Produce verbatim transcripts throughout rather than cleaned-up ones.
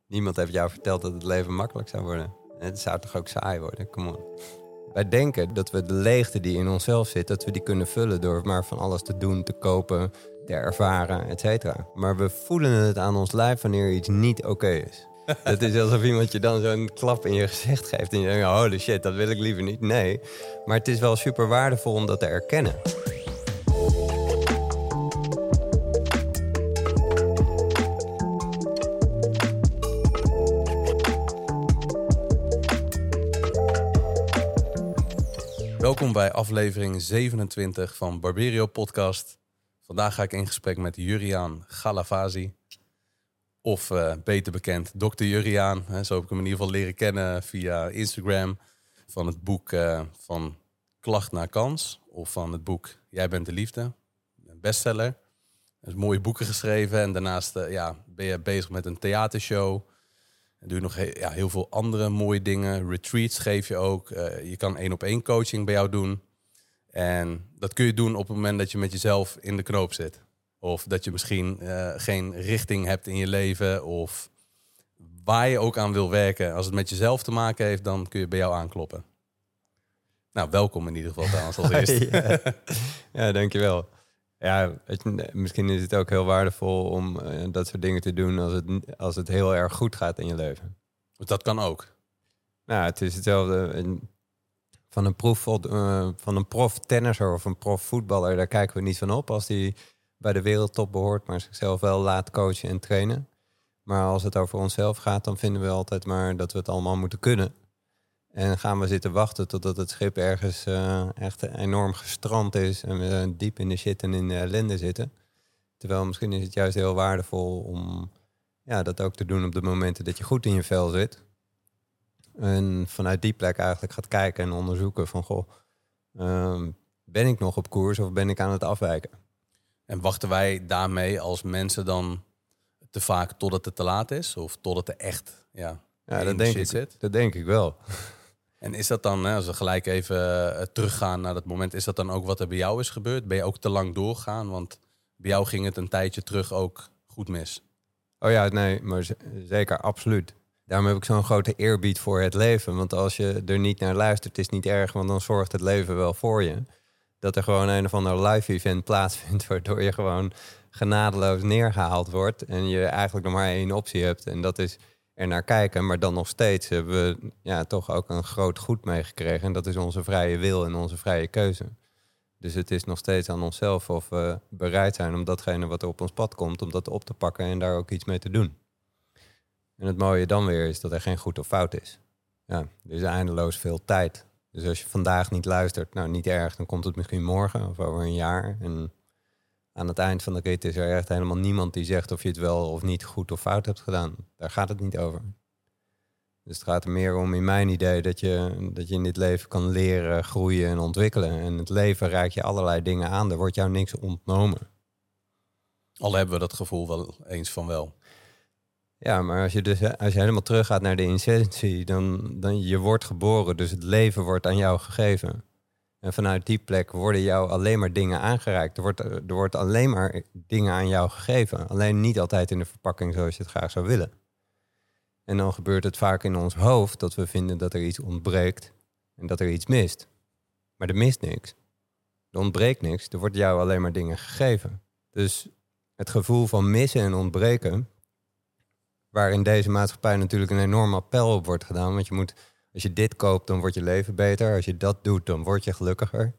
Niemand heeft jou verteld dat het leven makkelijk zou worden. Het zou toch ook saai worden? Come on. Wij denken dat we de leegte die in onszelf zit, dat we die kunnen vullen door maar van alles te doen, te kopen, te ervaren, et cetera. Maar we voelen het aan ons lijf wanneer iets niet oké is. Het is alsof iemand je dan zo'n klap in je gezicht geeft en je denkt, holy shit, dat wil ik liever niet. Nee, maar het is wel super waardevol om dat te erkennen. Welkom bij aflevering zevenentwintig van Barberio Podcast. Vandaag ga ik in gesprek met Juriaan Galavazi. Of uh, beter bekend dokter Juriaan. Hè, zo heb ik hem in ieder geval leren kennen via Instagram. Van het boek uh, Van Klacht naar Kans. Of van het boek Jij bent de liefde. Een bestseller. Dus mooie boeken geschreven. En daarnaast uh, ja, ben je bezig met een theatershow. En doe je nog he- ja, heel veel andere mooie dingen. Retreats geef je ook. Uh, je kan één op één coaching bij jou doen. En dat kun je doen op het moment dat je met jezelf in de knoop zit. Of dat je misschien uh, geen richting hebt in je leven. Of waar je ook aan wil werken. Als het met jezelf te maken heeft, dan kun je bij jou aankloppen. Nou, welkom in ieder geval trouwens als eerst. ja. ja, dankjewel. Ja, het, misschien is het ook heel waardevol om uh, dat soort dingen te doen als het, als het heel erg goed gaat in je leven. Dat kan ook. Nou, het is hetzelfde. Van een, proef, uh, van een prof tennisser of een prof voetballer, daar kijken we niet van op als die bij de wereldtop behoort, maar zichzelf wel laat coachen en trainen. Maar als het over onszelf gaat, dan vinden we altijd maar dat we het allemaal moeten kunnen. En gaan we zitten wachten totdat het schip ergens uh, echt enorm gestrand is en we diep in de shit en in de ellende zitten. Terwijl misschien is het juist heel waardevol om ja, dat ook te doen op de momenten dat je goed in je vel zit. En vanuit die plek eigenlijk gaat kijken en onderzoeken van, goh, uh, ben ik nog op koers of ben ik aan het afwijken? En wachten wij daarmee als mensen dan te vaak totdat het te laat is? Of totdat er echt ja, ja, in dat de denk shit ik, zit? Dat denk ik wel. En is dat dan, als we gelijk even uh, teruggaan naar dat moment, is dat dan ook wat er bij jou is gebeurd? Ben je ook te lang doorgegaan? Want bij jou ging het een tijdje terug ook goed mis. Oh ja, nee, maar z- zeker, absoluut. Daarom heb ik zo'n grote eerbied voor het leven. Want als je er niet naar luistert, is het niet erg, want dan zorgt het leven wel voor je. Dat er gewoon een of ander live event plaatsvindt, waardoor je gewoon genadeloos neergehaald wordt en je eigenlijk nog maar één optie hebt. En dat is er naar kijken, maar dan nog steeds hebben we ja, toch ook een groot goed meegekregen. En dat is onze vrije wil en onze vrije keuze. Dus het is nog steeds aan onszelf of we bereid zijn om datgene wat er op ons pad komt, om dat op te pakken en daar ook iets mee te doen. En het mooie dan weer is dat er geen goed of fout is. Ja, er is eindeloos veel tijd. Dus als je vandaag niet luistert, nou niet erg, dan komt het misschien morgen of over een jaar. En aan het eind van de rit is er echt helemaal niemand die zegt of je het wel of niet goed of fout hebt gedaan. Daar gaat het niet over. Dus het gaat er meer om in mijn idee dat je, dat je in dit leven kan leren, groeien en ontwikkelen. En het leven reikt je allerlei dingen aan. Er wordt jou niks ontnomen. Al hebben we dat gevoel wel eens van wel. Ja, maar als je dus als je helemaal teruggaat naar de essentie, dan, dan je wordt geboren, dus het leven wordt aan jou gegeven. En vanuit die plek worden jou alleen maar dingen aangereikt. Er wordt, er wordt alleen maar dingen aan jou gegeven. Alleen niet altijd in de verpakking zoals je het graag zou willen. En dan gebeurt het vaak in ons hoofd dat we vinden dat er iets ontbreekt en dat er iets mist. Maar er mist niks. Er ontbreekt niks. Er wordt jou alleen maar dingen gegeven. Dus het gevoel van missen en ontbreken, waar in deze maatschappij natuurlijk een enorm appel op wordt gedaan. Want je moet, als je dit koopt, dan wordt je leven beter. Als je dat doet, dan word je gelukkiger.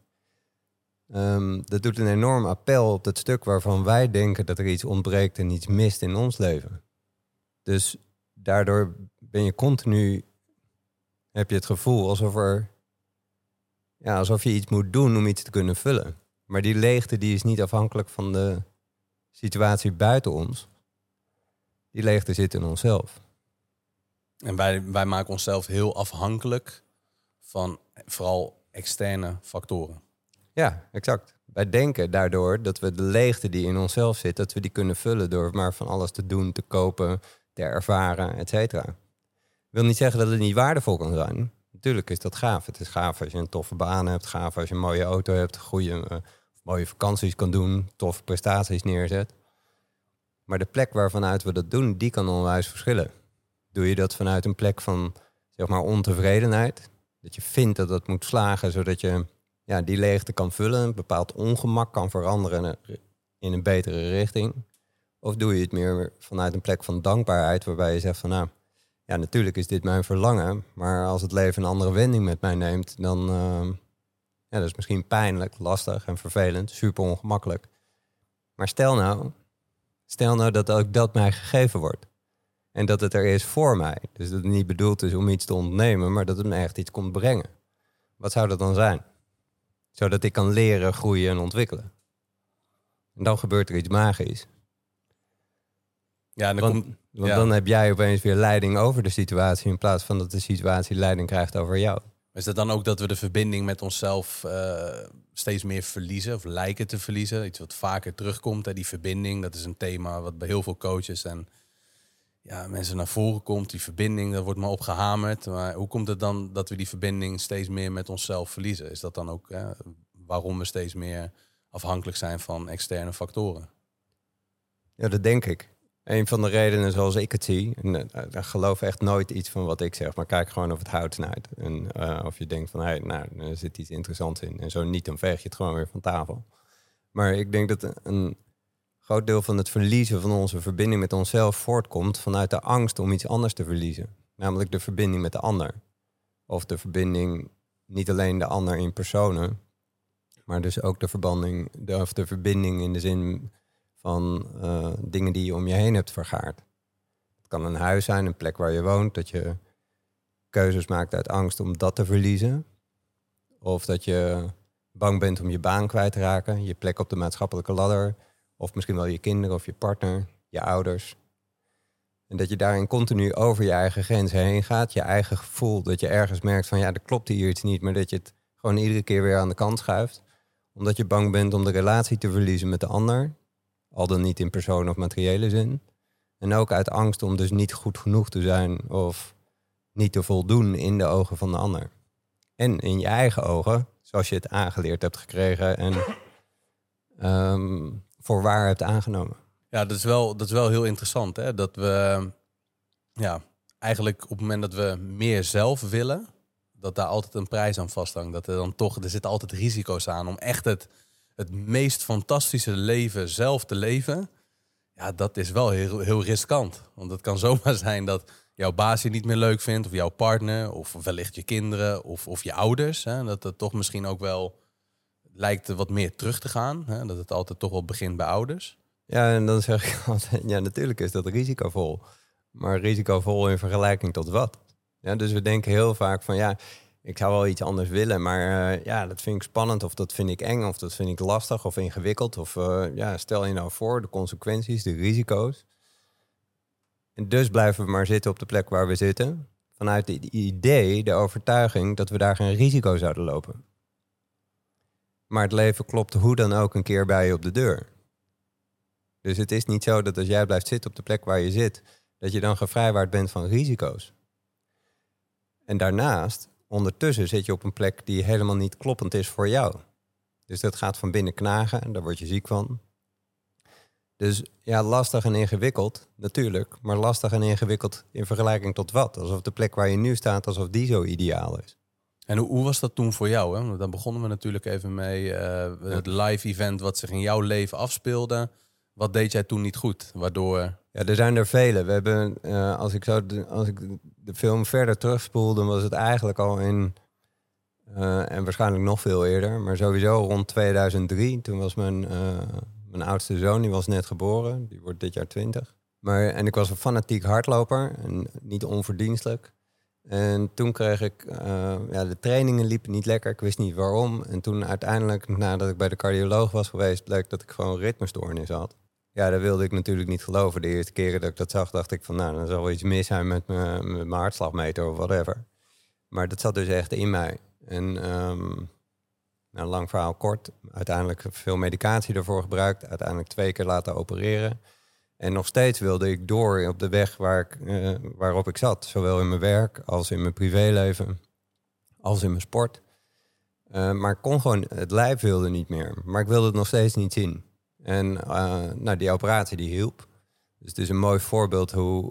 Um, dat doet een enorm appel op dat stuk waarvan wij denken dat er iets ontbreekt en iets mist in ons leven. Dus daardoor ben je continu, heb je het gevoel alsof er, ja, alsof je iets moet doen om iets te kunnen vullen. Maar die leegte die is niet afhankelijk van de situatie buiten ons. Die leegte zit in onszelf. En wij, wij maken onszelf heel afhankelijk van vooral externe factoren. Ja, exact. Wij denken daardoor dat we de leegte die in onszelf zit, dat we die kunnen vullen door maar van alles te doen, te kopen, te ervaren, et cetera. Ik wil niet zeggen dat het niet waardevol kan zijn. Natuurlijk is dat gaaf. Het is gaaf als je een toffe baan hebt, gaaf als je een mooie auto hebt, goede, uh, mooie vakanties kan doen, toffe prestaties neerzet. Maar de plek waarvanuit we dat doen, die kan onwijs verschillen. doe je dat vanuit een plek van, zeg maar, ontevredenheid? Dat je vindt dat dat moet slagen, zodat je ja, die leegte kan vullen, een bepaald ongemak kan veranderen in een betere richting? Of doe je het meer vanuit een plek van dankbaarheid, waarbij je zegt van, nou, ja, natuurlijk is dit mijn verlangen, maar als het leven een andere wending met mij neemt, dan uh, ja, dat is misschien pijnlijk, lastig en vervelend, super ongemakkelijk. Maar stel nou, stel nou dat ook dat mij gegeven wordt. En dat het er is voor mij. Dus dat het niet bedoeld is om iets te ontnemen, maar dat het me echt iets komt brengen. Wat zou dat dan zijn? Zodat ik kan leren, groeien en ontwikkelen. En dan gebeurt er iets magisch. Ja, en dan want komt, want ja. dan heb jij opeens weer leiding over de situatie, in plaats van dat de situatie leiding krijgt over jou. Is dat dan ook dat we de verbinding met onszelf uh, steeds meer verliezen of lijken te verliezen? Iets wat vaker terugkomt, hè? Die verbinding. Dat is een thema wat bij heel veel coaches en ja, mensen naar voren komt. Die verbinding, daar wordt maar op gehamerd. Maar hoe komt het dan dat we die verbinding steeds meer met onszelf verliezen? Is dat dan ook hè, waarom we steeds meer afhankelijk zijn van externe factoren? Ja, dat denk ik. Een van de redenen zoals ik het zie, en uh, geloof echt nooit iets van wat ik zeg, maar kijk gewoon of het hout snijdt. En uh, of je denkt van, hé, hey, nou, er zit iets interessants in. En zo niet, dan veeg je het gewoon weer van tafel. Maar ik denk dat een groot deel van het verliezen van onze verbinding met onszelf voortkomt vanuit de angst om iets anders te verliezen. Namelijk de verbinding met de ander. Of de verbinding, niet alleen de ander in personen, maar dus ook de verbanding, de, of de verbinding in de zin van uh, dingen die je om je heen hebt vergaard. Het kan een huis zijn, een plek waar je woont, dat je keuzes maakt uit angst om dat te verliezen. Of dat je bang bent om je baan kwijt te raken, je plek op de maatschappelijke ladder. Of misschien wel je kinderen of je partner, je ouders. En dat je daarin continu over je eigen grenzen heen gaat. Je eigen gevoel, dat je ergens merkt van, ja, er klopt hier iets niet, maar dat je het gewoon iedere keer weer aan de kant schuift. Omdat je bang bent om de relatie te verliezen met de ander. Al dan niet in persoon of materiële zin. En ook uit angst om dus niet goed genoeg te zijn of niet te voldoen in de ogen van de ander. En in je eigen ogen, zoals je het aangeleerd hebt gekregen en um, voor waar hebt aangenomen. Ja, dat is wel, dat is wel heel interessant. Hè? Dat we ja, eigenlijk op het moment dat we meer zelf willen, dat daar altijd een prijs aan vasthangt. Dat er dan toch, er zitten altijd risico's aan om echt het, het meest fantastische leven zelf te leven. Ja, dat is wel heel, heel riskant. Want het kan zomaar zijn dat jouw baas je niet meer leuk vindt, of jouw partner, of wellicht je kinderen, of, of je ouders. Hè? Dat het toch misschien ook wel lijkt wat meer terug te gaan. Hè? Dat het altijd toch wel begint bij ouders. Ja, en dan zeg ik altijd, ja, natuurlijk is dat risicovol. Maar risicovol in vergelijking tot wat? Ja, dus we denken heel vaak van, ja, ik zou wel iets anders willen, maar uh, ja, dat vind ik spannend, of dat vind ik eng, of dat vind ik lastig of ingewikkeld. Of uh, ja, stel je nou voor, de consequenties, de risico's. En dus blijven we maar zitten op de plek waar we zitten, vanuit het idee, de overtuiging, dat we daar geen risico zouden lopen. Maar het leven klopt hoe dan ook een keer bij je op de deur. Dus het is niet zo dat als jij blijft zitten op de plek waar je zit, dat je dan gevrijwaard bent van risico's. En daarnaast, ondertussen zit je op een plek die helemaal niet kloppend is voor jou. Dus dat gaat van binnen knagen en daar word je ziek van. Dus ja, lastig en ingewikkeld, natuurlijk. Maar lastig en ingewikkeld in vergelijking tot wat? Alsof de plek waar je nu staat, alsof die zo ideaal is. En hoe, hoe was dat toen voor jou? Hè? Want daar begonnen we natuurlijk even mee. Uh, het live event wat zich in jouw leven afspeelde. Wat deed jij toen niet goed? Waardoor... Ja, er zijn er vele. We hebben, uh, als ik zo de, als ik de film verder terugspoel, dan was het eigenlijk al in, uh, en waarschijnlijk nog veel eerder, maar sowieso rond tweeduizend drie. Toen was mijn, uh, mijn oudste zoon, die was net geboren. Die wordt dit jaar twintig. Maar, en ik was een fanatiek hardloper, en niet onverdienstelijk. En toen kreeg ik, uh, ja, de trainingen liepen niet lekker, ik wist niet waarom. En toen uiteindelijk, nadat ik bij de cardioloog was geweest, bleek dat ik gewoon ritmestoornis had. Ja, dat wilde ik natuurlijk niet geloven. De eerste keren dat ik dat zag, dacht ik van, nou, dan zal wel iets mis zijn met mijn, met mijn hartslagmeter of whatever. Maar dat zat dus echt in mij. En um, nou, lang verhaal kort, uiteindelijk veel medicatie ervoor gebruikt, uiteindelijk twee keer laten opereren. En nog steeds wilde ik door op de weg waar ik, uh, waarop ik zat. Zowel in mijn werk als in mijn privéleven, als in mijn sport. Uh, maar ik kon gewoon, het lijf wilde niet meer. Maar ik wilde het nog steeds niet zien. En uh, nou, die operatie die hielp. Dus het is een mooi voorbeeld hoe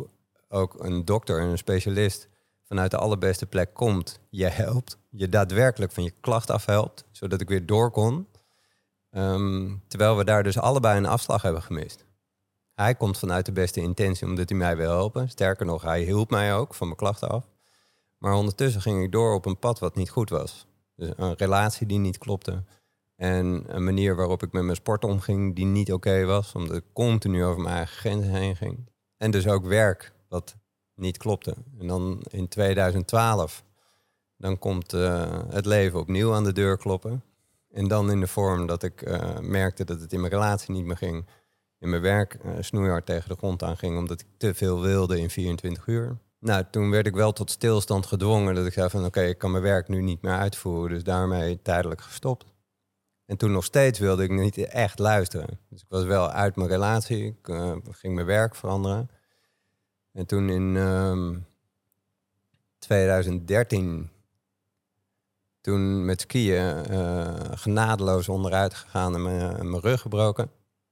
ook een dokter en een specialist vanuit de allerbeste plek komt, je helpt, je daadwerkelijk van je klacht afhelpt, zodat ik weer door kon. Um, terwijl we daar dus allebei een afslag hebben gemist. Hij komt vanuit de beste intentie omdat hij mij wil helpen. Sterker nog, hij hielp mij ook van mijn klachten af. Maar ondertussen ging ik door op een pad wat niet goed was. Dus een relatie die niet klopte. En een manier waarop ik met mijn sport omging die niet oké okay was. Omdat ik continu over mijn eigen grenzen heen ging. En dus ook werk wat niet klopte. En dan in tweeduizend twaalf, dan komt uh, het leven opnieuw aan de deur kloppen. En dan in de vorm dat ik uh, merkte dat het in mijn relatie niet meer ging. In mijn werk uh, snoeihard tegen de grond aan ging, omdat ik te veel wilde in vierentwintig uur. Nou, toen werd ik wel tot stilstand gedwongen. Dat ik zei van oké, okay, ik kan mijn werk nu niet meer uitvoeren. Dus daarmee tijdelijk gestopt. En toen nog steeds wilde ik niet echt luisteren. Dus ik was wel uit mijn relatie. Ik uh, ging mijn werk veranderen. En toen in um, tweeduizend dertien... toen met skiën uh, genadeloos onderuit gegaan en mijn, mijn rug gebroken.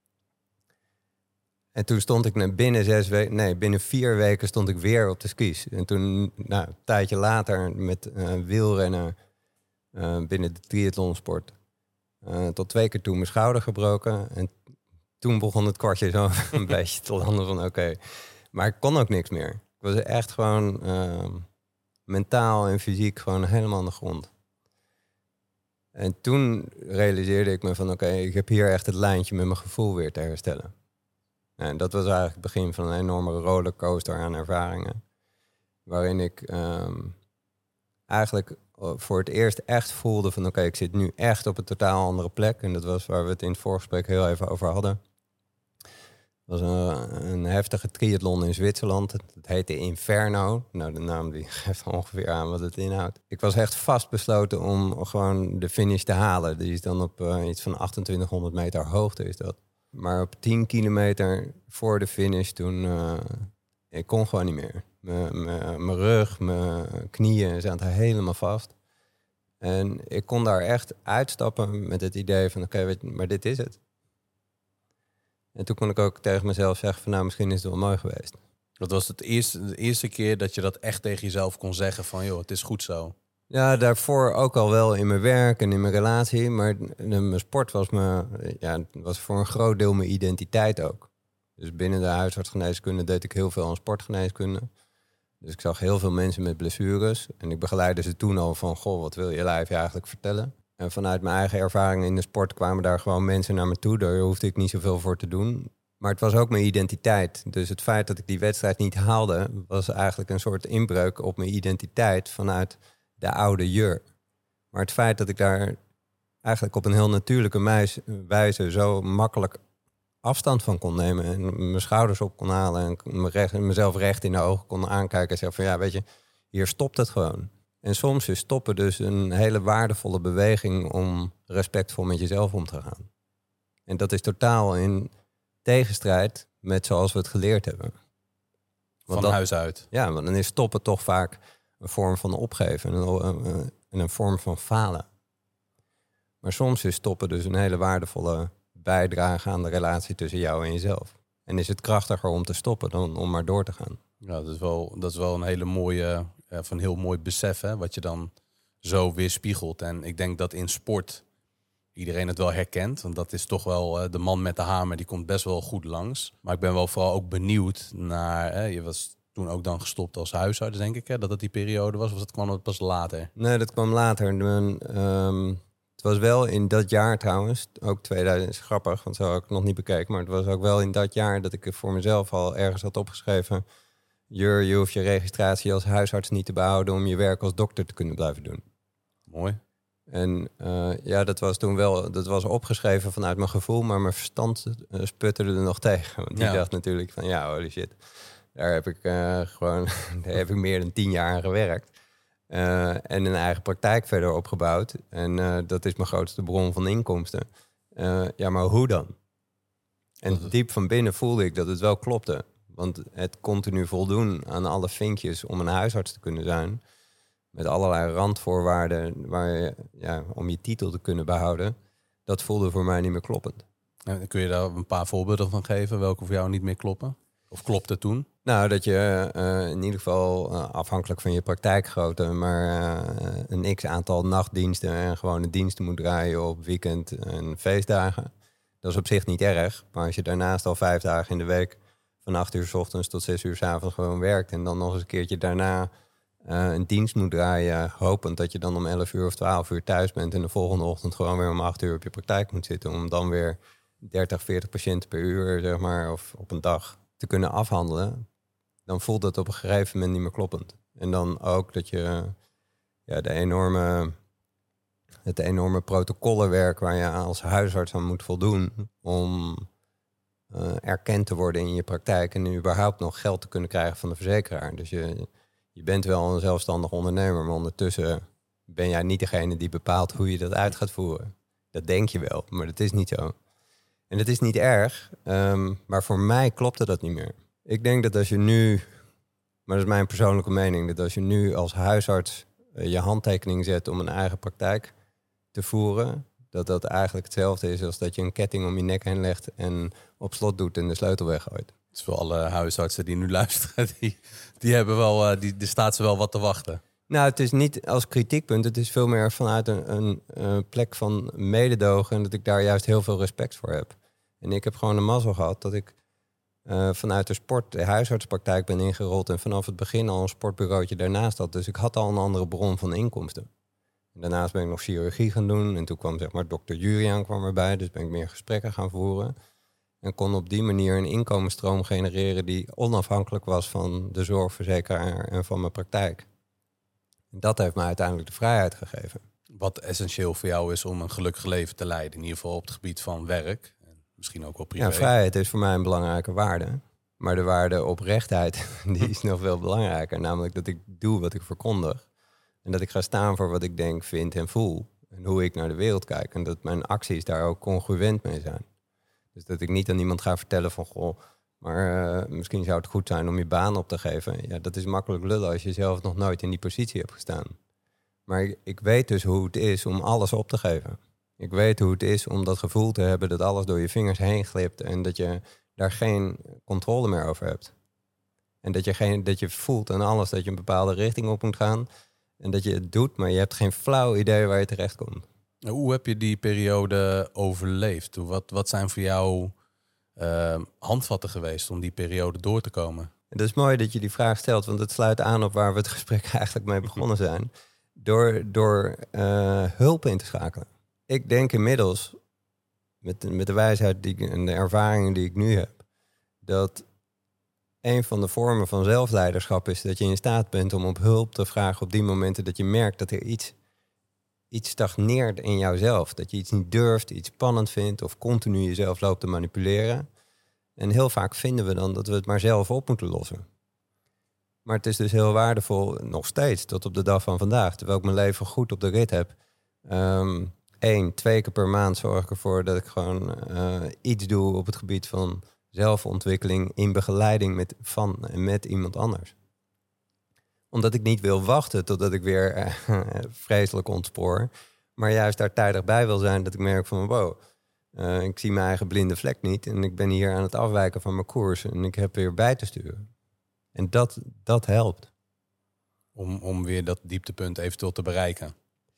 En toen stond ik binnen zes weken, nee, binnen vier weken stond ik weer op de skis. En toen, nou, een tijdje later met uh, wielrennen uh, binnen de triathlonsport. Uh, tot twee keer toe mijn schouder gebroken. En toen begon het kwartje zo een beetje te landen van oké. Okay. Maar ik kon ook niks meer. Ik was echt gewoon uh, mentaal en fysiek gewoon helemaal aan de grond. En toen realiseerde ik me van oké, okay, ik heb hier echt het lijntje met mijn gevoel weer te herstellen. En dat was eigenlijk het begin van een enorme rollercoaster aan ervaringen. Waarin ik um, eigenlijk voor het eerst echt voelde van oké, okay, ik zit nu echt op een totaal andere plek. En dat was waar we het in het voorgesprek heel even over hadden. Het was een, een heftige triathlon in Zwitserland. Het, het heette Inferno. Nou, de naam die geeft ongeveer aan wat het inhoudt. Ik was echt vastbesloten om gewoon de finish te halen. Die is dan op uh, iets van achtentwintighonderd meter hoogte is dat. Maar op tien kilometer voor de finish toen... Uh, ik kon gewoon niet meer. Mijn rug, mijn knieën zaten helemaal vast. En ik kon daar echt uitstappen met het idee van oké, okay, maar dit is het. En toen kon ik ook tegen mezelf zeggen van nou, misschien is het wel mooi geweest. Dat was het eerste, de eerste keer dat je dat echt tegen jezelf kon zeggen van joh, het is goed zo. Ja, daarvoor ook al wel in mijn werk en in mijn relatie. Maar mijn sport was, me, ja, was voor een groot deel mijn identiteit ook. Dus binnen de huisartsgeneeskunde deed ik heel veel aan sportgeneeskunde. Dus ik zag heel veel mensen met blessures. En ik begeleidde ze toen al van, goh, wat wil je lijf je eigenlijk vertellen? En vanuit mijn eigen ervaringen in de sport kwamen daar gewoon mensen naar me toe. Daar hoefde ik niet zoveel voor te doen. Maar het was ook mijn identiteit. Dus het feit dat ik die wedstrijd niet haalde, was eigenlijk een soort inbreuk op mijn identiteit vanuit de oude Jur. Maar het feit dat ik daar eigenlijk op een heel natuurlijke wijze zo makkelijk afstand van kon nemen en mijn schouders op kon halen en mezelf recht in de ogen kon aankijken en zeggen van ja, weet je, hier stopt het gewoon. En soms is stoppen dus een hele waardevolle beweging om respectvol met jezelf om te gaan. En dat is totaal in tegenstrijd met zoals we het geleerd hebben. Want van dan, huis uit. Ja, want dan is stoppen toch vaak een vorm van opgeven en een, een, een vorm van falen. Maar soms is stoppen dus een hele waardevolle bijdrage aan de relatie tussen jou en jezelf. En is het krachtiger om te stoppen dan om maar door te gaan. Ja, dat is wel, dat is wel een hele mooie, ja, van heel mooi besef, hè, wat je dan zo weer spiegelt. En ik denk dat in sport iedereen het wel herkent. Want dat is toch wel uh, de man met de hamer, die komt best wel goed langs. Maar ik ben wel vooral ook benieuwd naar, hè, je was toen ook dan gestopt als huisarts, denk ik, hè, dat dat die periode was. Of dat kwam dat pas later? Nee, dat kwam later. Mijn, um, het was wel in dat jaar trouwens, ook tweeduizend, is grappig, want zo heb ik het nog niet bekeken. Maar het was ook wel in dat jaar dat ik voor mezelf al ergens had opgeschreven: Jur, je hoeft je registratie als huisarts niet te behouden om je werk als dokter te kunnen blijven doen. Mooi. En uh, ja, dat was toen wel, dat was opgeschreven vanuit mijn gevoel, maar mijn verstand uh, sputterde er nog tegen. Want die ja. dacht natuurlijk van ja, holy shit, daar heb ik uh, gewoon, daar heb ik meer dan tien jaar aan gewerkt. Uh, en een eigen praktijk verder opgebouwd. En uh, dat is mijn grootste bron van inkomsten. Uh, ja, maar hoe dan? En diep van binnen voelde ik dat het wel klopte. Want het continu voldoen aan alle vinkjes om een huisarts te kunnen zijn, met allerlei randvoorwaarden waar je, ja, om je titel te kunnen behouden, dat voelde voor mij niet meer kloppend. En kun je daar een paar voorbeelden van geven? Welke voor jou niet meer kloppen? Of klopte toen? Nou, dat je uh, in ieder geval uh, afhankelijk van je praktijkgrootte, maar uh, een x-aantal nachtdiensten en gewone diensten moet draaien op weekend en feestdagen. Dat is op zich niet erg, maar als je daarnaast al vijf dagen in de week van acht uur 's ochtends tot zes uur 's avonds gewoon werkt en dan nog eens een keertje daarna uh, een dienst moet draaien, hopend dat je dan om elf uur of twaalf uur thuis bent en de volgende ochtend gewoon weer om acht uur op je praktijk moet zitten om dan weer dertig, veertig patiënten per uur, zeg maar, of op een dag te kunnen afhandelen, dan voelt dat op een gegeven moment niet meer kloppend. En dan ook dat je ja, de enorme, het enorme protocollenwerk waar je als huisarts aan moet voldoen om uh, erkend te worden in je praktijk en überhaupt nog geld te kunnen krijgen van de verzekeraar. Dus je, je bent wel een zelfstandig ondernemer, maar ondertussen ben jij niet degene die bepaalt hoe je dat uit gaat voeren. Dat denk je wel, maar dat is niet zo. En dat is niet erg, um, maar voor mij klopte dat niet meer. Ik denk dat als je nu, maar dat is mijn persoonlijke mening, dat als je nu als huisarts uh, je handtekening zet om een eigen praktijk te voeren, dat dat eigenlijk hetzelfde is als dat je een ketting om je nek heen legt en op slot doet en de sleutel weggooit. Dus voor alle huisartsen die nu luisteren, die, die hebben wel, uh, die, er staat ze wel wat te wachten. Nou, het is niet als kritiekpunt. Het is veel meer vanuit een, een, een plek van mededogen en dat ik daar juist heel veel respect voor heb. En ik heb gewoon de mazzel gehad dat ik uh, vanuit de sport de huisartspraktijk ben ingerold en vanaf het begin al een sportbureautje daarnaast had. Dus ik had al een andere bron van inkomsten. En daarnaast ben ik nog chirurgie gaan doen en toen kwam zeg maar dokter Juriaan kwam erbij. Dus ben ik meer gesprekken gaan voeren. En kon op die manier een inkomensstroom genereren die onafhankelijk was van de zorgverzekeraar en van mijn praktijk. En dat heeft me uiteindelijk de vrijheid gegeven. Wat essentieel voor jou is om een gelukkig leven te leiden. In ieder geval op het gebied van werk. En misschien ook wel privé. Ja, vrijheid is voor mij een belangrijke waarde. Maar de waarde oprechtheid, die is nog veel belangrijker. Namelijk dat ik doe wat ik verkondig. En dat ik ga staan voor wat ik denk, vind en voel. En hoe ik naar de wereld kijk. En dat mijn acties daar ook congruent mee zijn. Dus dat ik niet aan iemand ga vertellen van, goh, maar uh, misschien zou het goed zijn om je baan op te geven. Ja, dat is makkelijk lullen als je zelf nog nooit in die positie hebt gestaan. Maar ik, ik weet dus hoe het is om alles op te geven. Ik weet hoe het is om dat gevoel te hebben dat alles door je vingers heen glipt en dat je daar geen controle meer over hebt. En dat je, geen, dat je voelt aan alles dat je een bepaalde richting op moet gaan en dat je het doet, maar je hebt geen flauw idee waar je terecht komt. Hoe heb je die periode overleefd? Wat, wat zijn voor jou uh, handvatten geweest om die periode door te komen? En dat is mooi dat je die vraag stelt, want het sluit aan op waar we het gesprek eigenlijk mee begonnen zijn. Door, door uh, hulp in te schakelen. Ik denk inmiddels, met, met de wijsheid die ik, en de ervaringen die ik nu heb, dat een van de vormen van zelfleiderschap is dat je in staat bent om op hulp te vragen op die momenten dat je merkt dat er iets, iets stagneert in jouzelf. Dat je iets niet durft, iets spannend vindt of continu jezelf loopt te manipuleren. En heel vaak vinden we dan dat we het maar zelf op moeten lossen. Maar het is dus heel waardevol, nog steeds, tot op de dag van vandaag, terwijl ik mijn leven goed op de rit heb. Um, Eén, twee keer per maand zorg ik ervoor dat ik gewoon uh, iets doe op het gebied van zelfontwikkeling in begeleiding met, van en met iemand anders. Omdat ik niet wil wachten totdat ik weer uh, vreselijk ontspoor, maar juist daar tijdig bij wil zijn dat ik merk van wow, uh, ik zie mijn eigen blinde vlek niet en ik ben hier aan het afwijken van mijn koers en ik heb weer bij te sturen. En dat, dat helpt. Om, om weer dat dieptepunt eventueel te bereiken.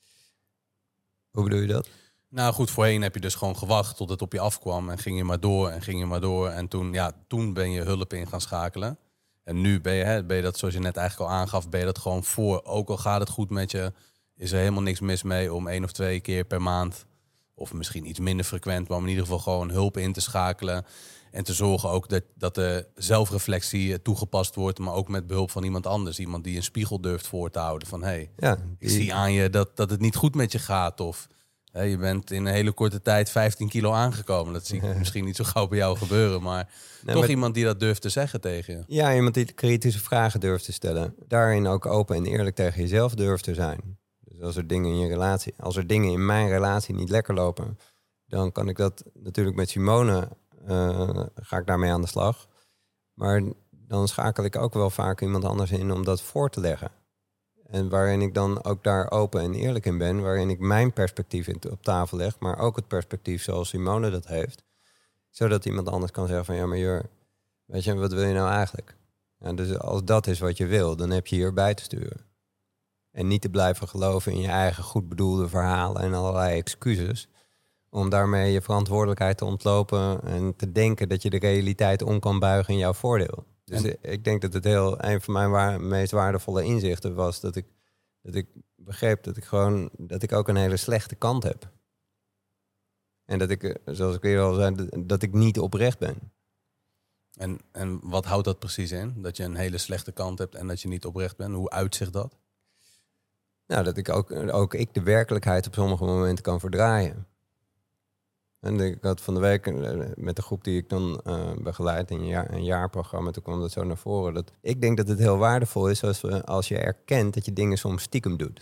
Hoe bedoel je dat? Nou goed, voorheen heb je dus gewoon gewacht tot het op je afkwam. En ging je maar door en ging je maar door. En toen, ja, toen ben je hulp in gaan schakelen. En nu ben je, hè, ben je dat, zoals je net eigenlijk al aangaf, ben je dat gewoon voor. Ook al gaat het goed met je, is er helemaal niks mis mee om één of twee keer per maand, of misschien iets minder frequent, maar om in ieder geval gewoon hulp in te schakelen. En te zorgen ook dat, dat de zelfreflectie toegepast wordt, maar ook met behulp van iemand anders. Iemand die een spiegel durft voor te houden van, hé, hey, ja, die... ik zie aan je dat, dat het niet goed met je gaat. Of hè, je bent in een hele korte tijd vijftien kilo aangekomen. Dat zie ik misschien niet zo gauw bij jou gebeuren, maar nee, toch maar... iemand die dat durft te zeggen tegen je. Ja, iemand die kritische vragen durft te stellen. Daarin ook open en eerlijk tegen jezelf durft te zijn. Dus als er dingen in je relatie, als er dingen in mijn relatie niet lekker lopen, dan kan ik dat natuurlijk met Simone, uh, ga ik daarmee aan de slag. Maar dan schakel ik ook wel vaak iemand anders in om dat voor te leggen. En waarin ik dan ook daar open en eerlijk in ben, waarin ik mijn perspectief in op tafel leg, maar ook het perspectief zoals Simone dat heeft. Zodat iemand anders kan zeggen van, ja, maar Jur, weet je, wat wil je nou eigenlijk? Ja, dus als dat is wat je wil, dan heb je hierbij te sturen. En niet te blijven geloven in je eigen goed bedoelde verhalen en allerlei excuses. Om daarmee je verantwoordelijkheid te ontlopen en te denken dat je de realiteit om kan buigen in jouw voordeel. Dus en... ik denk dat het heel een van mijn waar, meest waardevolle inzichten was dat ik, dat ik begreep dat ik gewoon dat ik ook een hele slechte kant heb. En dat ik, zoals ik eerder al zei, dat ik niet oprecht ben. En, en wat houdt dat precies in? Dat je een hele slechte kant hebt en dat je niet oprecht bent? Hoe uitzicht dat? Nou, dat ik ook, ook ik de werkelijkheid op sommige momenten kan verdraaien. En ik had van de week met de groep die ik dan uh, begeleid in een, jaar, een jaarprogramma, toen kwam dat zo naar voren. Dat ik denk dat het heel waardevol is als, we, als je erkent dat je dingen soms stiekem doet.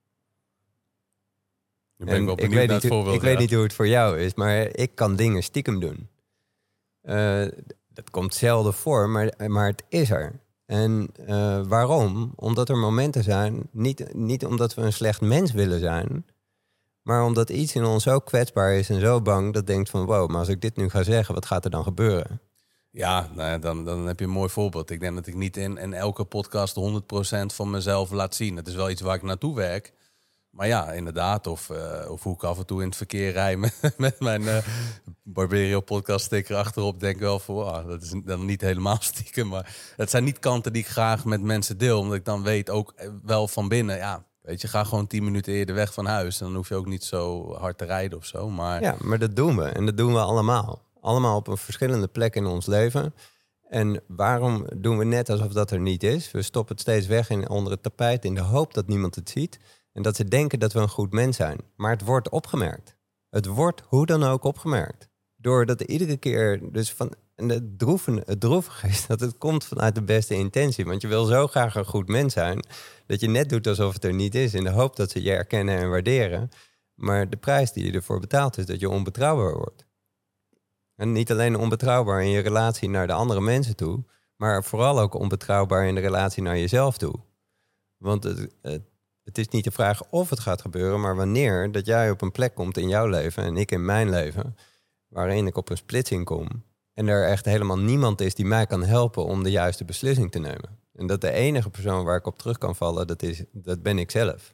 Nu ben ik wel benieuwd ik weet, naar niet, het voorbeeld, ik ja. weet niet hoe het voor jou is, maar ik kan dingen stiekem doen. Uh, dat komt zelden voor, maar, maar het is er. En uh, waarom? Omdat er momenten zijn, niet, niet omdat we een slecht mens willen zijn, maar omdat iets in ons zo kwetsbaar is en zo bang dat denkt van wow, maar als ik dit nu ga zeggen, wat gaat er dan gebeuren? Ja, nou ja, dan, dan heb je een mooi voorbeeld. Ik denk dat ik niet in, in elke podcast honderd procent van mezelf laat zien. Het is wel iets waar ik naartoe werk. Maar ja, inderdaad. Of, uh, of hoe ik af en toe in het verkeer rij met, met mijn uh, Barberio podcast sticker achterop. Denk ik wel van, wow, dat is dan niet helemaal stiekem. Maar het zijn niet kanten die ik graag met mensen deel. Omdat ik dan weet ook wel van binnen, ja, weet je, ga gewoon tien minuten eerder weg van huis. En dan hoef je ook niet zo hard te rijden of zo. Maar... Ja, maar dat doen we. En dat doen we allemaal. Allemaal op een verschillende plek in ons leven. En waarom doen we net alsof dat er niet is? We stoppen het steeds weg in, onder het tapijt in de hoop dat niemand het ziet. En dat ze denken dat we een goed mens zijn. Maar het wordt opgemerkt. Het wordt hoe dan ook opgemerkt. Doordat iedere keer... Dus van, en het, droeven, het droevige is dat het komt vanuit de beste intentie. Want je wil zo graag een goed mens zijn, dat je net doet alsof het er niet is, in de hoop dat ze je erkennen en waarderen. Maar de prijs die je ervoor betaalt is dat je onbetrouwbaar wordt. En niet alleen onbetrouwbaar in je relatie naar de andere mensen toe, maar vooral ook onbetrouwbaar in de relatie naar jezelf toe. Want het, het, het is niet de vraag of het gaat gebeuren, maar wanneer dat jij op een plek komt in jouw leven en ik in mijn leven, waarin ik op een splitsing kom en er echt helemaal niemand is die mij kan helpen om de juiste beslissing te nemen. En dat de enige persoon waar ik op terug kan vallen, dat, is, dat ben ik zelf.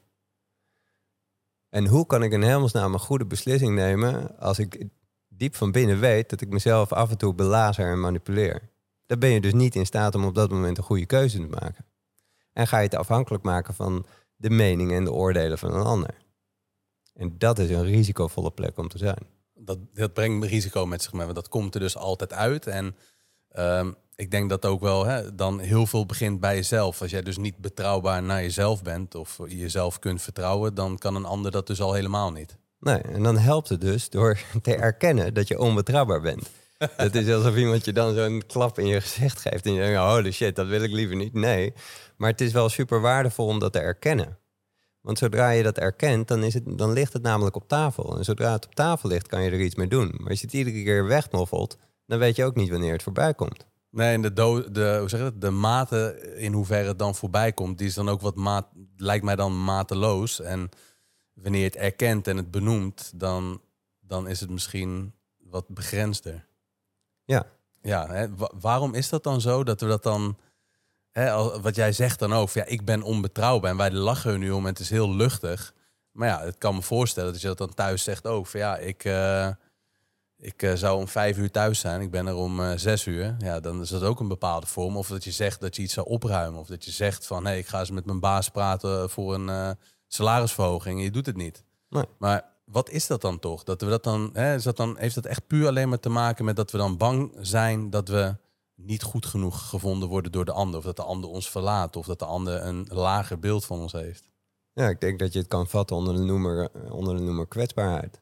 En hoe kan ik in hemelsnaam een goede beslissing nemen als ik diep van binnen weet dat ik mezelf af en toe belazer en manipuleer? Dan ben je dus niet in staat om op dat moment een goede keuze te maken. En ga je het afhankelijk maken van de meningen en de oordelen van een ander. En dat is een risicovolle plek om te zijn. Dat, dat brengt risico met zich mee, want dat komt er dus altijd uit. En um, ik denk dat ook wel hè, dan heel veel begint bij jezelf. Als jij dus niet betrouwbaar naar jezelf bent of jezelf kunt vertrouwen, dan kan een ander dat dus al helemaal niet. Nee, en dan helpt het dus door te erkennen dat je onbetrouwbaar bent. Het is alsof iemand je dan zo'n klap in je gezicht geeft en je denkt, holy shit, dat wil ik liever niet. Nee, maar het is wel super waardevol om dat te erkennen. Want zodra je dat erkent, dan, is het, dan ligt het namelijk op tafel. En zodra het op tafel ligt, kan je er iets mee doen. Maar als je het iedere keer wegmoffelt, dan weet je ook niet wanneer het voorbij komt. Nee, en de, do- de, hoe zeg je dat? De mate in hoeverre het dan voorbij komt, die is dan ook wat maat, lijkt mij dan mateloos. En wanneer je het erkent en het benoemt, dan, dan is het misschien wat begrensder. Ja. Ja, hè, wa- waarom is dat dan zo dat we dat dan... Hè, al- wat jij zegt dan ook, ja, ik ben onbetrouwbaar en wij lachen er nu om en het is heel luchtig. Maar ja, het kan me voorstellen dat je dat dan thuis zegt ook. Van ja, ik, uh, ik uh, zou om vijf uur thuis zijn, ik ben er om uh, zes uur. Ja, dan is dat ook een bepaalde vorm. Of dat je zegt dat je iets zou opruimen. Of dat je zegt van, hé, hey, ik ga eens met mijn baas praten voor een uh, salarisverhoging. En je doet het niet. Nee. Maar wat is dat dan toch? Dat we dat dan, hè, is dat dan, heeft dat echt puur alleen maar te maken met dat we dan bang zijn dat we niet goed genoeg gevonden worden door de ander. Of dat de ander ons verlaat. Of dat de ander een lager beeld van ons heeft. Ja, ik denk dat je het kan vatten onder de noemer, onder de noemer kwetsbaarheid.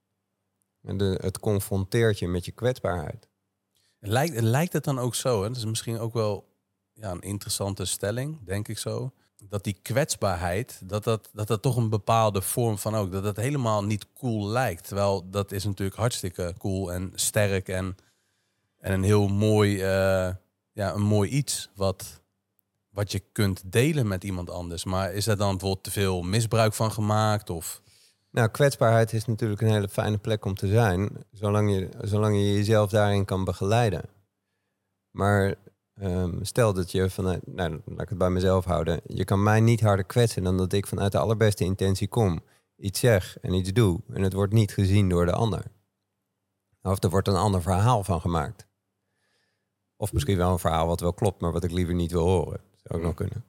En de, het confronteert je met je kwetsbaarheid. Lijkt, lijkt het dan ook zo, hè? Dat is misschien ook wel ja, een interessante stelling, denk ik zo. Dat die kwetsbaarheid, dat dat, dat dat toch een bepaalde vorm van ook, dat dat helemaal niet cool lijkt. Terwijl dat is natuurlijk hartstikke cool en sterk en, en een heel mooi, uh, ja, een mooi iets wat, wat je kunt delen met iemand anders. Maar is er dan bijvoorbeeld te veel misbruik van gemaakt? Of... Nou, kwetsbaarheid is natuurlijk een hele fijne plek om te zijn, zolang je, zolang je jezelf daarin kan begeleiden. Maar Um, stel dat je vanuit, nou, laat ik het bij mezelf houden. Je kan mij niet harder kwetsen dan dat ik vanuit de allerbeste intentie kom. Iets zeg en iets doe. En het wordt niet gezien door de ander. Of er wordt een ander verhaal van gemaakt. Of misschien wel een verhaal wat wel klopt, maar wat ik liever niet wil horen. Dat zou ook nog kunnen.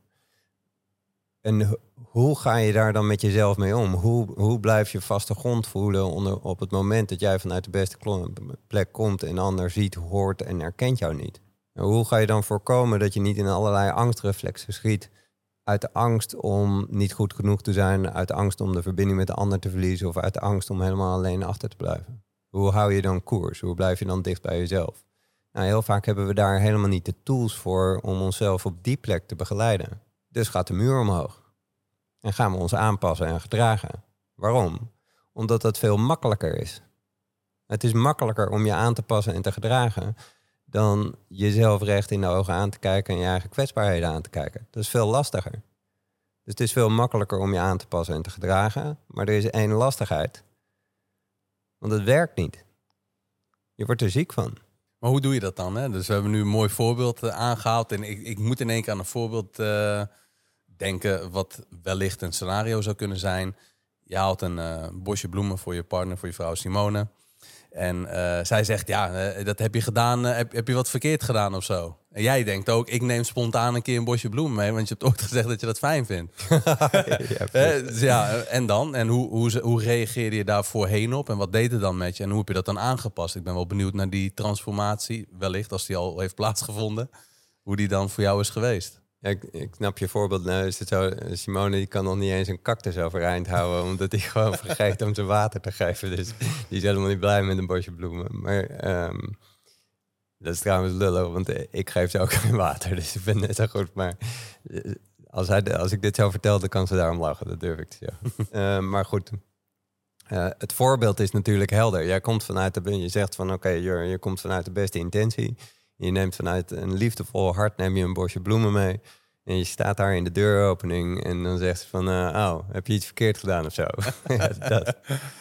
En hoe ga je daar dan met jezelf mee om? Hoe, hoe blijf je vaste grond voelen onder, op het moment dat jij vanuit de beste plek komt en een ander ziet, hoort en erkent jou niet? En hoe ga je dan voorkomen dat je niet in allerlei angstreflexen schiet? Uit de angst om niet goed genoeg te zijn, uit de angst om de verbinding met de ander te verliezen of uit de angst om helemaal alleen achter te blijven? Hoe hou je dan koers? Hoe blijf je dan dicht bij jezelf? Nou, heel vaak hebben we daar helemaal niet de tools voor om onszelf op die plek te begeleiden. Dus gaat de muur omhoog. En gaan we ons aanpassen en gedragen. Waarom? Omdat dat veel makkelijker is. Het is makkelijker om je aan te passen en te gedragen dan jezelf recht in de ogen aan te kijken en je eigen kwetsbaarheden aan te kijken. Dat is veel lastiger. Dus het is veel makkelijker om je aan te passen en te gedragen. Maar er is één lastigheid. Want het werkt niet. Je wordt er ziek van. Maar hoe doe je dat dan? Hè? Dus we hebben nu een mooi voorbeeld uh, aangehaald. En ik, ik moet in één keer aan een voorbeeld uh, denken wat wellicht een scenario zou kunnen zijn. Je haalt een uh, bosje bloemen voor je partner, voor je vrouw Simone. En uh, zij zegt, ja, uh, dat heb je gedaan. Uh, heb, heb je wat verkeerd gedaan of zo? En jij denkt ook, ik neem spontaan een keer een bosje bloemen mee. Want je hebt ooit gezegd dat je dat fijn vindt. ja, uh, dus ja, en dan? En hoe, hoe, hoe reageerde je daar voorheen op? En wat deed het dan met je? En hoe heb je dat dan aangepast? Ik ben wel benieuwd naar die transformatie. Wellicht, als die al heeft plaatsgevonden. Hoe die dan voor jou is geweest. Ja, ik, ik snap je voorbeeld. Nou is het zo, Simone die kan nog niet eens een cactus overeind houden, omdat hij gewoon vergeet om zijn water te geven. Dus die is helemaal niet blij met een bosje bloemen. Maar um, dat is trouwens lullig, want ik geef ze ook geen water. Dus ik ben net zo goed. Maar als, hij, als ik dit zou vertellen, dan kan ze daarom lachen. Dat durf ik te zeggen. uh, maar goed. Uh, het voorbeeld is natuurlijk helder. Jij komt vanuit de, je zegt van oké, okay, je, je komt vanuit de beste intentie. Je neemt vanuit een liefdevol hart neem je een bosje bloemen mee. En je staat daar in de deuropening en dan zegt ze van, uh, oh, heb je iets verkeerd gedaan of zo? ja, dat.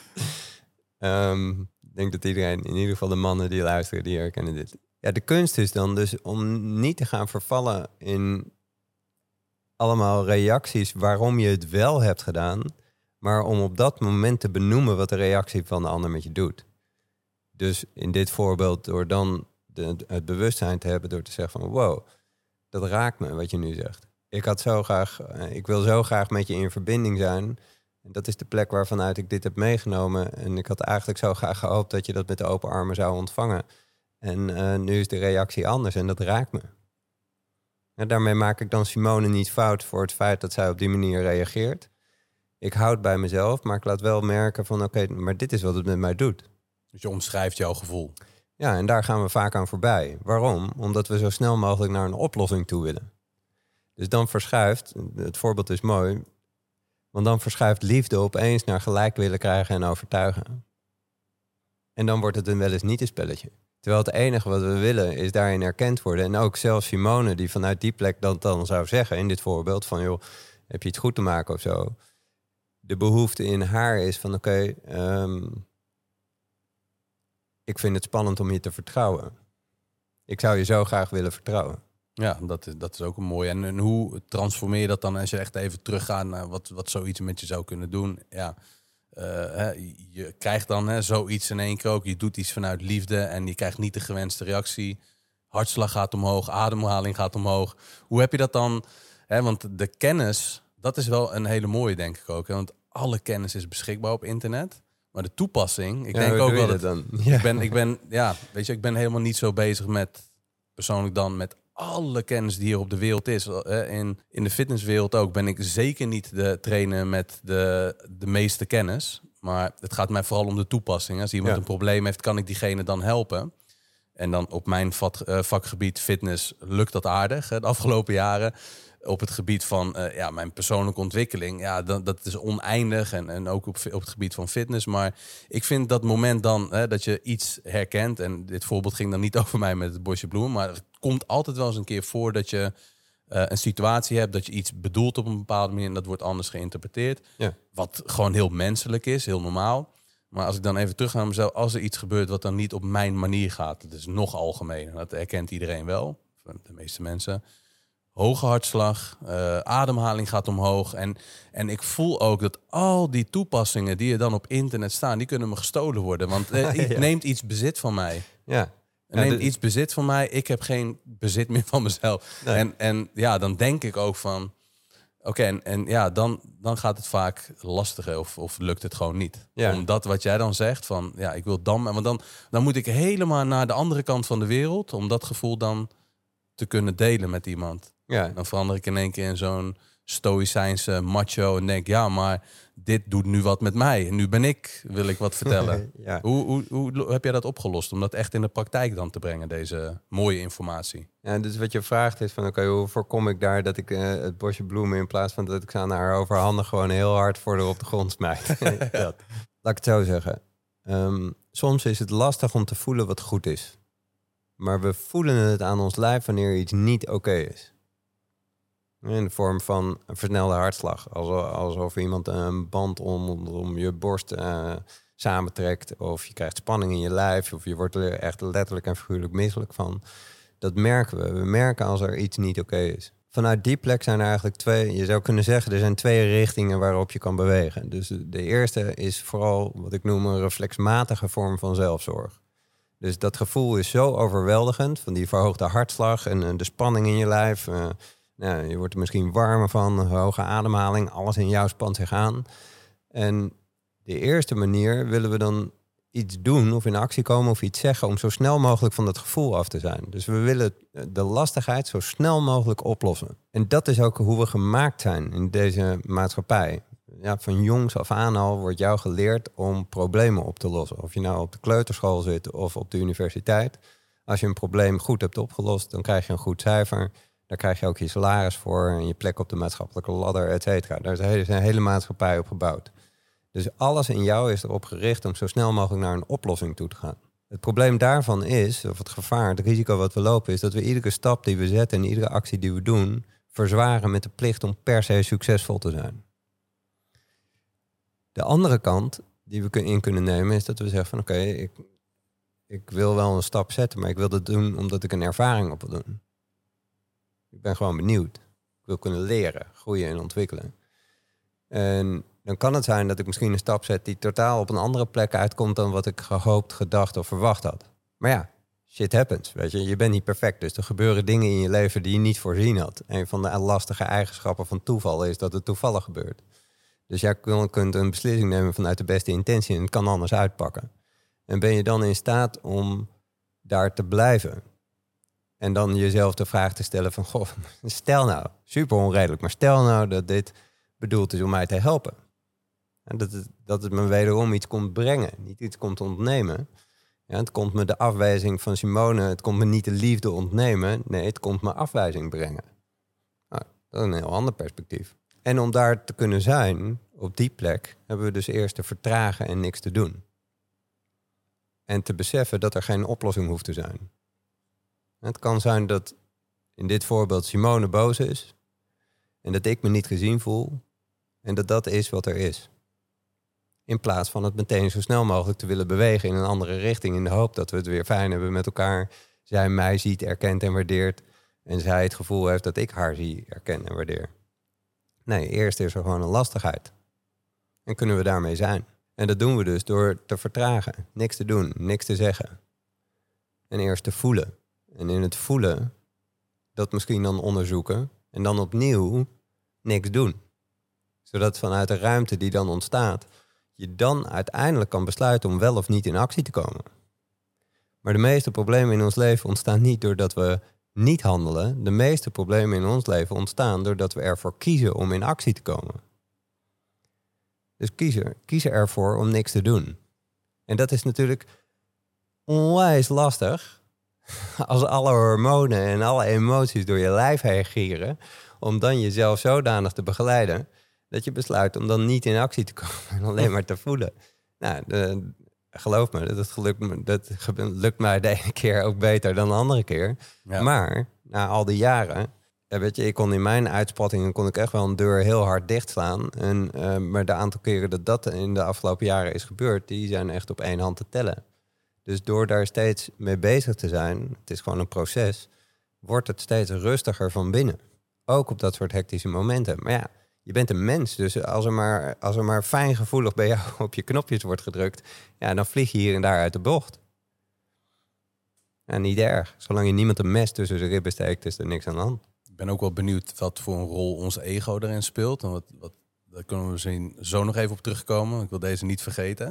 Um, ik denk dat iedereen, in ieder geval de mannen die luisteren, die herkennen dit. Ja, de kunst is dan dus om niet te gaan vervallen in allemaal reacties waarom je het wel hebt gedaan, maar om op dat moment te benoemen wat de reactie van de ander met je doet. Dus in dit voorbeeld door dan de, het bewustzijn te hebben door te zeggen van wow, dat raakt me wat je nu zegt. Ik had zo graag, ik wil zo graag met je in verbinding zijn. En dat is de plek waarvanuit ik dit heb meegenomen. En ik had eigenlijk zo graag gehoopt dat je dat met open armen zou ontvangen. En uh, nu is de reactie anders en dat raakt me. En daarmee maak ik dan Simone niet fout voor het feit dat zij op die manier reageert. Ik houd bij mezelf, maar ik laat wel merken van oké, okay, maar dit is wat het met mij doet. Dus je omschrijft jouw gevoel. Ja, en daar gaan we vaak aan voorbij. Waarom? Omdat we zo snel mogelijk naar een oplossing toe willen. Dus dan verschuift, het voorbeeld is mooi, want dan verschuift liefde opeens naar gelijk willen krijgen en overtuigen. En dan wordt het een wel eens niet een spelletje. Terwijl het enige wat we willen is daarin erkend worden. En ook zelfs Simone, die vanuit die plek dat dan zou zeggen in dit voorbeeld van joh, heb je iets goed te maken of zo. De behoefte in haar is van oké, okay, um, ik vind het spannend om je te vertrouwen. Ik zou je zo graag willen vertrouwen. Ja, dat is, dat is ook een mooie. En, en hoe transformeer je dat dan als je echt even teruggaat naar wat, wat zoiets met je zou kunnen doen? Ja, uh, hè, je krijgt dan hè, zoiets in één keer ook. Je doet iets vanuit liefde en je krijgt niet de gewenste reactie. Hartslag gaat omhoog, ademhaling gaat omhoog. Hoe heb je dat dan? Hè, want de kennis, dat is wel een hele mooie, denk ik ook. Hè, want alle kennis is beschikbaar op internet. Maar de toepassing, ik ja, denk ook wel dat... Dan? Ja. Ik ben, ik ben, ja, weet je, ik ben helemaal niet zo bezig met, persoonlijk dan, met alle kennis die hier op de wereld is. In, in de fitnesswereld ook ben ik zeker niet de trainer met de, de meeste kennis. Maar het gaat mij vooral om de toepassing. Als iemand ja. een probleem heeft, kan ik diegene dan helpen. En dan op mijn vat, uh, vakgebied fitness lukt dat aardig hè, de afgelopen jaren. Op het gebied van uh, ja, mijn persoonlijke ontwikkeling, ja, dat, dat is oneindig. En, en ook op, op het gebied van fitness. Maar ik vind dat moment dan hè, dat je iets herkent. En dit voorbeeld ging dan niet over mij met het bosje bloemen. Maar het komt altijd wel eens een keer voor dat je uh, een situatie hebt. Dat je iets bedoelt op een bepaalde manier. En dat wordt anders geïnterpreteerd. Ja. Wat gewoon heel menselijk is, heel normaal. Maar als ik dan even terug naar mezelf. Als er iets gebeurt wat dan niet op mijn manier gaat. Dat is nog algemeen. Dat herkent iedereen wel. de meeste mensen, hoge hartslag, uh, ademhaling gaat omhoog. En, en ik voel ook dat al die toepassingen die er dan op internet staan, die kunnen me gestolen worden. Want uh, het ja. neemt iets bezit van mij. Ja. Het ja, neemt dit... iets bezit van mij. Ik heb geen bezit meer van mezelf. Nee. En, en ja, dan denk ik ook van... Oké, okay, en, en ja, dan, dan gaat het vaak lastiger of, of lukt het gewoon niet. Ja. Omdat wat jij dan zegt van, ja, ik wil dan... Want dan, dan moet ik helemaal naar de andere kant van de wereld... om dat gevoel dan te kunnen delen met iemand. Ja. Dan verander ik in één keer in zo'n stoïcijnse macho... en denk, ja, maar dit doet nu wat met mij. En nu ben ik, wil ik wat vertellen. ja. hoe, hoe, hoe heb jij dat opgelost? Om dat echt in de praktijk dan te brengen, deze mooie informatie? Ja, dus wat je vraagt is van, oké, okay, hoe voorkom ik daar dat ik uh, het bosje bloemen... in plaats van dat ik ze aan haar overhandig gewoon heel hard voor haar op de grond smijt. dat. Laat ik het zo zeggen. Um, soms is het lastig om te voelen wat goed is. Maar we voelen het aan ons lijf wanneer iets niet oké okay is. In de vorm van een versnelde hartslag. Alsof iemand een band om, om je borst uh, samentrekt. Of je krijgt spanning in je lijf. Of je wordt er echt letterlijk en figuurlijk misselijk van. Dat merken we. We merken als er iets niet oké okay is. Vanuit die plek zijn er eigenlijk twee... Je zou kunnen zeggen, er zijn twee richtingen waarop je kan bewegen. Dus de eerste is vooral wat ik noem een reflexmatige vorm van zelfzorg. Dus dat gevoel is zo overweldigend. Van die verhoogde hartslag en uh, de spanning in je lijf... Uh, Nou, je wordt er misschien warmer van, hoge ademhaling, alles in jou spant zich aan. En de eerste manier willen we dan iets doen of in actie komen of iets zeggen... om zo snel mogelijk van dat gevoel af te zijn. Dus we willen de lastigheid zo snel mogelijk oplossen. En dat is ook hoe we gemaakt zijn in deze maatschappij. Ja, van jongs af aan al wordt jou geleerd om problemen op te lossen. Of je nou op de kleuterschool zit of op de universiteit. Als je een probleem goed hebt opgelost, dan krijg je een goed cijfer... Daar krijg je ook je salaris voor en je plek op de maatschappelijke ladder, et cetera. Daar is een hele, een hele maatschappij op gebouwd. Dus alles in jou is erop gericht om zo snel mogelijk naar een oplossing toe te gaan. Het probleem daarvan is, of het gevaar, het risico wat we lopen... is dat we iedere stap die we zetten en iedere actie die we doen... verzwaren met de plicht om per se succesvol te zijn. De andere kant die we in kunnen nemen is dat we zeggen van... oké, okay, ik, ik wil wel een stap zetten, maar ik wil dat doen omdat ik een ervaring op wil doen. Ik ben gewoon benieuwd. Ik wil kunnen leren, groeien en ontwikkelen. En dan kan het zijn dat ik misschien een stap zet... die totaal op een andere plek uitkomt... dan wat ik gehoopt, gedacht of verwacht had. Maar ja, shit happens, weet je. Je bent niet perfect, dus er gebeuren dingen in je leven... die je niet voorzien had. Een van de lastige eigenschappen van toeval is dat het toevallig gebeurt. Dus jij kunt een beslissing nemen vanuit de beste intentie... en het kan anders uitpakken. En ben je dan in staat om daar te blijven... En dan jezelf de vraag te stellen van... Goh, stel nou, super onredelijk... maar stel nou dat dit bedoeld is om mij te helpen. En dat het, dat het me wederom iets komt brengen. Niet iets komt ontnemen. Ja, het komt me de afwijzing van Simone... het komt me niet de liefde ontnemen. Nee, het komt me afwijzing brengen. Nou, dat is een heel ander perspectief. En om daar te kunnen zijn, op die plek... hebben we dus eerst te vertragen en niks te doen. En te beseffen dat er geen oplossing hoeft te zijn... Het kan zijn dat in dit voorbeeld Simone boos is... en dat ik me niet gezien voel... en dat dat is wat er is. In plaats van het meteen zo snel mogelijk te willen bewegen... in een andere richting in de hoop dat we het weer fijn hebben met elkaar. Zij mij ziet, erkent en waardeert... en zij het gevoel heeft dat ik haar zie, erken en waardeer. Nee, eerst is er gewoon een lastigheid. En kunnen we daarmee zijn. En dat doen we dus door te vertragen. Niks te doen, niks te zeggen. En eerst te voelen... En in het voelen, dat misschien dan onderzoeken... en dan opnieuw niks doen. Zodat vanuit de ruimte die dan ontstaat... je dan uiteindelijk kan besluiten om wel of niet in actie te komen. Maar de meeste problemen in ons leven ontstaan niet doordat we niet handelen. De meeste problemen in ons leven ontstaan doordat we ervoor kiezen om in actie te komen. Dus kiezen, kiezen ervoor om niks te doen. En dat is natuurlijk onwijs lastig... als alle hormonen en alle emoties door je lijf heen gieren... om dan jezelf zodanig te begeleiden... dat je besluit om dan niet in actie te komen... en alleen maar te voelen. Nou, de, geloof me, dat, gelukt me, dat lukt mij de ene keer ook beter dan de andere keer. Ja. Maar na al die jaren... Ja, weet je, ik kon in mijn uitspattingen kon ik echt wel een deur heel hard dichtslaan. En, uh, maar de aantal keren dat dat in de afgelopen jaren is gebeurd... die zijn echt op één hand te tellen. Dus door daar steeds mee bezig te zijn, het is gewoon een proces... wordt het steeds rustiger van binnen. Ook op dat soort hectische momenten. Maar ja, je bent een mens, dus als er maar, als er maar fijngevoelig bij jou op je knopjes wordt gedrukt, ja, dan vlieg je hier en daar uit de bocht. Ja, niet erg. Zolang je niemand een mes tussen zijn ribben steekt, is er niks aan de hand. Ik ben ook wel benieuwd wat voor een rol ons ego erin speelt. En wat, wat, daar kunnen we misschien zo nog even op terugkomen. Ik wil deze niet vergeten.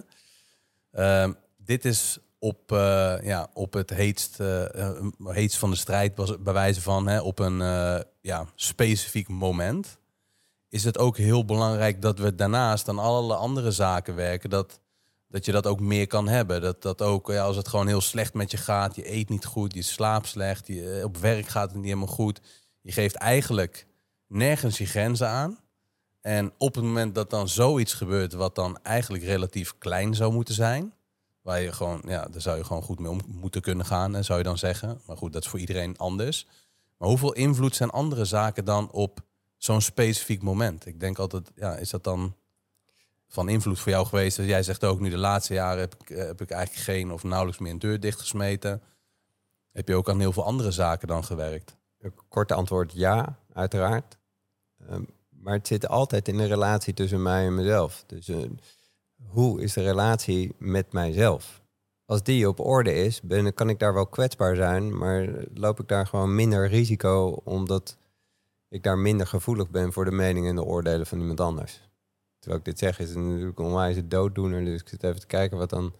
Uh, dit is op, uh, ja, op het heetst, uh, heetst van de strijd, bij wijze van, hè, op een uh, ja, specifiek moment. Is het ook heel belangrijk dat we daarnaast aan alle andere zaken werken, dat, dat je dat ook meer kan hebben. Dat, dat ook, ja, als het gewoon heel slecht met je gaat, je eet niet goed, je slaapt slecht, je, op werk gaat het niet helemaal goed. Je geeft eigenlijk nergens je grenzen aan. En op het moment dat dan zoiets gebeurt wat dan eigenlijk relatief klein zou moeten zijn, waar je gewoon, ja, daar zou je gewoon goed mee om moeten kunnen gaan, hè, zou je dan zeggen. Maar goed, dat is voor iedereen anders. Maar hoeveel invloed zijn andere zaken dan op zo'n specifiek moment? Ik denk altijd, ja, is dat dan van invloed voor jou geweest? Jij zegt ook, nu de laatste jaren heb ik, heb ik eigenlijk geen of nauwelijks meer een deur dichtgesmeten. Heb je ook aan heel veel andere zaken dan gewerkt? Korte antwoord ja, uiteraard. Um, maar het zit altijd in de relatie tussen mij en mezelf. Dus uh, hoe is de relatie met mijzelf? Als die op orde is, ben, kan ik daar wel kwetsbaar zijn, maar loop ik daar gewoon minder risico, omdat ik daar minder gevoelig ben voor de meningen en de oordelen van iemand anders. Terwijl ik dit zeg, is het natuurlijk een onwijze dooddoener, dus ik zit even te kijken wat dan.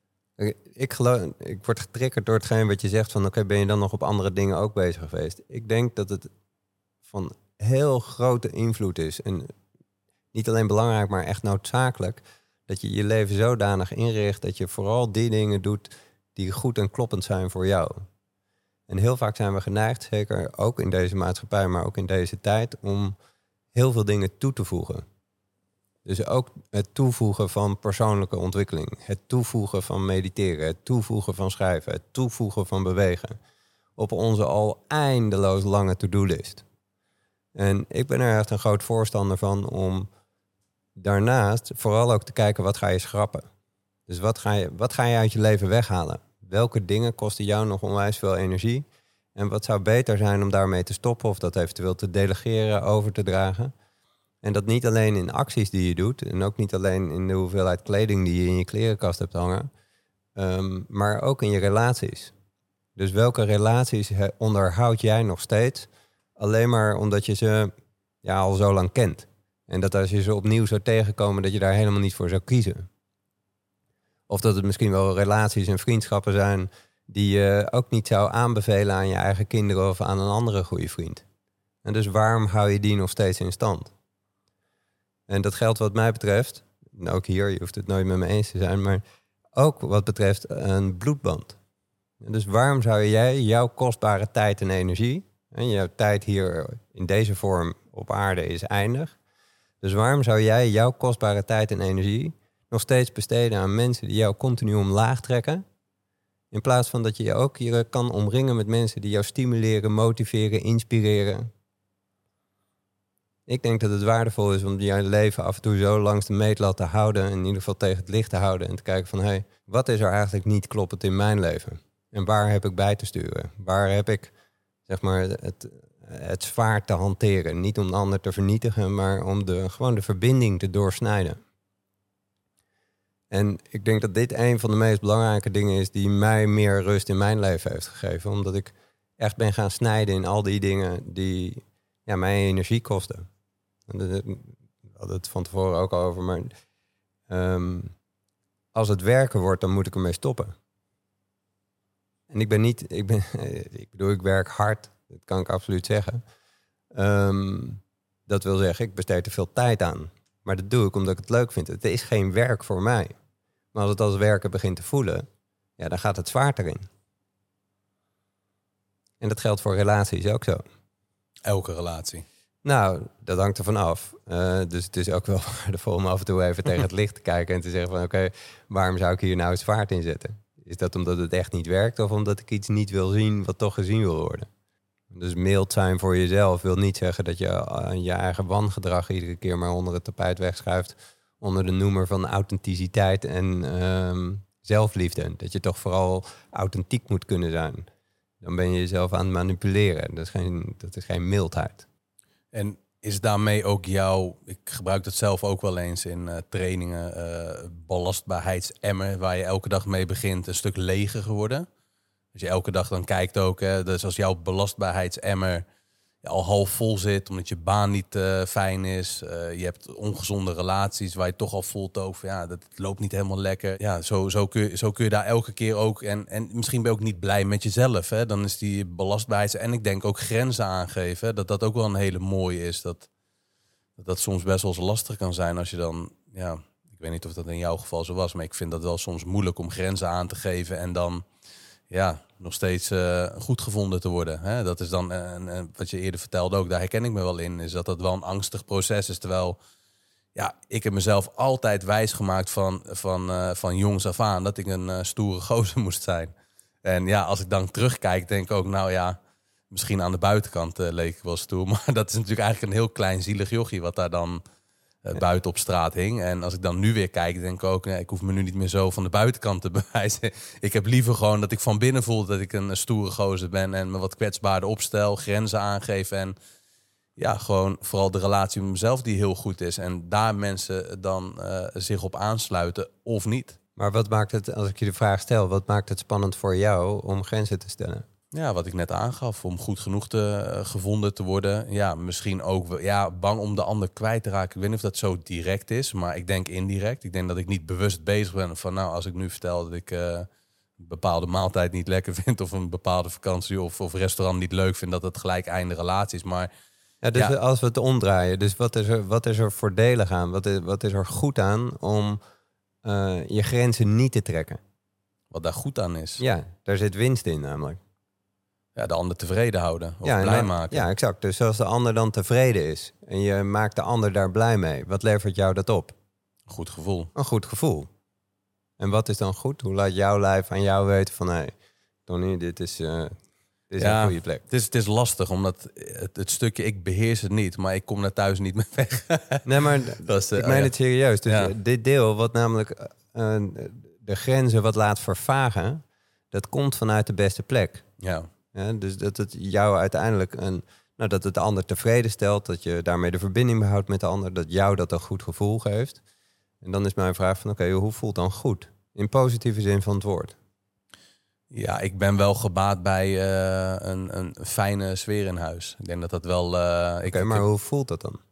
Ik, geloof, ik word getriggerd door hetgeen wat je zegt van, oké, okay, ben je dan nog op andere dingen ook bezig geweest? Ik denk dat het van heel grote invloed is, en niet alleen belangrijk, maar echt noodzakelijk, dat je je leven zodanig inricht dat je vooral die dingen doet die goed en kloppend zijn voor jou. En heel vaak zijn we geneigd, zeker ook in deze maatschappij, maar ook in deze tijd, om heel veel dingen toe te voegen. Dus ook het toevoegen van persoonlijke ontwikkeling, het toevoegen van mediteren, het toevoegen van schrijven, het toevoegen van bewegen op onze al eindeloos lange to-do-list. En ik ben er echt een groot voorstander van om daarnaast vooral ook te kijken, wat ga je schrappen? Dus wat ga je, wat ga je uit je leven weghalen? Welke dingen kosten jou nog onwijs veel energie? En wat zou beter zijn om daarmee te stoppen of dat eventueel te delegeren, over te dragen? En dat niet alleen in acties die je doet en ook niet alleen in de hoeveelheid kleding die je in je klerenkast hebt hangen, um, maar ook in je relaties. Dus welke relaties onderhoud jij nog steeds alleen maar omdat je ze ja, al zo lang kent? En dat als je ze opnieuw zou tegenkomen, dat je daar helemaal niet voor zou kiezen. Of dat het misschien wel relaties en vriendschappen zijn die je ook niet zou aanbevelen aan je eigen kinderen of aan een andere goede vriend. En dus waarom hou je die nog steeds in stand? En dat geldt wat mij betreft, ook hier, je hoeft het nooit met me eens te zijn, maar ook wat betreft een bloedband. En dus waarom zou jij jouw kostbare tijd en energie, en jouw tijd hier in deze vorm op aarde is eindig, dus waarom zou jij jouw kostbare tijd en energie nog steeds besteden aan mensen die jou continu omlaag trekken, in plaats van dat je je ook hier kan omringen met mensen die jou stimuleren, motiveren, inspireren? Ik denk dat het waardevol is om je leven af en toe zo langs de meetlat te houden, in ieder geval tegen het licht te houden en te kijken van, hé, hey, wat is er eigenlijk niet kloppend in mijn leven? En waar heb ik bij te sturen? Waar heb ik, zeg maar, het, het zwaard te hanteren? Niet om de ander te vernietigen, maar om de, gewoon de verbinding te doorsnijden. En ik denk dat dit een van de meest belangrijke dingen is die mij meer rust in mijn leven heeft gegeven. Omdat ik echt ben gaan snijden in al die dingen die ja, mij energie kosten. We hadden het van tevoren ook al over, maar um, als het werken wordt, dan moet ik ermee stoppen. En ik ben niet, ik ben, ik bedoel, ik werk hard, dat kan ik absoluut zeggen. Um, dat wil zeggen, ik besteed er veel tijd aan. Maar dat doe ik omdat ik het leuk vind. Het is geen werk voor mij. Maar als het als werken begint te voelen, ja, dan gaat het zwaar erin. En dat geldt voor relaties ook zo. Elke relatie? Nou, dat hangt ervan af. Uh, dus het is ook wel waardevol om af en toe even tegen het licht te kijken en te zeggen van, oké, okay, waarom zou ik hier nou het zwaard in zetten? Is dat omdat het echt niet werkt of omdat ik iets niet wil zien wat toch gezien wil worden? Dus mild zijn voor jezelf wil niet zeggen dat je uh, je eigen wangedrag iedere keer maar onder het tapijt wegschuift onder de noemer van authenticiteit en um, zelfliefde. Dat je toch vooral authentiek moet kunnen zijn. Dan ben je jezelf aan het manipuleren. Dat is geen, dat is geen mildheid. En is daarmee ook jouw, ik gebruik dat zelf ook wel eens in uh, trainingen, uh, belastbaarheidsemmer, waar je elke dag mee begint, een stuk leger geworden? Als je elke dag dan kijkt ook, hè, dus als jouw belastbaarheidsemmer al half vol zit, omdat je baan niet uh, fijn is, uh, je hebt ongezonde relaties waar je toch al voelt over, ja, dat loopt niet helemaal lekker. Ja, zo, zo, kun, je, zo kun je daar elke keer ook, en, en misschien ben je ook niet blij met jezelf, hè, dan is die belastbaarheid, en ik denk ook grenzen aangeven, hè, dat dat ook wel een hele mooie is, dat, dat dat soms best wel eens lastig kan zijn als je dan, ja, ik weet niet of dat in jouw geval zo was, maar ik vind dat wel soms moeilijk om grenzen aan te geven en dan, ja, nog steeds uh, goed gevonden te worden. Hè? Dat is dan, uh, uh, wat je eerder vertelde ook, daar herken ik me wel in, is dat dat wel een angstig proces is. Terwijl, ja, ik heb mezelf altijd wijsgemaakt van, van, uh, van jongs af aan dat ik een uh, stoere gozer moest zijn. En ja, als ik dan terugkijk, denk ik ook, nou ja, misschien aan de buitenkant uh, leek ik wel stoer. Maar dat is natuurlijk eigenlijk een heel klein zielig jochie wat daar dan Uh, buiten op straat hing. En als ik dan nu weer kijk, denk ik ook, nee, ik hoef me nu niet meer zo van de buitenkant te bewijzen. Ik heb liever gewoon dat ik van binnen voel dat ik een, een stoere gozer ben en me wat kwetsbaarder opstel, grenzen aangeef en ja, gewoon vooral de relatie met mezelf die heel goed is. En daar mensen dan uh, zich op aansluiten of niet. Maar wat maakt het, als ik je de vraag stel, wat maakt het spannend voor jou om grenzen te stellen? Ja, wat ik net aangaf, om goed genoeg te, uh, gevonden te worden. Ja, misschien ook ja, bang om de ander kwijt te raken. Ik weet niet of dat zo direct is, maar ik denk indirect. Ik denk dat ik niet bewust bezig ben van, nou, als ik nu vertel dat ik uh, een bepaalde maaltijd niet lekker vind, of een bepaalde vakantie of, of restaurant niet leuk vind, dat het gelijk einde relatie is. Maar ja, dus ja. als we het omdraaien, dus wat is er, wat is er voordelig aan? Wat is, wat is er goed aan om uh, je grenzen niet te trekken? Wat daar goed aan is. Ja, daar zit winst in namelijk. Ja, de ander tevreden houden of ja, blij nou, maken. Ja, exact. Dus als de ander dan tevreden is en je maakt de ander daar blij mee, wat levert jou dat op? Goed gevoel. Een goed gevoel. En wat is dan goed? Hoe laat jouw lijf aan jou weten van, hé, hey, Tony, dit is, uh, dit is ja, een goede plek. Het is, het is lastig, omdat het, het stukje, ik beheers het niet, maar ik kom daar thuis niet mee weg. Nee, maar dat is, uh, ik meen oh, ja. het serieus. Dus ja. dit deel, wat namelijk uh, de grenzen wat laat vervagen, dat komt vanuit de beste plek. Ja. Ja, dus dat het jou uiteindelijk een, nou, dat het de ander tevreden stelt, dat je daarmee de verbinding behoudt met de ander, dat jou dat een goed gevoel geeft. En dan is mijn vraag van, oké, okay, hoe voelt dan goed? In positieve zin van het woord. Ja, ik ben wel gebaat bij uh, een, een fijne sfeer in huis. Ik denk dat dat wel... Uh, Oké, okay, maar ik, hoe voelt dat dan?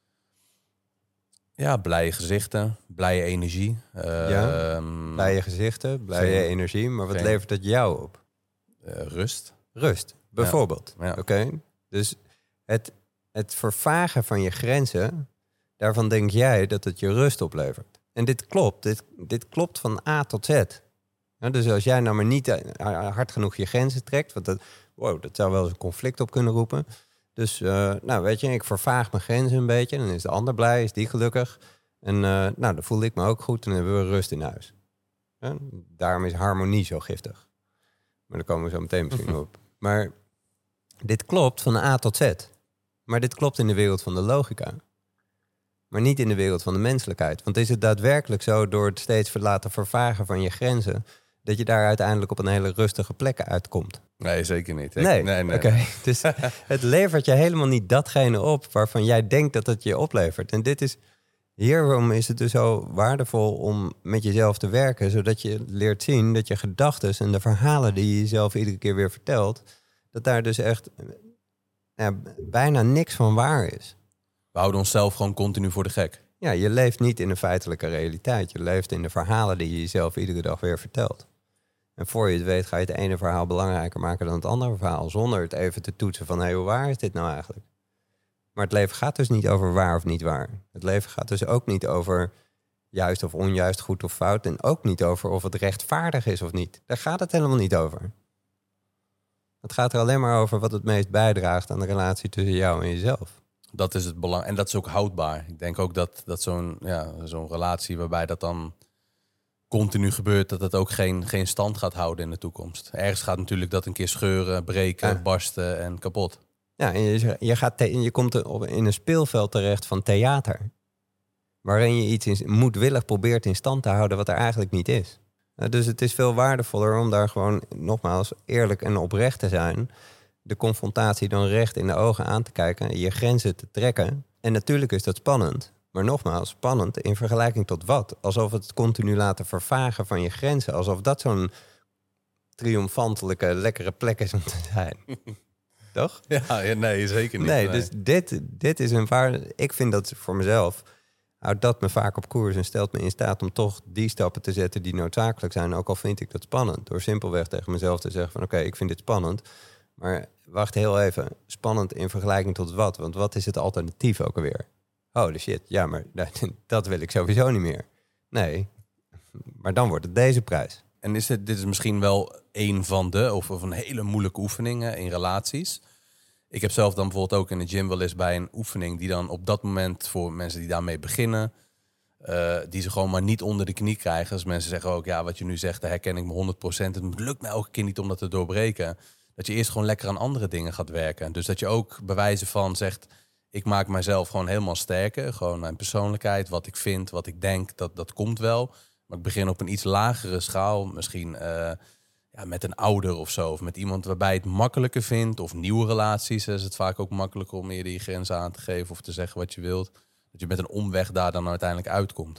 Ja, blije gezichten, blije energie. Uh, ja, blije gezichten, blije geen, energie. Maar wat geen, levert het jou op? Uh, rust. Rust, bijvoorbeeld. Ja. Ja. Oké, okay? Dus het, het vervagen van je grenzen, daarvan denk jij dat het je rust oplevert. En dit klopt, dit, dit klopt van A tot Z. Ja, dus als jij nou maar niet hard genoeg je grenzen trekt, want dat, wow, dat zou wel eens een conflict op kunnen roepen. Dus, uh, nou weet je, ik vervaag mijn grenzen een beetje, dan is de ander blij, is die gelukkig. En uh, nou, dan voel ik me ook goed en dan hebben we rust in huis. Ja, daarom is harmonie zo giftig. Maar daar komen we zo meteen misschien op. Maar dit klopt van A tot Z. Maar dit klopt in de wereld van de logica. Maar niet in de wereld van de menselijkheid. Want is het daadwerkelijk zo, door het steeds laten vervagen van je grenzen, dat je daar uiteindelijk op een hele rustige plek uitkomt? Nee, zeker niet. Nee, nee, nee. Oké. Okay. Dus het levert je helemaal niet datgene op waarvan jij denkt dat het je oplevert. En dit is, hierom is het dus zo waardevol om met jezelf te werken, zodat je leert zien dat je gedachten en de verhalen die je jezelf iedere keer weer vertelt, dat daar dus echt ja, bijna niks van waar is. We houden onszelf gewoon continu voor de gek. Ja, je leeft niet in een feitelijke realiteit. Je leeft in de verhalen die je jezelf iedere dag weer vertelt. En voor je het weet ga je het ene verhaal belangrijker maken dan het andere verhaal, zonder het even te toetsen van, hé, hey, hoe waar is dit nou eigenlijk? Maar het leven gaat dus niet over waar of niet waar. Het leven gaat dus ook niet over juist of onjuist, goed of fout. En ook niet over of het rechtvaardig is of niet. Daar gaat het helemaal niet over. Het gaat er alleen maar over wat het meest bijdraagt aan de relatie tussen jou en jezelf. Dat is het belang. En dat is ook houdbaar. Ik denk ook dat, dat zo'n, ja, zo'n relatie waarbij dat dan continu gebeurt, dat het ook geen, geen stand gaat houden in de toekomst. Ergens gaat natuurlijk dat een keer scheuren, breken, ja. barsten en kapot. Ja, en je, je, gaat te, je komt in een speelveld terecht van theater. Waarin je iets in, moedwillig probeert in stand te houden wat er eigenlijk niet is. Uh, dus het is veel waardevoller om daar gewoon nogmaals eerlijk en oprecht te zijn. De confrontatie dan recht in de ogen aan te kijken. Je grenzen te trekken. En natuurlijk is dat spannend. Maar nogmaals, spannend in vergelijking tot wat? Alsof het continu laten vervagen van je grenzen. Alsof dat zo'n triomfantelijke, lekkere plek is om te zijn. Toch? Ja, ja, nee, zeker niet. Nee, nee. dus dit, dit is een waarde. Ik vind dat voor mezelf, houdt dat me vaak op koers en stelt me in staat om toch die stappen te zetten die noodzakelijk zijn. Ook al vind ik dat spannend. Door simpelweg tegen mezelf te zeggen van oké, okay, ik vind dit spannend. Maar wacht heel even, spannend in vergelijking tot wat? Want wat is het alternatief ook alweer? Holy shit, ja, maar dat wil ik sowieso niet meer. Nee, maar dan wordt het deze prijs. En is dit, dit is misschien wel een van de, of, of een hele moeilijke oefeningen in relaties. Ik heb zelf dan bijvoorbeeld ook in de gym wel eens bij een oefening die dan op dat moment voor mensen die daarmee beginnen, uh, die ze gewoon maar niet onder de knie krijgen. Dus mensen zeggen ook, ja, wat je nu zegt, daar herken ik me honderd procent. Het lukt me elke keer niet om dat te doorbreken. Dat je eerst gewoon lekker aan andere dingen gaat werken. Dus dat je ook bij wijze van zegt, ik maak mijzelf gewoon helemaal sterker. Gewoon mijn persoonlijkheid, wat ik vind, wat ik denk, dat, dat komt wel. Maar ik begin op een iets lagere schaal. Misschien uh, ja, met een ouder of zo. Of met iemand waarbij het makkelijker vindt. Of nieuwe relaties. Is het vaak ook makkelijker om eerder je grenzen aan te geven. Of te zeggen wat je wilt. Dat je met een omweg daar dan uiteindelijk uitkomt.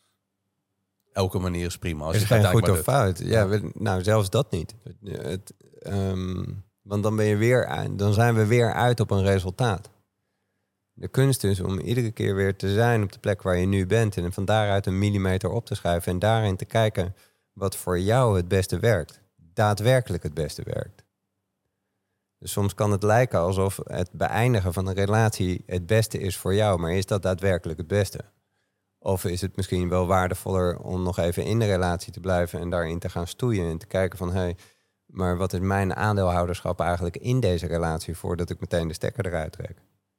Elke manier is prima. Als er is je geen goed of fout. Ja, we, nou, zelfs dat niet. Het, um, want dan, ben je weer, dan zijn we weer uit op een resultaat. De kunst is om iedere keer weer te zijn op de plek waar je nu bent. En van daaruit een millimeter op te schuiven. En daarin te kijken wat voor jou het beste werkt. Daadwerkelijk het beste werkt. Dus soms kan het lijken alsof het beëindigen van een relatie het beste is voor jou. Maar is dat daadwerkelijk het beste? Of is het misschien wel waardevoller om nog even in de relatie te blijven en daarin te gaan stoeien. En te kijken van, hé, hey, maar wat is mijn aandeelhouderschap eigenlijk in deze relatie voordat ik meteen de stekker eruit trek?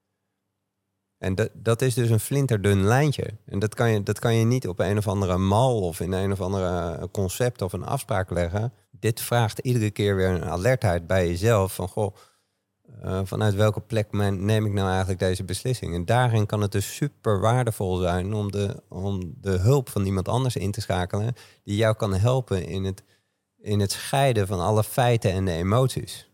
En dat, dat is dus een flinterdun lijntje. En dat kan, je, dat kan je niet op een of andere mal of in een of andere concept of een afspraak leggen. Dit vraagt iedere keer weer een alertheid bij jezelf van, goh, uh, vanuit welke plek neem ik nou eigenlijk deze beslissing? En daarin kan het dus super waardevol zijn om de, om de hulp van iemand anders in te schakelen die jou kan helpen in het, in het scheiden van alle feiten en de emoties.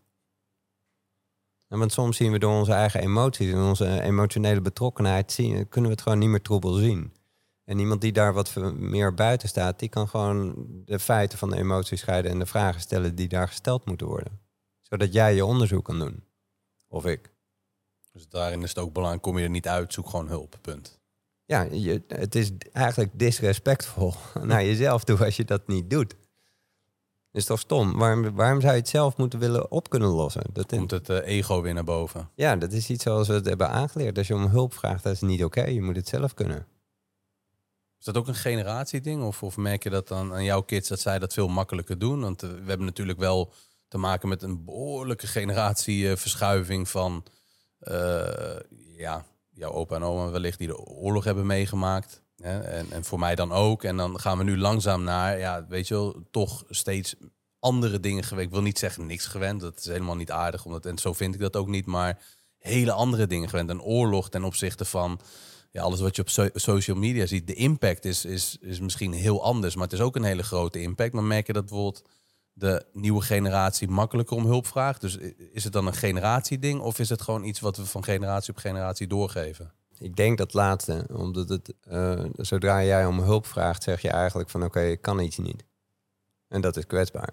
En want soms zien we door onze eigen emoties en onze emotionele betrokkenheid, zien, kunnen we het gewoon niet meer troebel zien. En iemand die daar wat meer buiten staat, die kan gewoon de feiten van de emoties scheiden en de vragen stellen die daar gesteld moeten worden. Zodat jij je onderzoek kan doen. Of ik. Dus daarin is het ook belangrijk, kom je er niet uit, zoek gewoon hulp, punt. Ja, je, het is eigenlijk disrespectvol naar jezelf toe als je dat niet doet. Is toch stom? Waarom, waarom zou je het zelf moeten willen op kunnen lossen? Dat komt het uh, ego weer naar boven. Ja, dat is iets zoals we het hebben aangeleerd. Als je om hulp vraagt, dat is niet oké. Okay. Je moet het zelf kunnen. Is dat ook een generatieding? Of, of merk je dat dan aan jouw kids dat zij dat veel makkelijker doen? Want uh, we hebben natuurlijk wel te maken met een behoorlijke generatieverschuiving van uh, ja, jouw opa en oma wellicht die de oorlog hebben meegemaakt. Hè? En, en voor mij dan ook. En dan gaan we nu langzaam naar, ja, weet je wel, toch steeds andere dingen gewend. Ik wil niet zeggen niks gewend. Dat is helemaal niet aardig. Omdat, en zo vind ik dat ook niet. Maar hele andere dingen gewend. Een oorlog ten opzichte van ja, alles wat je op so- social media ziet. De impact is, is, is misschien heel anders. Maar het is ook een hele grote impact. Maar merk je dat bijvoorbeeld de nieuwe generatie makkelijker om hulp vraagt? Dus is het dan een generatieding? Of is het gewoon iets wat we van generatie op generatie doorgeven? Ik denk dat laatste, omdat het, uh, zodra jij om hulp vraagt, zeg je eigenlijk van oké, okay, ik kan iets niet. En dat is kwetsbaar.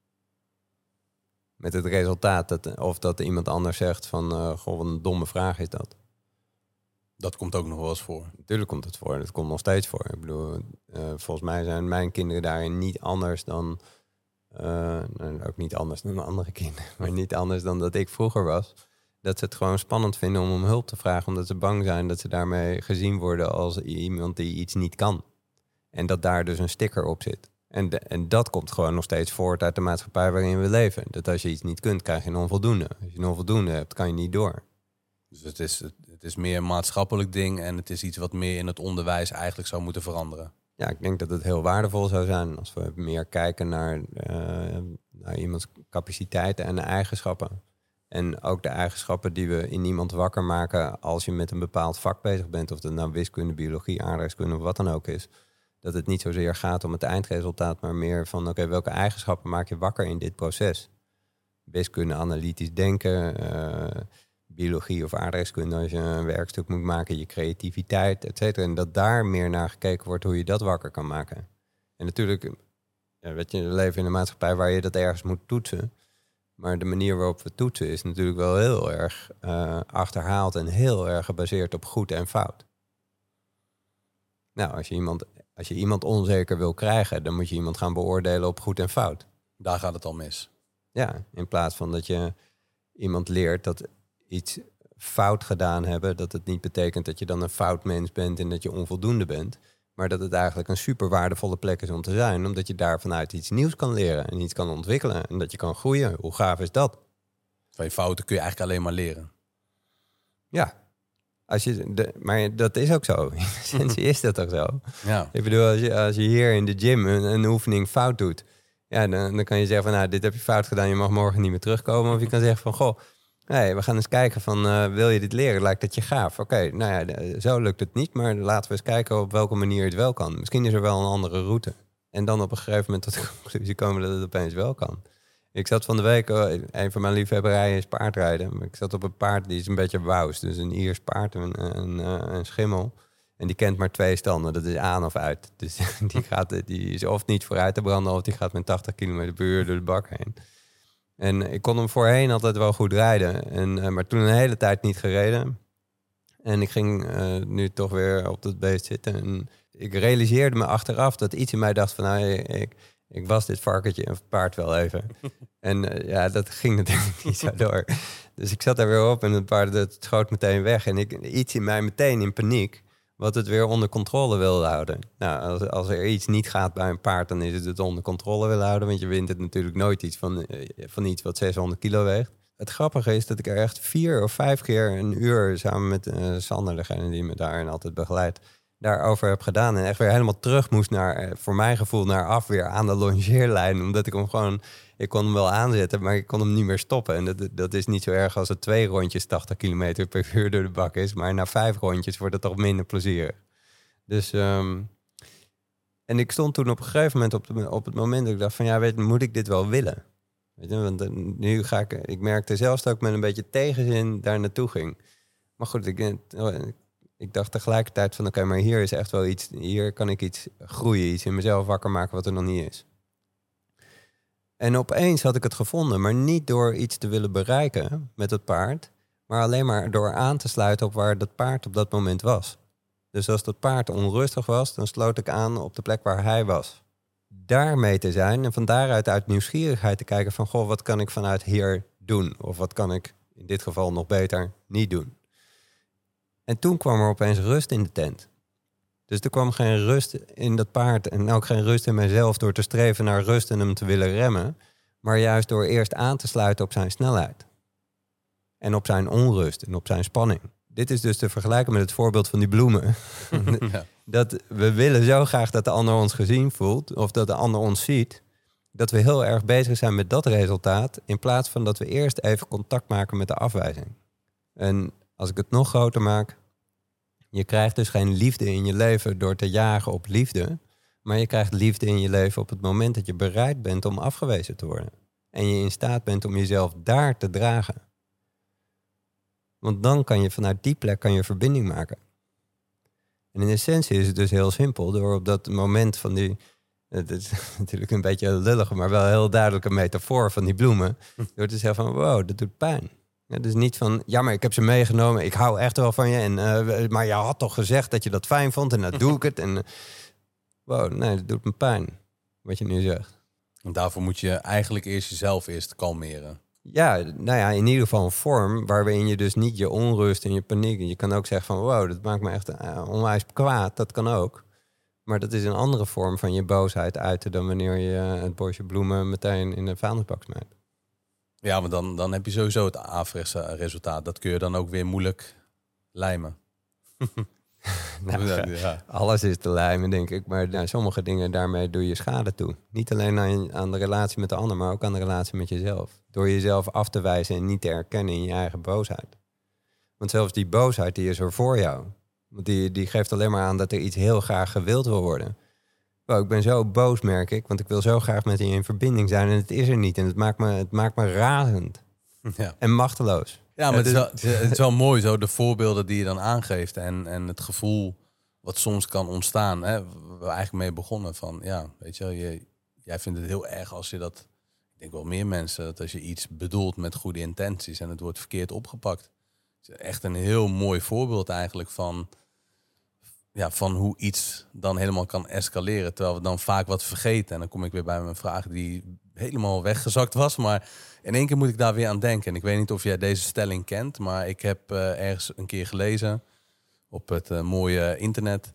Met het resultaat dat, of dat iemand anders zegt van, uh, goh, wat een domme vraag is dat. Dat komt ook nog wel eens voor. Natuurlijk komt het voor, dat komt nog steeds voor. Ik bedoel, uh, volgens mij zijn mijn kinderen daarin niet anders dan, uh, nou, ook niet anders dan andere kinderen, maar niet anders dan dat ik vroeger was. Dat ze het gewoon spannend vinden om om hulp te vragen, omdat ze bang zijn dat ze daarmee gezien worden als iemand die iets niet kan. En dat daar dus een sticker op zit. En, de, en dat komt gewoon nog steeds voort uit de maatschappij waarin we leven. Dat als je iets niet kunt, krijg je een onvoldoende. Als je een onvoldoende hebt, kan je niet door. Dus het is, het is meer een maatschappelijk ding en het is iets wat meer in het onderwijs eigenlijk zou moeten veranderen. Ja, ik denk dat het heel waardevol zou zijn als we meer kijken naar, uh, naar iemands capaciteiten en eigenschappen. En ook de eigenschappen die we in iemand wakker maken als je met een bepaald vak bezig bent. Of dat nou wiskunde, biologie, aardrijkskunde of wat dan ook is. dat het niet zozeer gaat om het eindresultaat, maar meer van oké, okay, welke eigenschappen maak je wakker in dit proces? Wiskunde, analytisch denken, uh, biologie of aardrijkskunde als je een werkstuk moet maken, je creativiteit, et cetera. En dat daar meer naar gekeken wordt hoe je dat wakker kan maken. En natuurlijk, ja, weet je, we leven in een maatschappij waar je dat ergens moet toetsen. Maar de manier waarop we toetsen is natuurlijk wel heel erg uh, achterhaald en heel erg gebaseerd op goed en fout. Nou, als je, iemand, als je iemand onzeker wil krijgen, dan moet je iemand gaan beoordelen op goed en fout. Daar gaat het al mis. Ja, in plaats van dat je iemand leert dat iets fout gedaan hebben, dat het niet betekent dat je dan een fout mens bent en dat je onvoldoende bent. Maar dat het eigenlijk een super waardevolle plek is om te zijn, omdat je daar vanuit iets nieuws kan leren en iets kan ontwikkelen en dat je kan groeien. Hoe gaaf is dat? Van je fouten kun je eigenlijk alleen maar leren. Ja, als je de, maar dat is ook zo. In essentie is dat ook zo. Ja. Ik bedoel, als je, als je hier in de gym een, een oefening fout doet, ja, dan, dan kan je zeggen van, nou, dit heb je fout gedaan, je mag morgen niet meer terugkomen. Of je kan zeggen van, goh, nee, we gaan eens kijken van, uh, wil je dit leren? Lijkt dat je gaaf? Oké, okay, nou ja, zo lukt het niet, maar laten we eens kijken op welke manier het wel kan. Misschien is er wel een andere route. En dan op een gegeven moment tot de conclusie komen dat het opeens wel kan. Ik zat van de week, een van mijn liefhebberijen is paardrijden. Ik zat op een paard, die is een beetje wous. Dus een Iers paard, een, een, een schimmel. En die kent maar twee standen, dat is aan of uit. Dus die, gaat, die is of niet vooruit te branden, of die gaat met tachtig kilometer per uur door de bak heen. En ik kon hem voorheen altijd wel goed rijden. En, uh, maar toen een hele tijd niet gereden. En ik ging uh, nu toch weer op dat beest zitten. En ik realiseerde me achteraf dat iets in mij dacht van, nou, ik, ik was dit varkentje of paard wel even. En uh, ja, dat ging natuurlijk niet zo door. Dus ik zat daar weer op en het paard het schoot meteen weg. En ik, iets in mij meteen in paniek, wat het weer onder controle wilde houden. Nou, als, als er iets niet gaat bij een paard, dan is het het onder controle willen houden. Want je wint het natuurlijk nooit iets van, van iets wat zeshonderd kilo weegt. Het grappige is dat ik er echt vier of vijf keer een uur samen met uh, Sander, degene die me daarin altijd begeleidt, daarover heb gedaan. En echt weer helemaal terug moest naar, voor mijn gevoel, naar af weer aan de longeerlijn. Omdat ik hem gewoon, ik kon hem wel aanzetten, maar ik kon hem niet meer stoppen. En dat, dat is niet zo erg als het twee rondjes tachtig kilometer per uur door de bak is. Maar na vijf rondjes wordt het toch minder plezierig. Dus, um, en ik stond toen op een gegeven moment op, de, op het moment dat ik dacht van, ja, weet je, moet ik dit wel willen? Weet je, want nu ga ik, ik merkte zelfs dat ik met een beetje tegenzin daar naartoe ging. Maar goed, ik, ik dacht tegelijkertijd van, oké, okay, maar hier is echt wel iets, hier kan ik iets groeien, iets in mezelf wakker maken wat er nog niet is. En opeens had ik het gevonden, maar niet door iets te willen bereiken met het paard, maar alleen maar door aan te sluiten op waar dat paard op dat moment was. Dus als dat paard onrustig was, dan sloot ik aan op de plek waar hij was. Daarmee te zijn en van daaruit uit nieuwsgierigheid te kijken van, goh, wat kan ik vanuit hier doen? Of wat kan ik in dit geval nog beter niet doen? En toen kwam er opeens rust in de tent. Dus er kwam geen rust in dat paard en ook geen rust in mezelf door te streven naar rust en hem te willen remmen, maar juist door eerst aan te sluiten op zijn snelheid. En op zijn onrust en op zijn spanning. Dit is dus te vergelijken met het voorbeeld van die bloemen. Ja. Dat we willen zo graag dat de ander ons gezien voelt, of dat de ander ons ziet, dat we heel erg bezig zijn met dat resultaat, in plaats van dat we eerst even contact maken met de afwijzing. En als ik het nog groter maak, je krijgt dus geen liefde in je leven door te jagen op liefde, maar je krijgt liefde in je leven op het moment dat je bereid bent om afgewezen te worden. En je in staat bent om jezelf daar te dragen. Want dan kan je vanuit die plek kan je verbinding maken. En in essentie is het dus heel simpel. Door op dat moment van die, het is natuurlijk een beetje lullig, maar wel een heel duidelijke metafoor van die bloemen. Door te zeggen van, wow, dat doet pijn. Ja, dus niet van, ja, maar ik heb ze meegenomen, ik hou echt wel van je. En, uh, maar je had toch gezegd dat je dat fijn vond en dan doe ik het. En, uh, wow, nee, dat doet me pijn, wat je nu zegt. En daarvoor moet je eigenlijk eerst jezelf eerst kalmeren. Ja, nou ja, in ieder geval een vorm waarin je dus niet je onrust en je paniek. Je kan ook zeggen van, wow, dat maakt me echt uh, onwijs kwaad. Dat kan ook. Maar dat is een andere vorm van je boosheid uiten dan wanneer je uh, het bosje bloemen meteen in de vuilnisbak smijt. Ja, maar dan, dan heb je sowieso het averechtse resultaat. Dat kun je dan ook weer moeilijk lijmen. nou, ja. Alles is te lijmen, denk ik. Maar nou, sommige dingen, daarmee doe je schade toe. Niet alleen aan, aan de relatie met de ander, maar ook aan de relatie met jezelf. Door jezelf af te wijzen en niet te erkennen in je eigen boosheid. Want zelfs die boosheid, die is er voor jou. Want die, die geeft alleen maar aan dat er iets heel graag gewild wil worden. Oh, ik ben zo boos, merk ik. Want ik wil zo graag met je in verbinding zijn. En het is er niet. En het maakt me, het maakt me razend. Ja. En machteloos. Ja, maar het is, wel, het is wel mooi zo, de voorbeelden die je dan aangeeft. En, en het gevoel wat soms kan ontstaan. Hè, waar we eigenlijk mee begonnen van, ja, weet je wel, je, jij vindt het heel erg als je dat... Ik denk wel meer mensen, dat als je iets bedoelt met goede intenties en het wordt verkeerd opgepakt. Het is echt een heel mooi voorbeeld eigenlijk van... Ja, van hoe iets dan helemaal kan escaleren. Terwijl we dan vaak wat vergeten. En dan kom ik weer bij mijn vraag die helemaal weggezakt was. Maar in één keer moet ik daar weer aan denken. En ik weet niet of jij deze stelling kent. Maar ik heb uh, ergens een keer gelezen op het uh, mooie internet...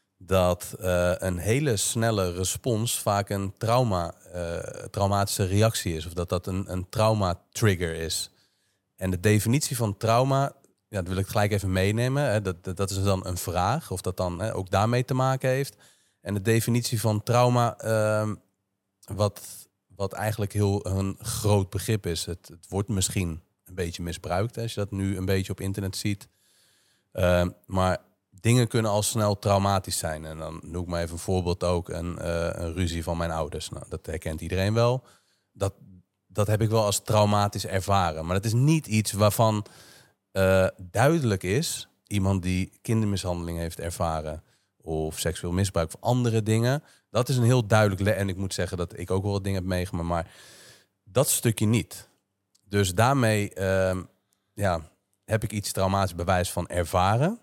dat uh, een hele snelle respons vaak een trauma, uh, traumatische reactie is. Of dat dat een, een trauma-trigger is. En de definitie van trauma... Ja, dat wil ik gelijk even meenemen. Hè. Dat, dat, dat is dan een vraag, of dat dan hè, ook daarmee te maken heeft. En de definitie van trauma, uh, wat, wat eigenlijk heel een groot begrip is. Het, het wordt misschien een beetje misbruikt, hè, als je dat nu een beetje op internet ziet. Uh, maar dingen kunnen al snel traumatisch zijn. En dan noem ik maar even een voorbeeld ook, een, uh, een ruzie van mijn ouders. Nou, dat herkent iedereen wel. Dat, dat heb ik wel als traumatisch ervaren. Maar dat is niet iets waarvan... Uh, duidelijk is, iemand die kindermishandeling heeft ervaren of seksueel misbruik of andere dingen, dat is een heel duidelijk... Le- en ik moet zeggen dat ik ook wel wat dingen heb meegemaakt, maar dat stukje niet. Dus daarmee uh, ja, heb ik iets traumatisch bewijs van ervaren.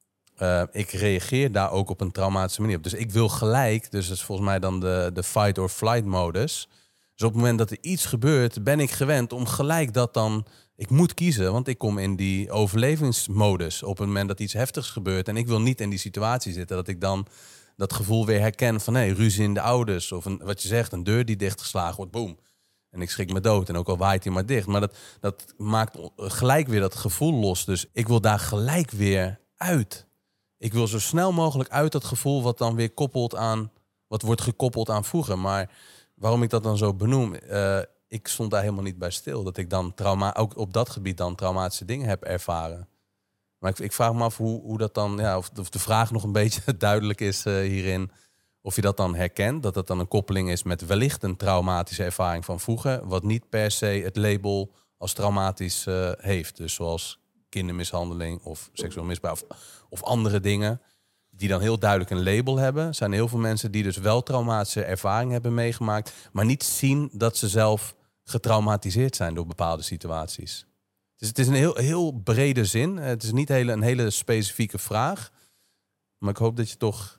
Uh, ik reageer daar ook op een traumatische manier op. Dus ik wil gelijk, dus dat is volgens mij dan de, de fight or flight modus. Dus op het moment dat er iets gebeurt, ben ik gewend om gelijk dat dan... Ik moet kiezen, want ik kom in die overlevingsmodus op het moment dat iets heftigs gebeurt. En ik wil niet in die situatie zitten dat ik dan dat gevoel weer herken van... hé, hey, ruzie in de ouders of een, wat je zegt, een deur die dichtgeslagen wordt, boem. En ik schrik me dood en ook al waait hij maar dicht. Maar dat, dat maakt gelijk weer dat gevoel los. Dus ik wil daar gelijk weer uit. Ik wil zo snel mogelijk uit dat gevoel wat dan weer koppelt aan... wat wordt gekoppeld aan vroeger. Maar waarom ik dat dan zo benoem... Uh, ik stond daar helemaal niet bij stil. Dat ik dan trauma, ook op dat gebied dan traumatische dingen heb ervaren. Maar ik, ik vraag me af hoe, hoe dat dan... Ja, of, of de vraag nog een beetje duidelijk is uh, hierin. Of je dat dan herkent. Dat dat dan een koppeling is met wellicht een traumatische ervaring van vroeger. Wat niet per se het label als traumatisch uh, heeft. Dus zoals kindermishandeling of seksueel misbruik. Of, of andere dingen die dan heel duidelijk een label hebben. Er zijn heel veel mensen die dus wel traumatische ervaring hebben meegemaakt. Maar niet zien dat ze zelf... getraumatiseerd zijn door bepaalde situaties. Dus het is een heel, heel brede zin. Het is niet hele, een hele specifieke vraag. Maar ik hoop dat je toch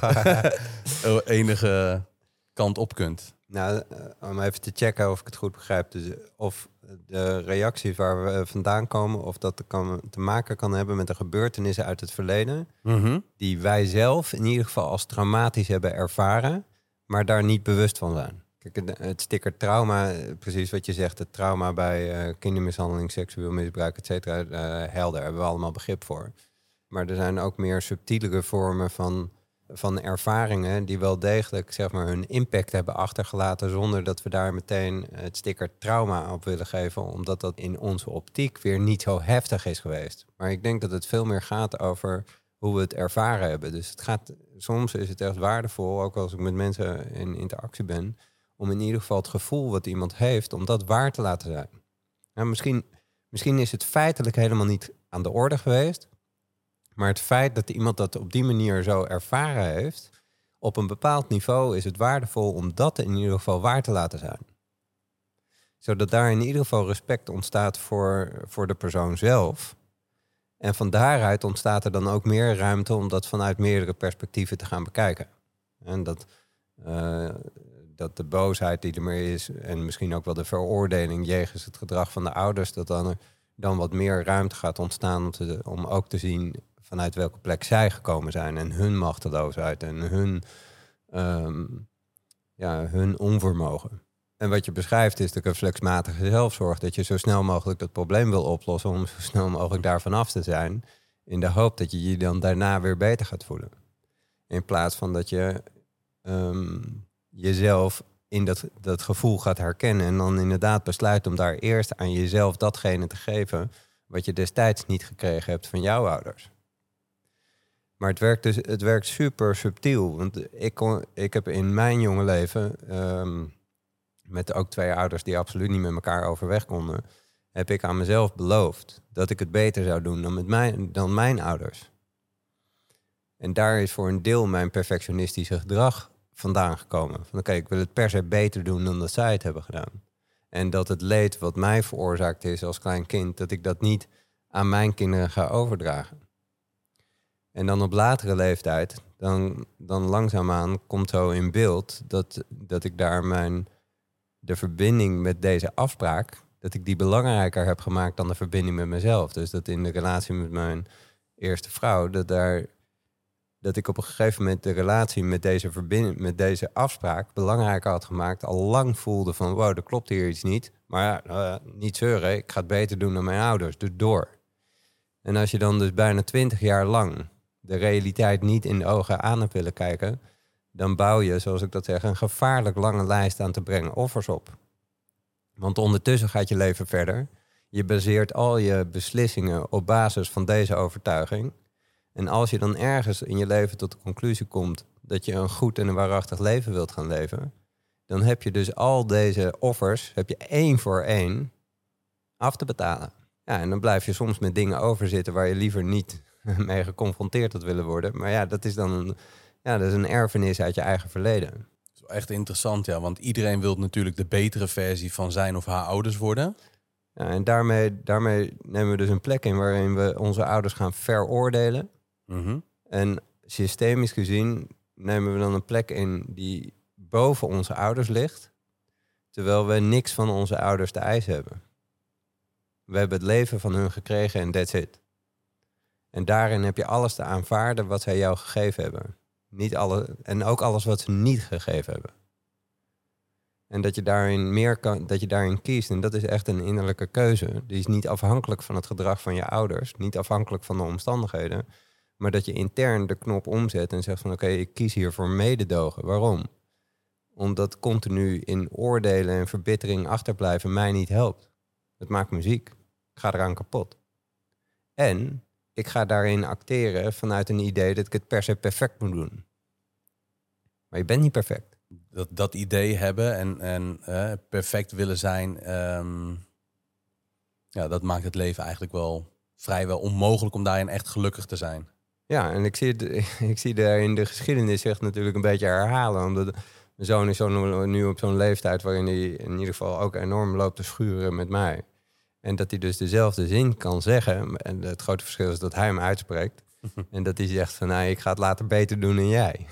enige kant op kunt. Nou, om even te checken of ik het goed begrijp. Dus of de reacties waar we vandaan komen... of dat kan, te maken kan hebben met de gebeurtenissen uit het verleden... Mm-hmm. die wij zelf in ieder geval als traumatisch hebben ervaren... maar daar niet bewust van zijn. Kijk, het sticker trauma, precies wat je zegt... het trauma bij uh, kindermishandeling, seksueel misbruik, et cetera... Uh, helder, hebben we allemaal begrip voor. Maar er zijn ook meer subtielere vormen van, van ervaringen... die wel degelijk zeg maar, hun impact hebben achtergelaten... zonder dat we daar meteen het sticker trauma op willen geven... omdat dat in onze optiek weer niet zo heftig is geweest. Maar ik denk dat het veel meer gaat over hoe we het ervaren hebben. Dus het gaat, soms is het echt waardevol, ook als ik met mensen in interactie ben... om in ieder geval het gevoel wat iemand heeft, om dat waar te laten zijn. Nou, misschien, misschien is het feitelijk helemaal niet aan de orde geweest... maar het feit dat iemand dat op die manier zo ervaren heeft... op een bepaald niveau is het waardevol om dat in ieder geval waar te laten zijn. Zodat daar in ieder geval respect ontstaat voor, voor de persoon zelf... En van daaruit ontstaat er dan ook meer ruimte... om dat vanuit meerdere perspectieven te gaan bekijken. En dat... Uh, dat de boosheid die er meer is... en misschien ook wel de veroordeling jegens het gedrag van de ouders... dat dan er dan wat meer ruimte gaat ontstaan... om, te, om ook te zien vanuit welke plek zij gekomen zijn... en hun machteloosheid en hun, um, ja, hun onvermogen. En wat je beschrijft is de reflexmatige zelfzorg... dat je zo snel mogelijk dat probleem wil oplossen... om zo snel mogelijk daarvan af te zijn... in de hoop dat je je dan daarna weer beter gaat voelen. In plaats van dat je... Um, jezelf in dat, dat gevoel gaat herkennen... en dan inderdaad besluit om daar eerst aan jezelf datgene te geven... wat je destijds niet gekregen hebt van jouw ouders. Maar het werkt dus, het werkt super subtiel. Want ik, kon, ik heb in mijn jonge leven, um, met ook twee ouders die absoluut niet met elkaar overweg konden, heb ik aan mezelf beloofd dat ik het beter zou doen dan, met mijn, dan mijn ouders. En daar is voor een deel mijn perfectionistische gedrag vandaan gekomen. Van oké, okay, ik wil het per se beter doen dan dat zij het hebben gedaan. En dat het leed wat mij veroorzaakt is als klein kind, dat ik dat niet aan mijn kinderen ga overdragen. En dan op latere leeftijd, dan, dan langzaamaan komt zo in beeld dat, dat ik daar mijn, de verbinding met deze afspraak, dat ik die belangrijker heb gemaakt dan de verbinding met mezelf. Dus dat in de relatie met mijn eerste vrouw, dat, daar, dat ik op een gegeven moment de relatie met deze, verbinding, met deze afspraak belangrijker had gemaakt, al lang voelde van wow, er klopt hier iets niet. Maar ja, uh, niet zeuren, ik ga het beter doen dan mijn ouders, dus door. En als je dan dus bijna twintig jaar lang de realiteit niet in de ogen aan hebt willen kijken, dan bouw je, zoals ik dat zeg, een gevaarlijk lange lijst aan te brengen offers op. Want ondertussen gaat je leven verder. Je baseert al je beslissingen op basis van deze overtuiging. En als je dan ergens in je leven tot de conclusie komt dat je een goed en een waarachtig leven wilt gaan leven, dan heb je dus al deze offers, heb je één voor één af te betalen. Ja, en dan blijf je soms met dingen overzitten waar je liever niet mee geconfronteerd had willen worden. Maar ja, dat is dan een, ja, dat is een erfenis uit je eigen verleden. Dat is echt interessant, ja. Want iedereen wil natuurlijk de betere versie van zijn of haar ouders worden. Ja, en daarmee, daarmee nemen we dus een plek in waarin we onze ouders gaan veroordelen. Mm-hmm. En systemisch gezien nemen we dan een plek in die boven onze ouders ligt, terwijl we niks van onze ouders te eisen hebben. We hebben het leven van hun gekregen en that's it. En daarin heb je alles te aanvaarden wat zij jou gegeven hebben. Niet alle, en ook alles wat ze niet gegeven hebben. En dat je daarin meer kan, dat je daarin kiest. En dat is echt een innerlijke keuze. Die is niet afhankelijk van het gedrag van je ouders. Niet afhankelijk van de omstandigheden. Maar dat je intern de knop omzet en zegt van oké, okay, ik kies hier voor mededogen. Waarom? Omdat continu in oordelen en verbittering achterblijven mij niet helpt. Het maakt muziek. Ik ga eraan kapot. En ik ga daarin acteren vanuit een idee dat ik het per se perfect moet doen. Maar je bent niet perfect. Dat, dat idee hebben en, en uh, perfect willen zijn, um, ja, dat maakt het leven eigenlijk wel vrijwel onmogelijk om daarin echt gelukkig te zijn. Ja, en ik zie, het, ik zie daar in de geschiedenis zich natuurlijk een beetje herhalen. Omdat mijn zoon is zo, nu op zo'n leeftijd waarin hij in ieder geval ook enorm loopt te schuren met mij. En dat hij dus dezelfde zin kan zeggen. En het grote verschil is dat hij hem uitspreekt. En dat hij zegt van, nou, ik ga het later beter doen dan jij.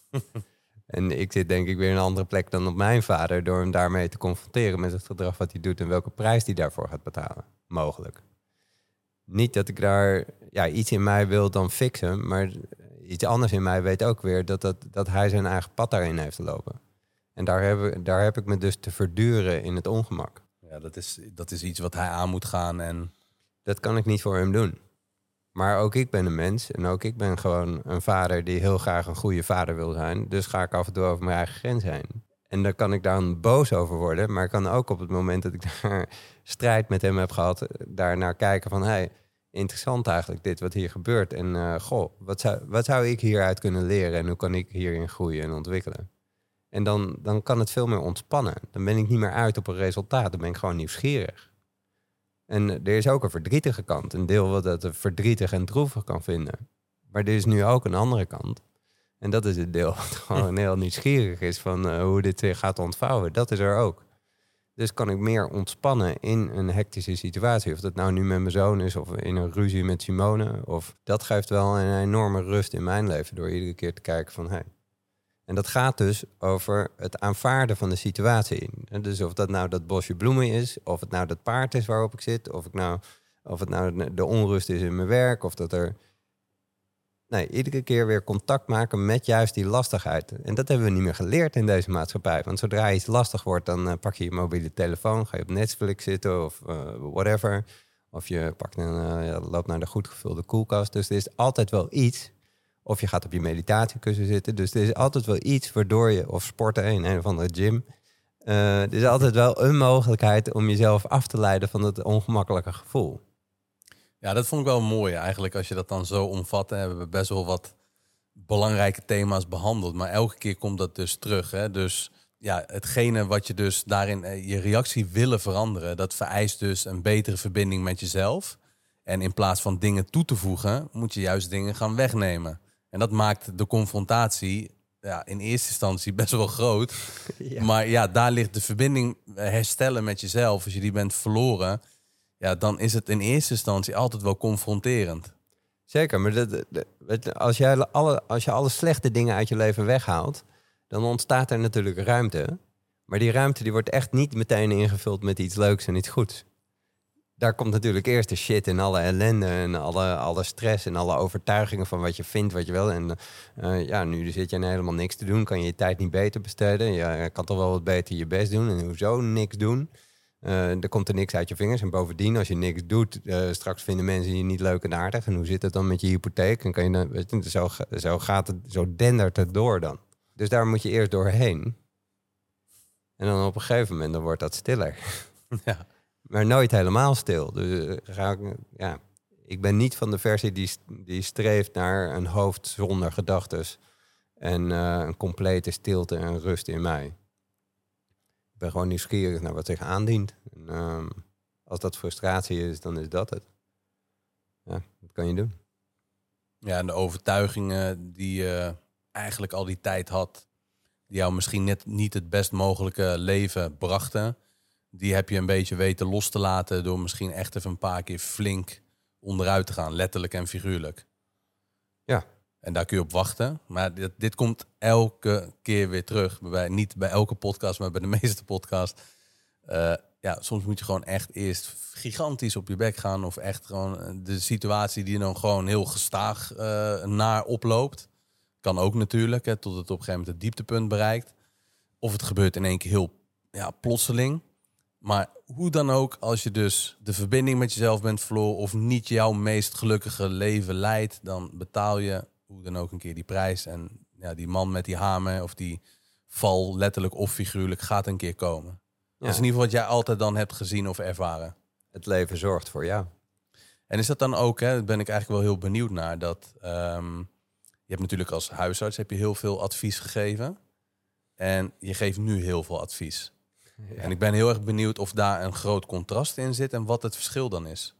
En ik zit denk ik weer in een andere plek dan op mijn vader, door hem daarmee te confronteren met het gedrag wat hij doet en welke prijs hij daarvoor gaat betalen. Mogelijk. Niet dat ik daar ja, iets in mij wil dan fixen, maar iets anders in mij weet ook weer dat, dat, dat hij zijn eigen pad daarin heeft te lopen. En daar heb, daar heb ik me dus te verduren in het ongemak. Ja, dat is, dat is iets wat hij aan moet gaan en dat kan ik niet voor hem doen. Maar ook ik ben een mens en ook ik ben gewoon een vader die heel graag een goede vader wil zijn. Dus ga ik af en toe over mijn eigen grens heen. En daar kan ik dan boos over worden, maar ik kan ook op het moment dat ik daar strijd met hem heb gehad, daar naar kijken van, hey, interessant eigenlijk dit wat hier gebeurt. En uh, goh, wat zou, wat zou ik hieruit kunnen leren en hoe kan ik hierin groeien en ontwikkelen? En dan, dan kan het veel meer ontspannen. Dan ben ik niet meer uit op een resultaat, dan ben ik gewoon nieuwsgierig. En er is ook een verdrietige kant. Een deel wat het verdrietig en droevig kan vinden. Maar er is nu ook een andere kant. En dat is het deel wat gewoon heel nieuwsgierig is van uh, hoe dit zich gaat ontvouwen. Dat is er ook. Dus kan ik meer ontspannen in een hectische situatie. Of dat nou nu met mijn zoon is of in een ruzie met Simone. Of dat geeft wel een enorme rust in mijn leven door iedere keer te kijken van hey. En dat gaat dus over het aanvaarden van de situatie. Dus of dat nou dat bosje bloemen is, of het nou dat paard is waarop ik zit, of, ik nou, of het nou de onrust is in mijn werk, of dat er... Nee, iedere keer weer contact maken met juist die lastigheid. En dat hebben we niet meer geleerd in deze maatschappij. Want zodra iets lastig wordt, dan uh, pak je je mobiele telefoon, ga je op Netflix zitten of uh, whatever. Of je pakt een, uh, ja, loopt naar de goed gevulde koelkast. Dus er is altijd wel iets. Of je gaat op je meditatiekussen zitten. Dus er is altijd wel iets waardoor je... Of sporten in een of andere gym. Uh, er is altijd wel een mogelijkheid om jezelf af te leiden van het ongemakkelijke gevoel. Ja, dat vond ik wel mooi eigenlijk. Als je dat dan zo omvat. Hè, we hebben best wel wat belangrijke thema's behandeld. Maar elke keer komt dat dus terug. Hè? Dus ja, hetgene wat je dus daarin, uh, je reactie willen veranderen, dat vereist dus een betere verbinding met jezelf. En in plaats van dingen toe te voegen, moet je juist dingen gaan wegnemen. En dat maakt de confrontatie ja, in eerste instantie best wel groot. Ja. Maar ja, daar ligt de verbinding herstellen met jezelf. Als je die bent verloren, ja, dan is het in eerste instantie altijd wel confronterend. Zeker, maar dat, dat, als, jij alle, als je alle slechte dingen uit je leven weghaalt, dan ontstaat er natuurlijk ruimte. Maar die ruimte die wordt echt niet meteen ingevuld met iets leuks en iets goeds. Daar komt natuurlijk eerst de shit en alle ellende en alle, alle stress en alle overtuigingen van wat je vindt, wat je wil. En uh, ja, nu zit je helemaal niks te doen, kan je je tijd niet beter besteden. Je kan toch wel wat beter je best doen en hoezo niks doen. Uh, er komt er niks uit je vingers. En bovendien, als je niks doet, uh, straks vinden mensen je niet leuk en aardig. En hoe zit het dan met je hypotheek? En kan je dan, weet je, zo, zo gaat het, zo dendert het door dan. Dus daar moet je eerst doorheen. En dan op een gegeven moment dan wordt dat stiller. Ja. Maar nooit helemaal stil. Dus ga ik, ja, ik ben niet van de versie die, die streeft naar een hoofd zonder gedachtes. En uh, een complete stilte en rust in mij. Ik ben gewoon nieuwsgierig naar wat zich aandient. En, uh, als dat frustratie is, dan is dat het. Ja, wat kan je doen? Ja, en de overtuigingen die je eigenlijk al die tijd had, die jou misschien net niet het best mogelijke leven brachten, die heb je een beetje weten los te laten door misschien echt even een paar keer flink onderuit te gaan, letterlijk en figuurlijk. Ja. En daar kun je op wachten. Maar dit, dit komt elke keer weer terug. Bij, niet bij elke podcast, maar bij de meeste podcasts. Uh, ja, soms moet je gewoon echt eerst gigantisch op je bek gaan. Of echt gewoon de situatie die dan gewoon heel gestaag uh, naar oploopt. Kan ook natuurlijk, hè, tot het op een gegeven moment het dieptepunt bereikt. Of het gebeurt in één keer heel ja, plotseling. Maar hoe dan ook, als je dus de verbinding met jezelf bent verloren of niet jouw meest gelukkige leven leidt, dan betaal je hoe dan ook een keer die prijs. En ja, die man met die hamer of die val, letterlijk of figuurlijk, gaat een keer komen. Ja. Dat is in ieder geval wat jij altijd dan hebt gezien of ervaren. Het leven zorgt voor jou. En is dat dan ook, hè, daar ben ik eigenlijk wel heel benieuwd naar, dat um, je hebt natuurlijk als huisarts heb je heel veel advies gegeven. En je geeft nu heel veel advies. Ja. En ik ben heel erg benieuwd of daar een groot contrast in zit en wat het verschil dan is.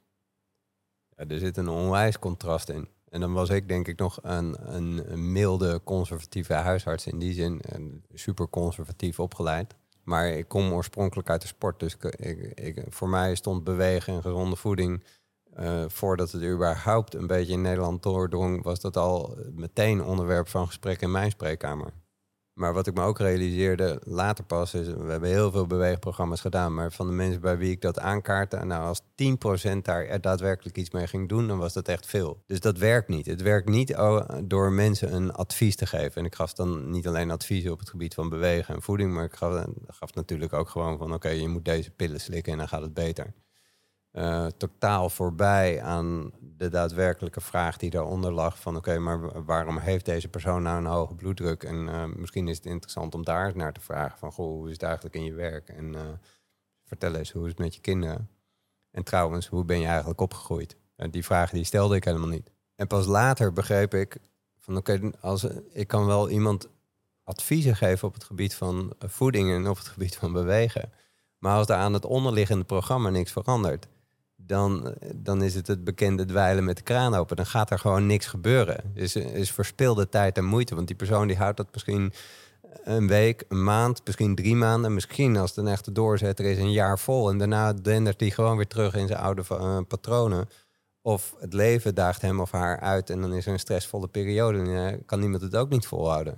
Ja, er zit een onwijs contrast in. En dan was ik denk ik nog een, een, een milde conservatieve huisarts in die zin. Super conservatief opgeleid. Maar ik kom oorspronkelijk uit de sport. Dus ik, ik, ik, voor mij stond bewegen en gezonde voeding, Uh, voordat het überhaupt een beetje in Nederland doordrong, was dat al meteen onderwerp van gesprek in mijn spreekkamer. Maar wat ik me ook realiseerde later pas is, we hebben heel veel beweegprogramma's gedaan, maar van de mensen bij wie ik dat aankaartte, nou als tien procent daar er daadwerkelijk iets mee ging doen, dan was dat echt veel. Dus dat werkt niet. Het werkt niet door mensen een advies te geven. En ik gaf dan niet alleen adviezen op het gebied van bewegen en voeding, maar ik gaf, gaf natuurlijk ook gewoon van oké, okay, je moet deze pillen slikken en dan gaat het beter. Uh, totaal voorbij aan de daadwerkelijke vraag die daaronder lag van oké, okay, maar waarom heeft deze persoon nou een hoge bloeddruk? En uh, misschien is het interessant om daar eens naar te vragen van goh, hoe is het eigenlijk in je werk? En uh, vertel eens, hoe is het met je kinderen? En trouwens, hoe ben je eigenlijk opgegroeid? Uh, die vragen die stelde ik helemaal niet. En pas later begreep ik van oké, okay, als ik kan wel iemand adviezen geven op het gebied van voeding en op het gebied van bewegen. Maar als er aan het onderliggende programma niks verandert, Dan, dan is het het bekende dweilen met de kraan open. Dan gaat er gewoon niks gebeuren. Is, is verspilde tijd en moeite. Want die persoon die houdt dat misschien een week, een maand, misschien drie maanden. Misschien als het een echte doorzetter is, een jaar vol. En daarna dendert hij gewoon weer terug in zijn oude uh, patronen. Of het leven daagt hem of haar uit en dan is er een stressvolle periode. En uh, kan niemand het ook niet volhouden.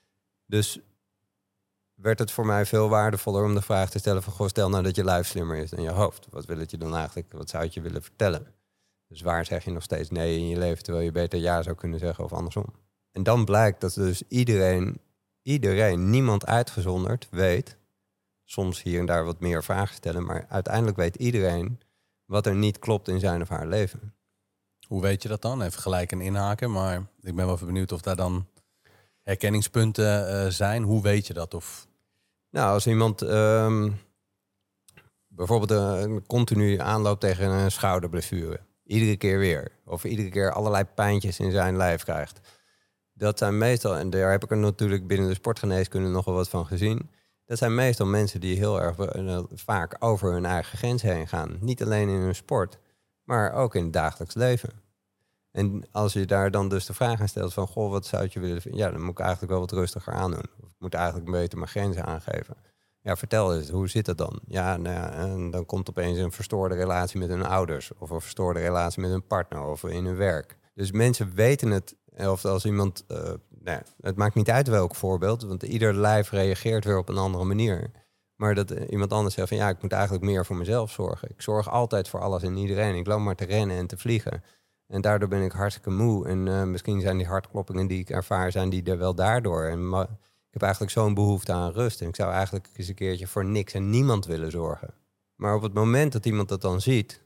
Dus werd het voor mij veel waardevoller om de vraag te stellen van goh, stel nou dat je lijf slimmer is dan je hoofd. Wat wil het je dan eigenlijk, wat zou het je willen vertellen? Dus waar zeg je nog steeds nee in je leven, terwijl je beter ja zou kunnen zeggen of andersom? En dan blijkt dat dus iedereen, iedereen, niemand uitgezonderd, weet, soms hier en daar wat meer vragen stellen, maar uiteindelijk weet iedereen wat er niet klopt in zijn of haar leven. Hoe weet je dat dan? Even gelijk een inhaken, maar ik ben wel even benieuwd of daar dan herkenningspunten uh, zijn. Hoe weet je dat? Of Nou, als iemand um, bijvoorbeeld een continu aanloopt tegen een schouderblessure, iedere keer weer, of iedere keer allerlei pijntjes in zijn lijf krijgt, dat zijn meestal, en daar heb ik er natuurlijk binnen de sportgeneeskunde nog wel wat van gezien. Dat zijn meestal mensen die heel erg uh, vaak over hun eigen grens heen gaan. Niet alleen in hun sport, maar ook in het dagelijks leven. En als je daar dan dus de vraag aan stelt van, goh, wat zou je willen vinden? Ja, dan moet ik eigenlijk wel wat rustiger aandoen. Of ik moet eigenlijk beter mijn grenzen aangeven. Ja, vertel eens, hoe zit dat dan? Ja, nou ja, en dan komt opeens een verstoorde relatie met hun ouders. Of een verstoorde relatie met hun partner of in hun werk. Dus mensen weten het, of als iemand, uh, nou ja, het maakt niet uit welk voorbeeld, want ieder lijf reageert weer op een andere manier. Maar dat uh, iemand anders zegt van, ja, ik moet eigenlijk meer voor mezelf zorgen. Ik zorg altijd voor alles en iedereen. Ik loop maar te rennen en te vliegen. En daardoor ben ik hartstikke moe. En uh, misschien zijn die hartkloppingen die ik ervaar, zijn die er wel daardoor. En ma- ik heb eigenlijk zo'n behoefte aan rust. En ik zou eigenlijk eens een keertje voor niks en niemand willen zorgen. Maar op het moment dat iemand dat dan ziet,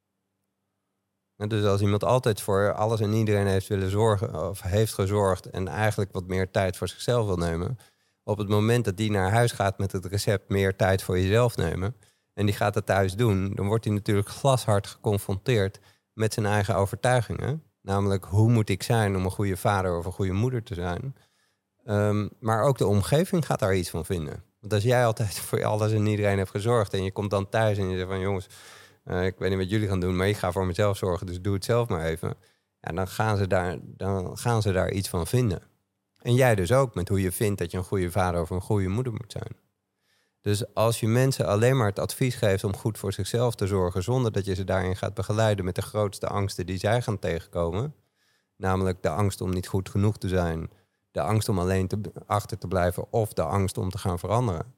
dus als iemand altijd voor alles en iedereen heeft willen zorgen, of heeft gezorgd en eigenlijk wat meer tijd voor zichzelf wil nemen, op het moment dat die naar huis gaat met het recept meer tijd voor jezelf nemen, en die gaat dat thuis doen, dan wordt hij natuurlijk glashard geconfronteerd met zijn eigen overtuigingen. Namelijk, hoe moet ik zijn om een goede vader of een goede moeder te zijn? Um, maar ook de omgeving gaat daar iets van vinden. Want als jij altijd voor alles en iedereen hebt gezorgd en je komt dan thuis en je zegt van, jongens, Uh, ik weet niet wat jullie gaan doen, maar ik ga voor mezelf zorgen, dus doe het zelf maar even. Ja, dan gaan ze daar, dan gaan ze daar iets van vinden. En jij dus ook, met hoe je vindt dat je een goede vader of een goede moeder moet zijn. Dus als je mensen alleen maar het advies geeft om goed voor zichzelf te zorgen, zonder dat je ze daarin gaat begeleiden met de grootste angsten die zij gaan tegenkomen, namelijk de angst om niet goed genoeg te zijn, de angst om alleen te, achter te blijven of de angst om te gaan veranderen,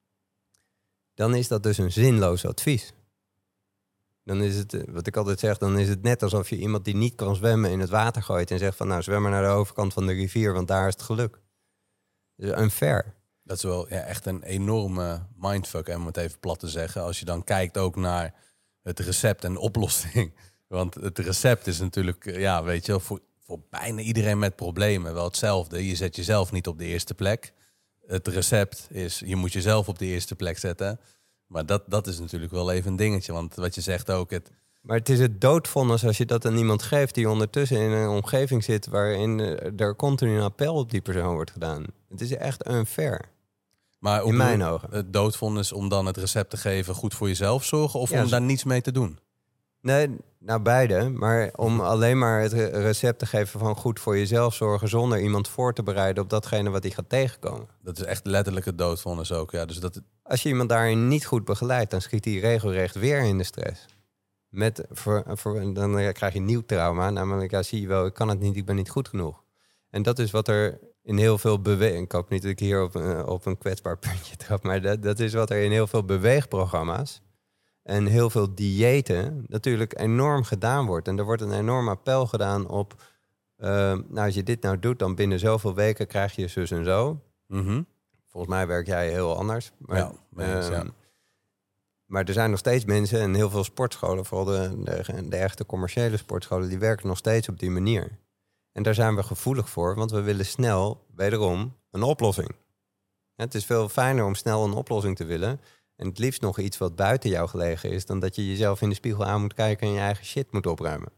dan is dat dus een zinloos advies. Dan is het, wat ik altijd zeg, dan is het net alsof je iemand die niet kan zwemmen in het water gooit en zegt van, nou, zwem maar naar de overkant van de rivier, want daar is het geluk. Dus unfair. Dat is wel ja, echt een enorme mindfuck, om het even plat te zeggen. Als je dan kijkt ook naar het recept en de oplossing. Want het recept is natuurlijk, ja, weet je wel, voor, voor bijna iedereen met problemen wel hetzelfde. Je zet jezelf niet op de eerste plek. Het recept is, je moet jezelf op de eerste plek zetten. Maar dat, dat is natuurlijk wel even een dingetje. Want wat je zegt ook, het... Maar het is het doodvonnis als je dat aan iemand geeft die ondertussen in een omgeving zit waarin er continu een appel op die persoon wordt gedaan. Het is echt unfair. Maar in mijn ogen. Het doodvonnis om dan het recept te geven, goed voor jezelf zorgen, of ja, om daar niets mee te doen? Nee, nou beide. Maar om alleen maar het recept te geven van goed voor jezelf zorgen, zonder iemand voor te bereiden op datgene wat hij gaat tegenkomen. Dat is echt letterlijk het doodvonnis ook. Ja, dus dat... Als je iemand daarin niet goed begeleidt, dan schiet hij regelrecht weer in de stress. Met, voor, voor, dan krijg je nieuw trauma. Namelijk, ja, zie je wel, ik kan het niet, ik ben niet goed genoeg. En dat is wat er in heel veel beweging... Ik hoop niet dat ik hier op, op een kwetsbaar puntje trap, maar dat, dat is wat er in heel veel beweegprogramma's en heel veel diëten natuurlijk enorm gedaan wordt. En er wordt een enorm appel gedaan op, Uh, nou, als je dit nou doet, dan binnen zoveel weken krijg je zus en zo. Mm-hmm. Volgens mij werk jij heel anders. Maar, ja, eens, uh, ja. maar er zijn nog steeds mensen en heel veel sportscholen, vooral de, de, de echte commerciële sportscholen, die werken nog steeds op die manier. En daar zijn we gevoelig voor, want we willen snel, wederom, een oplossing. Het is veel fijner om snel een oplossing te willen. En het liefst nog iets wat buiten jou gelegen is, dan dat je jezelf in de spiegel aan moet kijken en je eigen shit moet opruimen.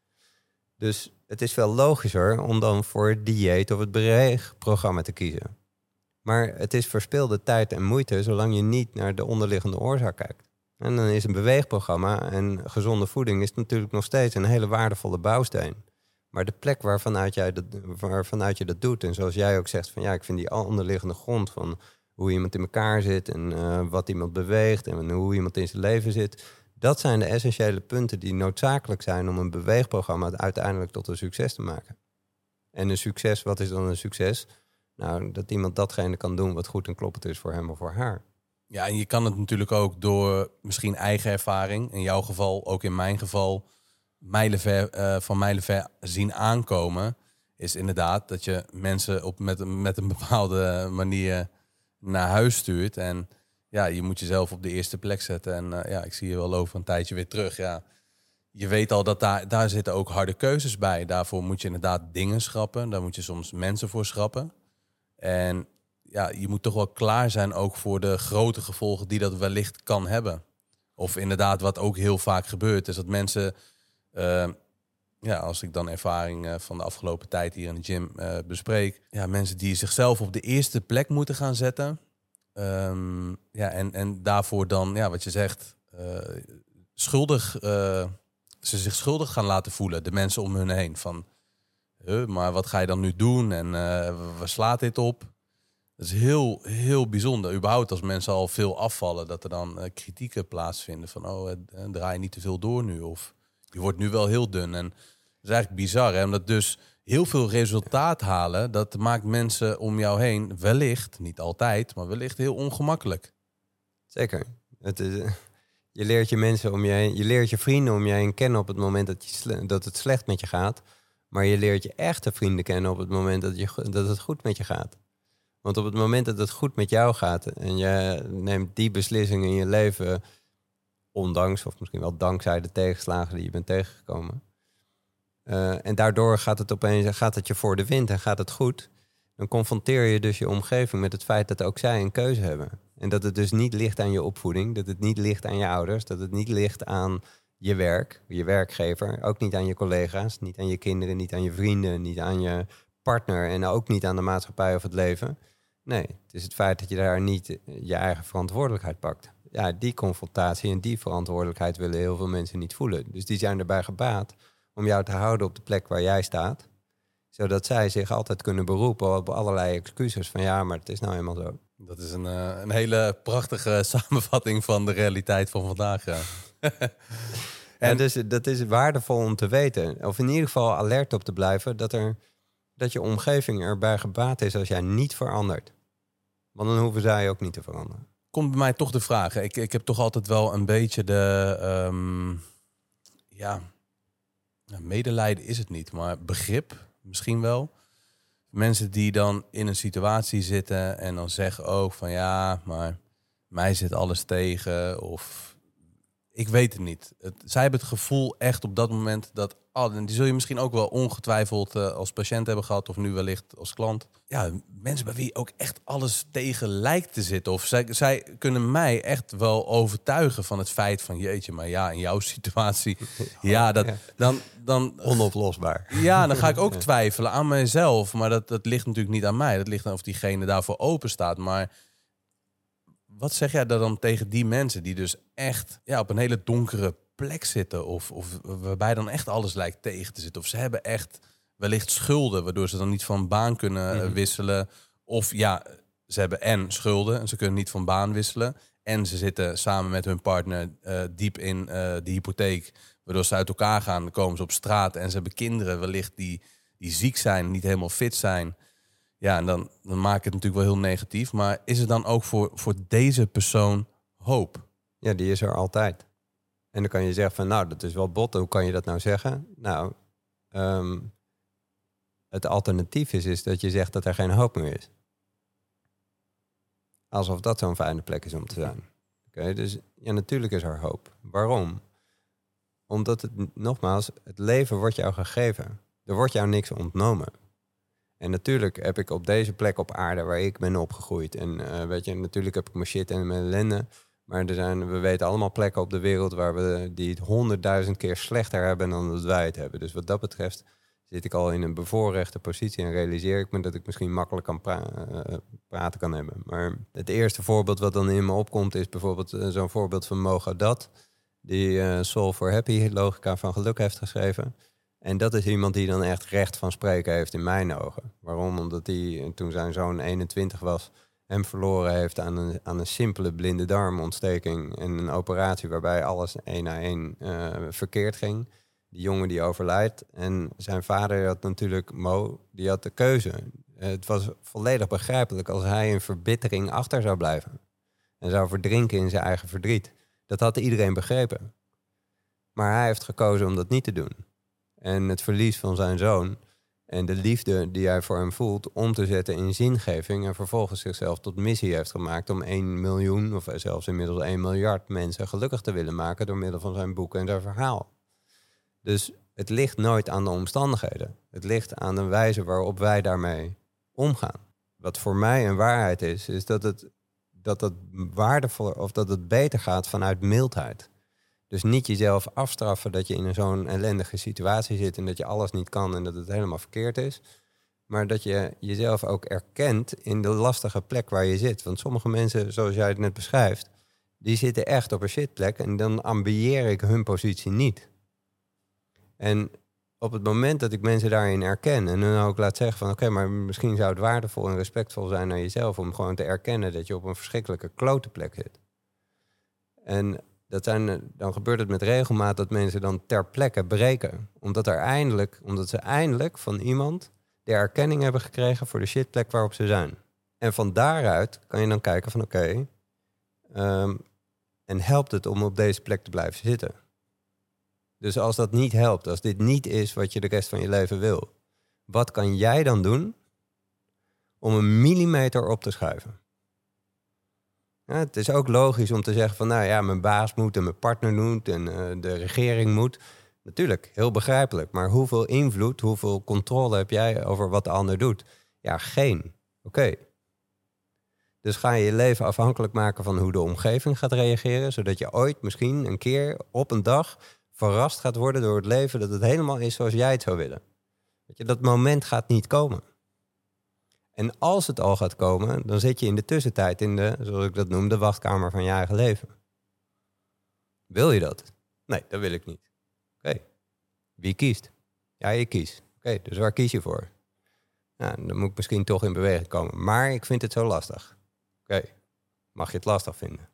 Dus het is veel logischer om dan voor het dieet of het beweegprogramma te kiezen. Maar het is verspilde tijd en moeite zolang je niet naar de onderliggende oorzaak kijkt. En dan is een beweegprogramma en gezonde voeding is natuurlijk nog steeds een hele waardevolle bouwsteen. Maar de plek waarvanuit, jij dat, waarvanuit je dat doet, en zoals jij ook zegt, van ja, ik vind die onderliggende grond van hoe iemand in elkaar zit en uh, wat iemand beweegt en hoe iemand in zijn leven zit, dat zijn de essentiële punten die noodzakelijk zijn om een beweegprogramma uiteindelijk tot een succes te maken. En een succes, wat is dan een succes? Nou, dat iemand datgene kan doen wat goed en kloppend is voor hem of voor haar. Ja, en je kan het natuurlijk ook door misschien eigen ervaring, in jouw geval, ook in mijn geval, mijlenver, uh, van mijlenver zien aankomen, is inderdaad dat je mensen op met, met een bepaalde manier naar huis stuurt. En ja, je moet jezelf op de eerste plek zetten. En uh, ja, ik zie je wel over een tijdje weer terug. Ja, je weet al dat daar, daar zitten ook harde keuzes bij. Daarvoor moet je inderdaad dingen schrappen. Daar moet je soms mensen voor schrappen. En ja, je moet toch wel klaar zijn ook voor de grote gevolgen die dat wellicht kan hebben. Of inderdaad, wat ook heel vaak gebeurt, is dat mensen uh, ja, als ik dan ervaring uh, van de afgelopen tijd hier in de gym uh, bespreek. Ja, mensen die zichzelf op de eerste plek moeten gaan zetten. Um, ja, en, en daarvoor dan, ja, wat je zegt, uh, schuldig, uh, ze zich schuldig gaan laten voelen. De mensen om hun heen. Van, uh, maar wat ga je dan nu doen? En uh, waar slaat dit op? Dat is heel, heel bijzonder. Überhaupt als mensen al veel afvallen, dat er dan uh, kritieken plaatsvinden. Van, oh, uh, draai je niet te veel door nu? Of je wordt nu wel heel dun. En dat is eigenlijk bizar, hè? Omdat dus heel veel resultaat halen, dat maakt mensen om jou heen wellicht, niet altijd, maar wellicht heel ongemakkelijk. Zeker. Het is, je leert je mensen om je heen, je leert je vrienden om je heen kennen op het moment dat, je, dat het slecht met je gaat. Maar je leert je echte vrienden kennen op het moment dat, je, dat het goed met je gaat. Want op het moment dat het goed met jou gaat en je neemt die beslissingen in je leven, ondanks of misschien wel dankzij de tegenslagen die je bent tegengekomen, Uh, en daardoor gaat het opeens gaat het je voor de wind en gaat het goed. Dan confronteer je dus je omgeving met het feit dat ook zij een keuze hebben. En dat het dus niet ligt aan je opvoeding, dat het niet ligt aan je ouders, dat het niet ligt aan je werk, je werkgever, ook niet aan je collega's, niet aan je kinderen, niet aan je vrienden, niet aan je partner en ook niet aan de maatschappij of het leven. Nee, het is het feit dat je daar niet je eigen verantwoordelijkheid pakt. Ja, die confrontatie en die verantwoordelijkheid willen heel veel mensen niet voelen. Dus die zijn erbij gebaat om jou te houden op de plek waar jij staat. Zodat zij zich altijd kunnen beroepen op allerlei excuses. Van ja, maar het is nou eenmaal zo. Dat is een, uh, een hele prachtige samenvatting van de realiteit van vandaag. Ja. en ja, dus dat is waardevol om te weten. Of in ieder geval alert op te blijven. Dat, er, dat je omgeving erbij gebaat is als jij niet verandert. Want dan hoeven zij ook niet te veranderen. Komt bij mij toch de vraag. Ik, ik heb toch altijd wel een beetje de... Um, ja... Nou, medelijden is het niet, maar begrip misschien wel. Mensen die dan in een situatie zitten en dan zeggen ook van ja, maar mij zit alles tegen of ik weet het niet. Het, zij hebben het gevoel echt op dat moment dat, oh, en die zul je misschien ook wel ongetwijfeld uh, als patiënt hebben gehad of nu wellicht als klant. Ja, mensen bij wie ook echt alles tegen lijkt te zitten. Of zij, zij kunnen mij echt wel overtuigen van het feit van jeetje, maar ja, in jouw situatie, ja, dat, dan, dan... Onoplosbaar. Ja, dan ga ik ook twijfelen aan mijzelf. Maar dat, dat ligt natuurlijk niet aan mij. Dat ligt aan of diegene daarvoor open staat. Maar wat zeg jij dan tegen die mensen die dus echt ja, op een hele donkere plek zitten of, of waarbij dan echt alles lijkt tegen te zitten? Of ze hebben echt wellicht schulden, waardoor ze dan niet van baan kunnen mm-hmm. wisselen. Of ja, ze hebben en schulden en ze kunnen niet van baan wisselen. En ze zitten samen met hun partner uh, diep in uh, de hypotheek, waardoor ze uit elkaar gaan. Dan komen ze op straat en ze hebben kinderen wellicht die, die ziek zijn, niet helemaal fit zijn. Ja, en dan, dan maak ik het natuurlijk wel heel negatief. Maar is er dan ook voor, voor deze persoon hoop? Ja, die is er altijd. En dan kan je zeggen van, nou, dat is wel bot. Hoe kan je dat nou zeggen? Nou, um, het alternatief is, is dat je zegt dat er geen hoop meer is. Alsof dat zo'n fijne plek is om te zijn. Okay, dus ja, natuurlijk is er hoop. Waarom? Omdat het, nogmaals, het leven wordt jou gegeven. Er wordt jou niks ontnomen. En natuurlijk heb ik op deze plek op aarde waar ik ben opgegroeid. En uh, weet je, natuurlijk heb ik mijn shit en mijn ellende. Maar er zijn, we weten allemaal plekken op de wereld waar we die het honderdduizend keer slechter hebben dan dat wij het hebben. Dus wat dat betreft zit ik al in een bevoorrechte positie en realiseer ik me dat ik misschien makkelijk kan pra- uh, praten kan hebben. Maar het eerste voorbeeld wat dan in me opkomt is bijvoorbeeld uh, zo'n voorbeeld van Mo Gawdat, die uh, Soul for Happy, logica van geluk, heeft geschreven. En dat is iemand die dan echt recht van spreken heeft in mijn ogen. Waarom? Omdat hij toen zijn zoon eenentwintig was, hem verloren heeft aan een, aan een simpele blinde darmontsteking en een operatie waarbij alles één na één uh, verkeerd ging. Die jongen die overlijdt. En zijn vader had natuurlijk, Mo, die had de keuze. Het was volledig begrijpelijk als hij in verbittering achter zou blijven. En zou verdrinken in zijn eigen verdriet. Dat had iedereen begrepen. Maar hij heeft gekozen om dat niet te doen. En het verlies van zijn zoon en de liefde die hij voor hem voelt om te zetten in zingeving en vervolgens zichzelf tot missie heeft gemaakt om één miljoen of zelfs inmiddels één miljard mensen gelukkig te willen maken door middel van zijn boeken en zijn verhaal. Dus het ligt nooit aan de omstandigheden. Het ligt aan de wijze waarop wij daarmee omgaan. Wat voor mij een waarheid is, is dat het, dat het waardevol of dat het beter gaat vanuit mildheid. Dus niet jezelf afstraffen dat je in zo'n ellendige situatie zit en dat je alles niet kan en dat het helemaal verkeerd is. Maar dat je jezelf ook erkent in de lastige plek waar je zit. Want sommige mensen, zoals jij het net beschrijft, die zitten echt op een shitplek en dan ambieer ik hun positie niet. En op het moment dat ik mensen daarin erken en hun ook laat zeggen van oké, okay, maar misschien zou het waardevol en respectvol zijn naar jezelf om gewoon te erkennen dat je op een verschrikkelijke klote plek zit. En dat zijn, dan gebeurt het met regelmaat dat mensen dan ter plekke breken. Omdat, er eindelijk, omdat ze eindelijk van iemand de erkenning hebben gekregen voor de shitplek waarop ze zijn. En van daaruit kan je dan kijken van oké, okay, um, en helpt het om op deze plek te blijven zitten? Dus als dat niet helpt, als dit niet is wat je de rest van je leven wil, wat kan jij dan doen om een millimeter op te schuiven? Ja, het is ook logisch om te zeggen van nou ja, mijn baas moet en mijn partner moet en uh, de regering moet. Natuurlijk, heel begrijpelijk. Maar hoeveel invloed, hoeveel controle heb jij over wat de ander doet? Ja, geen. Oké. Okay. Dus ga je je leven afhankelijk maken van hoe de omgeving gaat reageren, zodat je ooit misschien een keer op een dag verrast gaat worden door het leven dat het helemaal is zoals jij het zou willen. Weet je, dat moment gaat niet komen. En als het al gaat komen, dan zit je in de tussentijd in de, zoals ik dat noem, de wachtkamer van je eigen leven. Wil je dat? Nee, dat wil ik niet. Oké. Okay. Wie kiest? Ja, je kiest. Oké, okay, dus waar kies je voor? Nou, dan moet ik misschien toch in beweging komen. Maar ik vind het zo lastig. Oké, okay. Mag je het lastig vinden?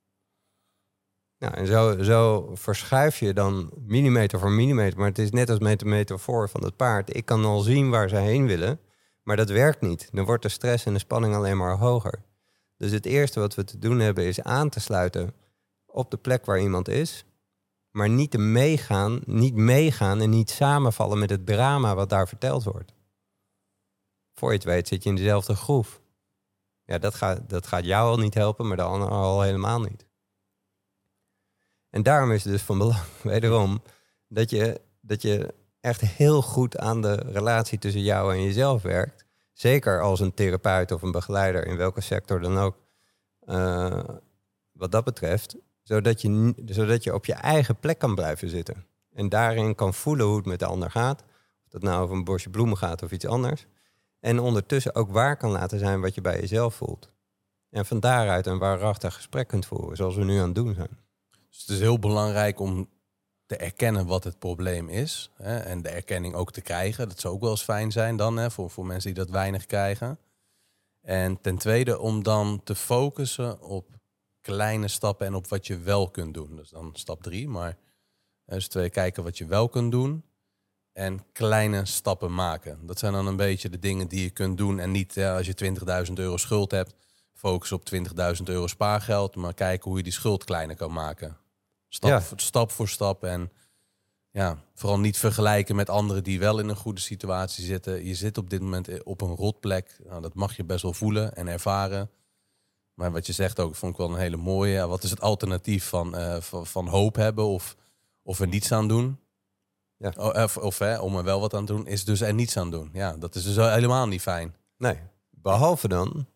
Nou, en zo, zo verschuif je dan millimeter voor millimeter. Maar het is net als met de metafoor van het paard. Ik kan al zien waar ze heen willen, maar dat werkt niet. Dan wordt de stress en de spanning alleen maar hoger. Dus het eerste wat we te doen hebben is aan te sluiten op de plek waar iemand is, maar niet te meegaan, niet meegaan en niet samenvallen met het drama wat daar verteld wordt. Voor je het weet zit je in dezelfde groef. Ja, dat gaat, dat gaat jou al niet helpen, maar de ander al helemaal niet. En daarom is het dus van belang, wederom, dat je, dat je echt heel goed aan de relatie tussen jou en jezelf werkt. Zeker als een therapeut of een begeleider, in welke sector dan ook, uh, wat dat betreft, zodat je, zodat je op je eigen plek kan blijven zitten. En daarin kan voelen hoe het met de ander gaat. Of dat nou over een bosje bloemen gaat of iets anders. En ondertussen ook waar kan laten zijn wat je bij jezelf voelt. En van daaruit een waarachtig gesprek kunt voeren, zoals we nu aan het doen zijn. Dus het is heel belangrijk om te erkennen wat het probleem is. Hè, en de erkenning ook te krijgen. Dat zou ook wel eens fijn zijn dan, hè, voor, voor mensen die dat weinig krijgen. En ten tweede om dan te focussen op kleine stappen en op wat je wel kunt doen. Dus dan stap drie, maar dus twee, kijken wat je wel kunt doen. En kleine stappen maken. Dat zijn dan een beetje de dingen die je kunt doen. En niet ja, als je twintigduizend euro schuld hebt, focus op twintigduizend euro spaargeld, maar kijken hoe je die schuld kleiner kan maken. Stap, ja. voor, stap voor stap. En ja, vooral niet vergelijken met anderen die wel in een goede situatie zitten. Je zit op dit moment op een rotplek. Nou, dat mag je best wel voelen en ervaren. Maar wat je zegt ook, vond ik wel een hele mooie. Wat is het alternatief van, uh, van, van hoop hebben of, of er niets aan doen? Ja. Of, of hè, om er wel wat aan te doen, is dus er niets aan doen. Ja, dat is dus helemaal niet fijn. Nee, behalve dan,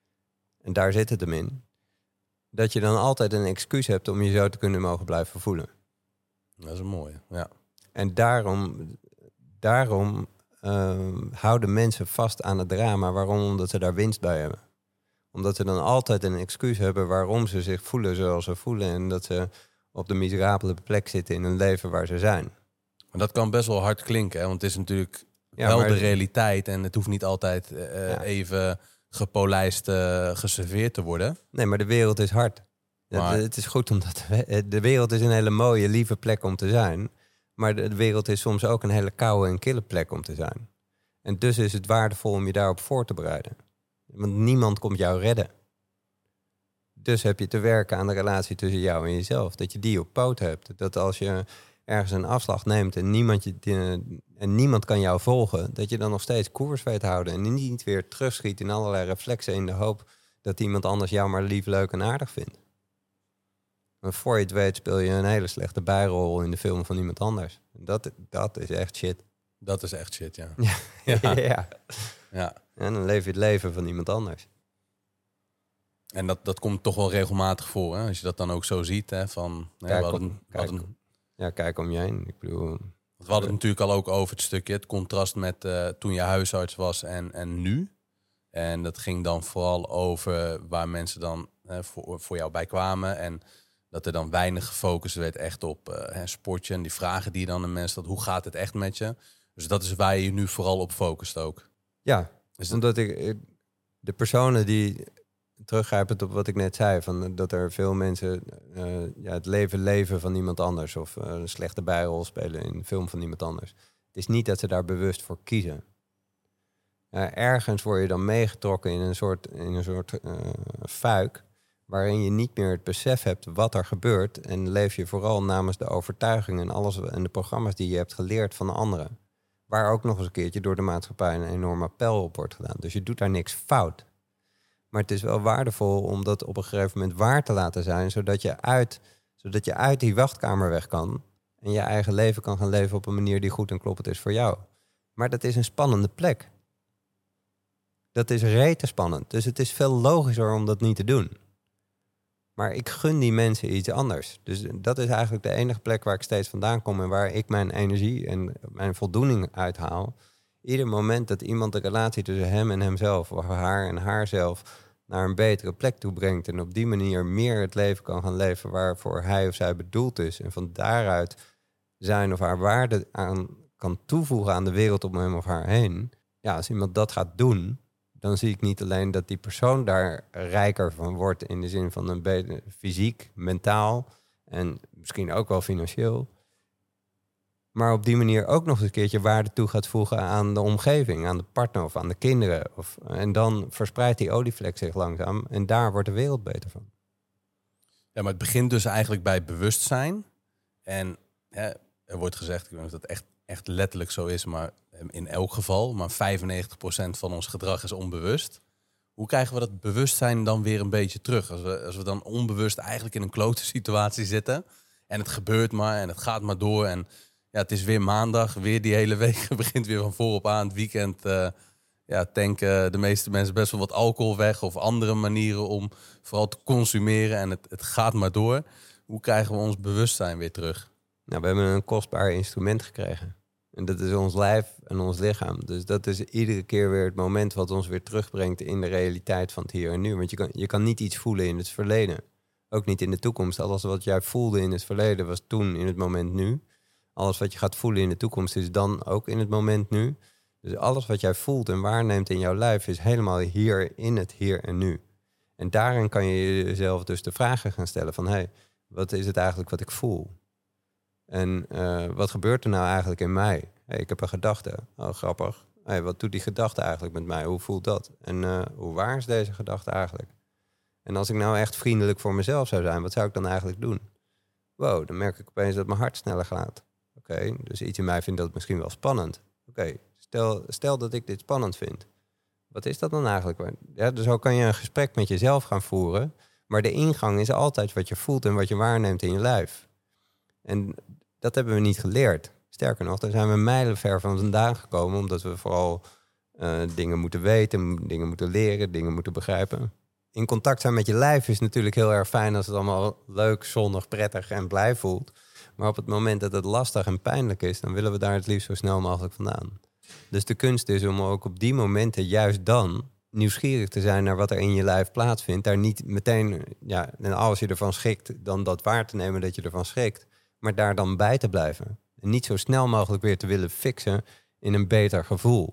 en daar zit het hem in, dat je dan altijd een excuus hebt om je zo te kunnen mogen blijven voelen. Dat is een mooie, ja. En daarom, daarom uh, houden mensen vast aan het drama. Waarom? Omdat ze daar winst bij hebben. Omdat ze dan altijd een excuus hebben waarom ze zich voelen zoals ze voelen. En dat ze op de miserabele plek zitten in een leven waar ze zijn. Maar dat kan best wel hard klinken, hè? Want het is natuurlijk ja, wel de realiteit. En het hoeft niet altijd uh, ja. even gepolijst uh, geserveerd te worden. Nee, maar de wereld is hard. Maar... Het, het is goed omdat de wereld is een hele mooie, lieve plek om te zijn. Maar de wereld is soms ook een hele koude en kille plek om te zijn. En dus is het waardevol om je daarop voor te bereiden. Want niemand komt jou redden. Dus heb je te werken aan de relatie tussen jou en jezelf. Dat je die op poot hebt. Dat als je ergens een afslag neemt en niemand, je, en niemand kan jou volgen, dat je dan nog steeds koers weet houden. En niet weer terugschiet in allerlei reflexen in de hoop dat iemand anders jou maar lief, leuk en aardig vindt. Want voor je het weet speel je een hele slechte bijrol in de film van iemand anders. Dat, dat is echt shit. Dat is echt shit, ja. Ja. ja. ja. ja. En dan leef je het leven van iemand anders. En dat, dat komt toch wel regelmatig voor, hè? Als je dat dan ook zo ziet. Hè? Van, hè, Kijk, we hadden, om, we kijk, hadden, ja, kijk om je heen. Ik bedoel, we hadden het natuurlijk al ook over het stukje, het contrast met uh, toen je huisarts was en, en nu. En dat ging dan vooral over waar mensen dan uh, voor, voor jou bij kwamen. En dat er dan weinig gefocust werd echt op uh, sportje en die vragen die je dan aan mensen had. Hoe gaat het echt met je? Dus dat is waar je je nu vooral op focust ook. Ja, is omdat dat... ik... De personen die... teruggrijpend op wat ik net zei, van dat er veel mensen uh, ja, het leven leven van iemand anders of uh, een slechte bijrol spelen in een film van iemand anders. Het is niet dat ze daar bewust voor kiezen. Uh, ergens word je dan meegetrokken in een soort, in een soort uh, fuik, waarin je niet meer het besef hebt wat er gebeurt en leef je vooral namens de overtuiging en alles en de programma's die je hebt geleerd van anderen. Waar ook nog eens een keertje door de maatschappij een enorme appel op wordt gedaan. Dus je doet daar niks fout. Maar het is wel waardevol om dat op een gegeven moment waar te laten zijn, zodat je uit, zodat je uit die wachtkamer weg kan en je eigen leven kan gaan leven op een manier die goed en kloppend is voor jou. Maar dat is een spannende plek. Dat is rete spannend. Dus het is veel logischer om dat niet te doen. Maar ik gun die mensen iets anders. Dus dat is eigenlijk de enige plek waar ik steeds vandaan kom en waar ik mijn energie en mijn voldoening uithaal. Ieder moment dat iemand de relatie tussen hem en hemzelf, of haar en haarzelf, naar een betere plek toe brengt en op die manier meer het leven kan gaan leven waarvoor hij of zij bedoeld is en van daaruit zijn of haar waarde aan kan toevoegen aan de wereld om hem of haar heen. Ja, als iemand dat gaat doen, dan zie ik niet alleen dat die persoon daar rijker van wordt in de zin van een beter fysiek, mentaal en misschien ook wel financieel, maar op die manier ook nog eens een keertje waarde toe gaat voegen aan de omgeving, aan de partner of aan de kinderen. Of, en dan verspreidt die olievlek zich langzaam en daar wordt de wereld beter van. Ja, maar het begint dus eigenlijk bij bewustzijn. En hè, er wordt gezegd, ik weet niet of dat echt, echt letterlijk zo is, maar in elk geval, maar vijfennegentig procent van ons gedrag is onbewust. Hoe krijgen we dat bewustzijn dan weer een beetje terug? Als we, als we dan onbewust eigenlijk in een klote situatie zitten en het gebeurt maar en het gaat maar door en ja, het is weer maandag, weer die hele week begint weer van voorop aan. Het weekend uh, ja, tanken de meeste mensen best wel wat alcohol weg of andere manieren om vooral te consumeren en het, het gaat maar door. Hoe krijgen we ons bewustzijn weer terug? Nou, we hebben een kostbaar instrument gekregen. En dat is ons lijf en ons lichaam. Dus dat is iedere keer weer het moment wat ons weer terugbrengt in de realiteit van het hier en nu. Want je kan, je kan niet iets voelen in het verleden. Ook niet in de toekomst. Alles wat jij voelde in het verleden was toen in het moment nu. Alles wat je gaat voelen in de toekomst is dan ook in het moment nu. Dus alles wat jij voelt en waarneemt in jouw lijf is helemaal hier in het hier en nu. En daarin kan je jezelf dus de vragen gaan stellen van, hé, hey, wat is het eigenlijk wat ik voel? En uh, wat gebeurt er nou eigenlijk in mij? Hey, ik heb een gedachte. Oh, grappig. Hey, wat doet die gedachte eigenlijk met mij? Hoe voelt dat? En uh, hoe waar is deze gedachte eigenlijk? En als ik nou echt vriendelijk voor mezelf zou zijn, wat zou ik dan eigenlijk doen? Wow, dan merk ik opeens dat mijn hart sneller gaat. Oké, okay, dus iets in mij vindt dat misschien wel spannend. Oké, okay, stel, stel dat ik dit spannend vind. Wat is dat dan eigenlijk? Ja, dus zo kan je een gesprek met jezelf gaan voeren. Maar de ingang is altijd wat je voelt en wat je waarneemt in je lijf. En dat hebben we niet geleerd. Sterker nog, daar zijn we mijlenver van vandaan gekomen, omdat we vooral uh, dingen moeten weten, dingen moeten leren, dingen moeten begrijpen. In contact zijn met je lijf is natuurlijk heel erg fijn als het allemaal leuk, zonnig, prettig en blij voelt. Maar op het moment dat het lastig en pijnlijk is, dan willen we daar het liefst zo snel mogelijk vandaan. Dus de kunst is om ook op die momenten, juist dan, nieuwsgierig te zijn naar wat er in je lijf plaatsvindt. Daar niet meteen, ja, en als je ervan schrikt, dan dat waar te nemen dat je ervan schrikt. Maar daar dan bij te blijven. En niet zo snel mogelijk weer te willen fixen in een beter gevoel.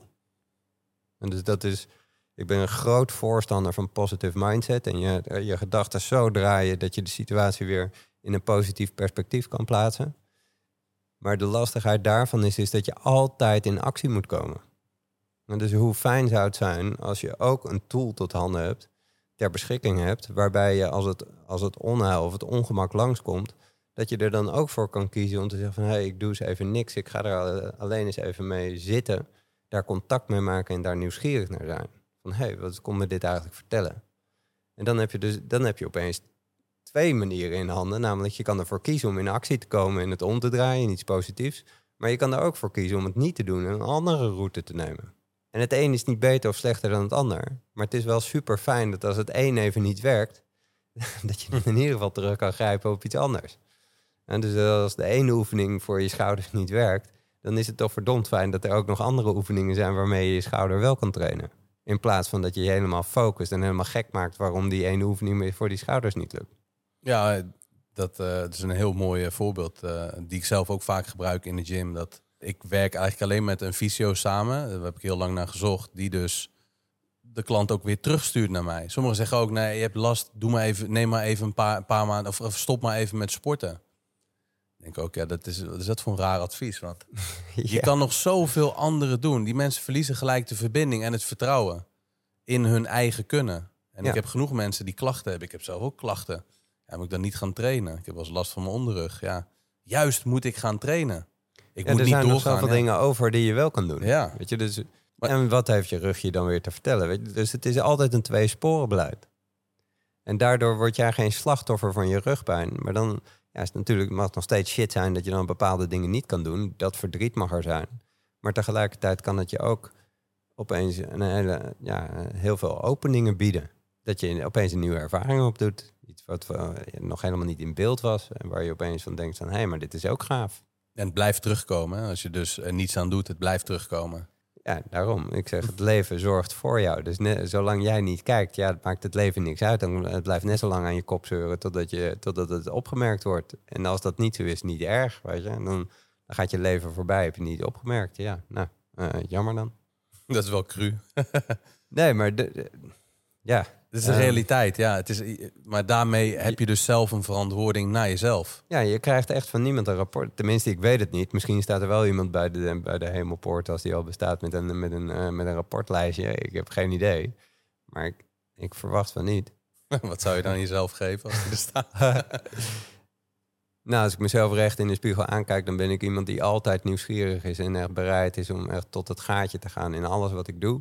En dus dat is, ik ben een groot voorstander van positive mindset. En je, je gedachten zo draaien dat je de situatie weer in een positief perspectief kan plaatsen. Maar de lastigheid daarvan is, is dat je altijd in actie moet komen. En dus hoe fijn zou het zijn als je ook een tool tot handen hebt, ter beschikking hebt, waarbij je als het, als het onheil of het ongemak langskomt, dat je er dan ook voor kan kiezen om te zeggen van, hé, hey, ik doe eens even niks, ik ga er alleen eens even mee zitten, daar contact mee maken en daar nieuwsgierig naar zijn. Van, hé, hey, wat komt me dit eigenlijk vertellen? En dan heb je dus, dan heb je opeens twee manieren in handen, namelijk je kan ervoor kiezen om in actie te komen en het om te draaien in iets positiefs, maar je kan er ook voor kiezen om het niet te doen en een andere route te nemen. En het een is niet beter of slechter dan het ander. Maar het is wel super fijn dat als het een even niet werkt, dat je in ieder geval terug kan grijpen op iets anders. En dus als de ene oefening voor je schouders niet werkt, dan is het toch verdomd fijn dat er ook nog andere oefeningen zijn waarmee je je schouder wel kan trainen. In plaats van dat je je helemaal focust en helemaal gek maakt waarom die ene oefening voor die schouders niet lukt. Ja, dat, uh, dat is een heel mooi voorbeeld uh, die ik zelf ook vaak gebruik in de gym. Dat ik werk eigenlijk alleen met een fysio samen. Daar heb ik heel lang naar gezocht. Die dus de klant ook weer terugstuurt naar mij. Sommigen zeggen ook, nee, je hebt last, doe maar even, neem maar even een paar, paar maanden of, of stop maar even met sporten. Ik denk ook, ja, dat is, wat is dat voor een raar advies? Want ja. Je kan nog zoveel anderen doen. Die mensen verliezen gelijk de verbinding en het vertrouwen in hun eigen kunnen. En ja. Ik heb genoeg mensen die klachten hebben. Ik heb zelf ook klachten. Ja, moet ik dan niet gaan trainen? Ik heb wel eens last van mijn onderrug. Ja, juist moet ik gaan trainen. Ik ja, moet er niet zijn doorgaan. nog zoveel ja. dingen over die je wel kan doen. Ja. Weet je, dus, maar, en wat heeft je rugje dan weer te vertellen? Weet je? Dus het is altijd een tweesporenbeleid. En daardoor word jij geen slachtoffer van je rugpijn. Maar dan ja, is het natuurlijk, mag het nog steeds shit zijn dat je dan bepaalde dingen niet kan doen. Dat verdriet mag er zijn. Maar tegelijkertijd kan het je ook opeens een hele, ja, heel veel openingen bieden. Dat je opeens een nieuwe ervaring opdoet. Iets wat uh, nog helemaal niet in beeld was. En waar je opeens van denkt van, hé, hey, maar dit is ook gaaf. En het blijft terugkomen. Als je dus er niets aan doet, het blijft terugkomen. Ja, daarom. Ik zeg, het leven zorgt voor jou. Dus ne- zolang jij niet kijkt, ja, het maakt het leven niks uit. Dan, het blijft net zo lang aan je kop zeuren totdat, je, totdat het opgemerkt wordt. En als dat niet zo is, niet erg, weet je. En dan, dan gaat je leven voorbij, heb je niet opgemerkt. Ja, nou, uh, jammer dan. Dat is wel cru. Nee, maar de, de, ja... Het is de realiteit, ja. Het is, maar daarmee heb je dus zelf een verantwoording naar jezelf. Ja, je krijgt echt van niemand een rapport. Tenminste, ik weet het niet. Misschien staat er wel iemand bij de, bij de hemelpoort als die al bestaat met een, met, een, uh, met een rapportlijstje. Ik heb geen idee. Maar ik, ik verwacht van niet. Wat zou je dan jezelf geven als die er staat? Nou, als ik mezelf recht in de spiegel aankijk, dan ben ik iemand die altijd nieuwsgierig is en echt bereid is om echt tot het gaatje te gaan in alles wat ik doe.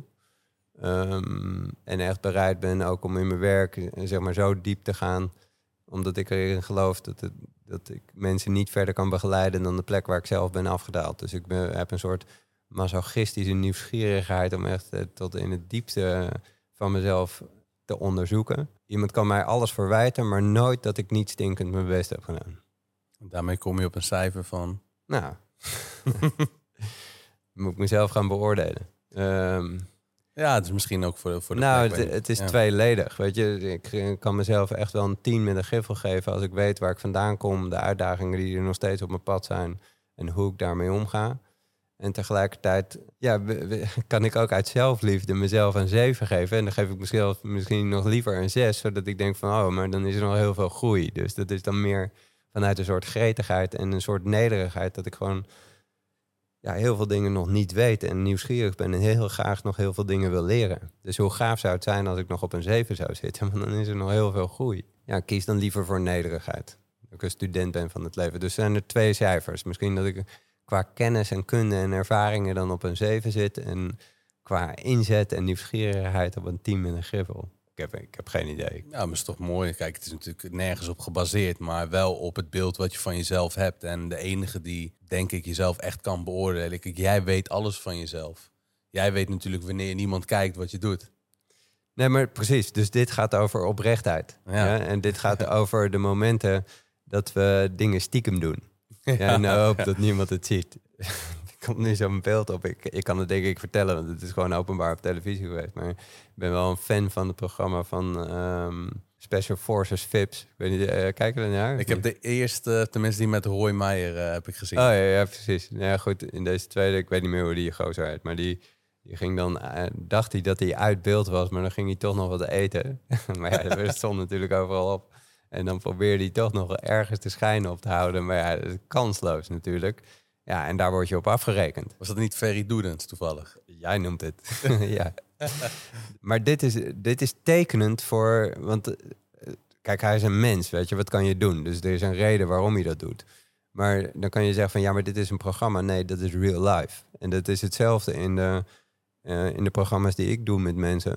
Um, en echt bereid ben ook om in mijn werk zeg maar zo diep te gaan. Omdat ik erin geloof dat, het, dat ik mensen niet verder kan begeleiden dan de plek waar ik zelf ben afgedaald. Dus ik ben, heb een soort masochistische nieuwsgierigheid om echt uh, tot in het diepste van mezelf te onderzoeken. Iemand kan mij alles verwijten, maar nooit dat ik niet stinkend mijn best heb gedaan. Daarmee kom je op een cijfer van... Nou, moet ik mezelf gaan beoordelen. Um, Ja, het is misschien ook voor, voor de nou, plek. het, het is ja. tweeledig. Weet je, ik kan mezelf echt wel een tien met een griffel geven als ik weet waar ik vandaan kom, de uitdagingen die er nog steeds op mijn pad zijn en hoe ik daarmee omga. En tegelijkertijd ja, kan ik ook uit zelfliefde mezelf een zeven geven. En dan geef ik mezelf misschien nog liever een zes, zodat ik denk van, oh, maar dan is er nog heel veel groei. Dus dat is dan meer vanuit een soort gretigheid en een soort nederigheid dat ik gewoon ja, heel veel dingen nog niet weet en nieuwsgierig ben en heel graag nog heel veel dingen wil leren. Dus hoe gaaf zou het zijn als ik nog op een zeven zou zitten, want dan is er nog heel veel groei. Ja, kies dan liever voor nederigheid. Dat ik een student ben van het leven. Dus zijn er twee cijfers. Misschien dat ik qua kennis en kunde en ervaringen dan op een zeven zit en qua inzet en nieuwsgierigheid op een tien met een griffel. Ik heb, ik heb geen idee. Ja, maar het is toch mooi. Kijk, het is natuurlijk nergens op gebaseerd, maar wel op het beeld wat je van jezelf hebt. En de enige die, denk ik, jezelf echt kan beoordelen. Kijk, jij weet alles van jezelf. Jij weet natuurlijk wanneer niemand kijkt wat je doet. Nee, maar precies. Dus dit gaat over oprechtheid. Ja. Ja? En dit gaat over de momenten dat we dingen stiekem doen. Ja, en de hoop ja. dat niemand het ziet. Er komt nu zo'n beeld op. Ik, ik kan het denk ik vertellen, want het is gewoon openbaar op televisie geweest. Maar ik ben wel een fan van het programma van um, Special Forces V I P S. Ik weet niet, uh, kijken we ernaar? Ik heb de eerste, tenminste die met Roy Meijer, uh, heb ik gezien. Oh ja, ja precies. Nou ja, goed, in deze tweede, ik weet niet meer hoe die gozer heet, maar die, die ging dan, uh, dacht hij dat hij uit beeld was, maar dan ging hij toch nog wat eten. Maar ja, dat stond natuurlijk overal op. En dan probeerde hij toch nog ergens te schijnen op te houden. Maar ja, dat is kansloos natuurlijk. Ja, en daar word je op afgerekend. Was dat niet Ferry Doedens toevallig? Jij noemt het. Ja. Maar dit is, dit is tekenend voor... Want kijk, hij is een mens, weet je. Wat kan je doen? Dus er is een reden waarom je dat doet. Maar dan kan je zeggen van... Ja, maar dit is een programma. Nee, dat is real life. En dat is hetzelfde in de, uh, in de programma's die ik doe met mensen.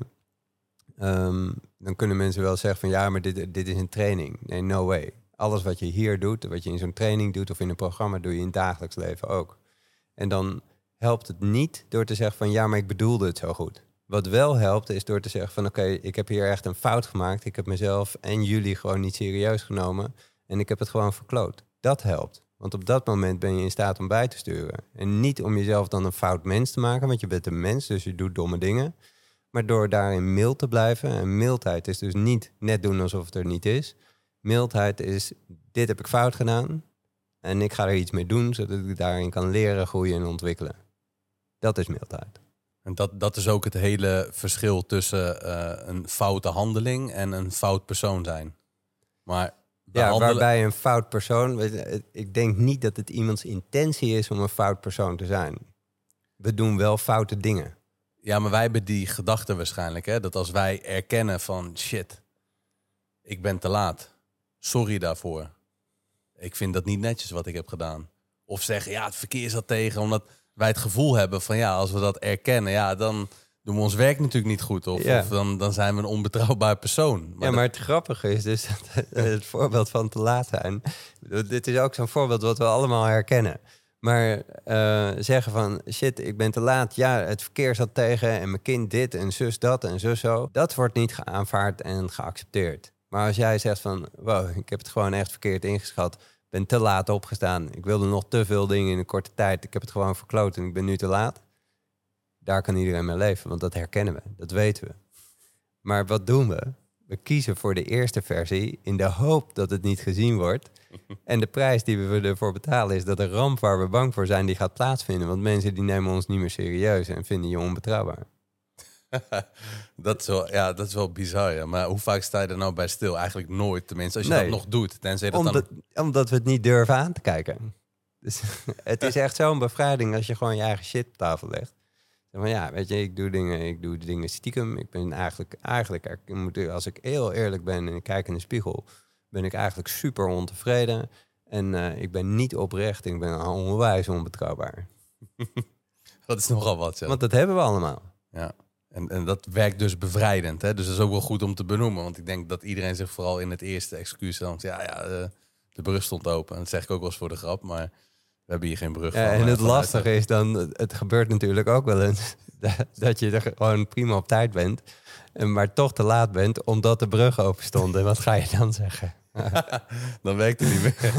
Um, dan kunnen mensen wel zeggen van... Ja, maar dit, dit is een training. Nee, no way. Alles wat je hier doet, wat je in zo'n training doet of in een programma, doe je in het dagelijks leven ook. En dan helpt het niet door te zeggen van ja, maar ik bedoelde het zo goed. Wat wel helpt is door te zeggen van oké, okay, ik heb hier echt een fout gemaakt. Ik heb mezelf en jullie gewoon niet serieus genomen. En ik heb het gewoon verkloot. Dat helpt. Want op dat moment ben je in staat om bij te sturen. En niet om jezelf dan een fout mens te maken, want je bent een mens, dus je doet domme dingen. Maar door daarin mild te blijven. En mildheid is dus niet net doen alsof het er niet is. Mildheid is, dit heb ik fout gedaan. En ik ga er iets mee doen, zodat ik daarin kan leren, groeien en ontwikkelen. Dat is mildheid. En dat, dat is ook het hele verschil tussen uh, een foute handeling en een fout persoon zijn. Maar ja, handelen... waarbij een fout persoon... Ik denk niet dat het iemands intentie is om een fout persoon te zijn. We doen wel foute dingen. Ja, maar wij hebben die gedachte waarschijnlijk, hè, dat als wij erkennen van shit, ik ben te laat. Sorry daarvoor. Ik vind dat niet netjes wat ik heb gedaan. Of zeggen, ja, het verkeer zat tegen, omdat wij het gevoel hebben van ja, als we dat erkennen, ja, dan doen we ons werk natuurlijk niet goed. Of, ja. of dan, dan zijn we een onbetrouwbaar persoon. Maar ja, maar het grappige is dus dat het voorbeeld van te laat zijn. Dit is ook zo'n voorbeeld wat we allemaal herkennen. Maar uh, zeggen van shit, ik ben te laat. Ja, het verkeer zat tegen en mijn kind dit en zus dat en zus zo. Dat wordt niet aanvaard en geaccepteerd. Maar als jij zegt van wow, ik heb het gewoon echt verkeerd ingeschat. Ben te laat opgestaan. Ik wilde nog te veel dingen in een korte tijd. Ik heb het gewoon verkloot en ik ben nu te laat. Daar kan iedereen mee leven, want dat herkennen we. Dat weten we. Maar wat doen we? We kiezen voor de eerste versie in de hoop dat het niet gezien wordt. En de prijs die we ervoor betalen is dat de ramp waar we bang voor zijn, die gaat plaatsvinden. Want mensen die nemen ons niet meer serieus en vinden je onbetrouwbaar. dat, is wel, ja, dat is wel bizar. Ja. Maar hoe vaak sta je er nou bij stil? Eigenlijk nooit, tenminste, als je nee. dat nog doet. Tenzij dat omdat, dan... omdat we het niet durven aan te kijken. Dus het is echt zo'n bevrijding als je gewoon je eigen shit op tafel legt. Van ja, weet je, ik doe dingen, ik doe dingen stiekem. Ik ben eigenlijk, eigenlijk, als ik heel eerlijk ben en ik kijk in de spiegel, ben ik eigenlijk super ontevreden. En uh, ik ben niet oprecht en ik ben onwijs onbetrouwbaar. Dat is nogal wat, ja. Want dat hebben we allemaal. Ja, en, en dat werkt dus bevrijdend. Hè? Dus dat is ook wel goed om te benoemen. Want ik denk dat iedereen zich vooral in het eerste excuus dan ja, ja, de, de brug stond open. En dat zeg ik ook wel eens voor de grap, maar we hebben hier geen brug ja, van. En het lastige is dan, het gebeurt natuurlijk ook wel eens dat je er gewoon prima op tijd bent, maar toch te laat bent omdat de brug open stond. En wat ga je dan zeggen? Dan werkt het niet meer.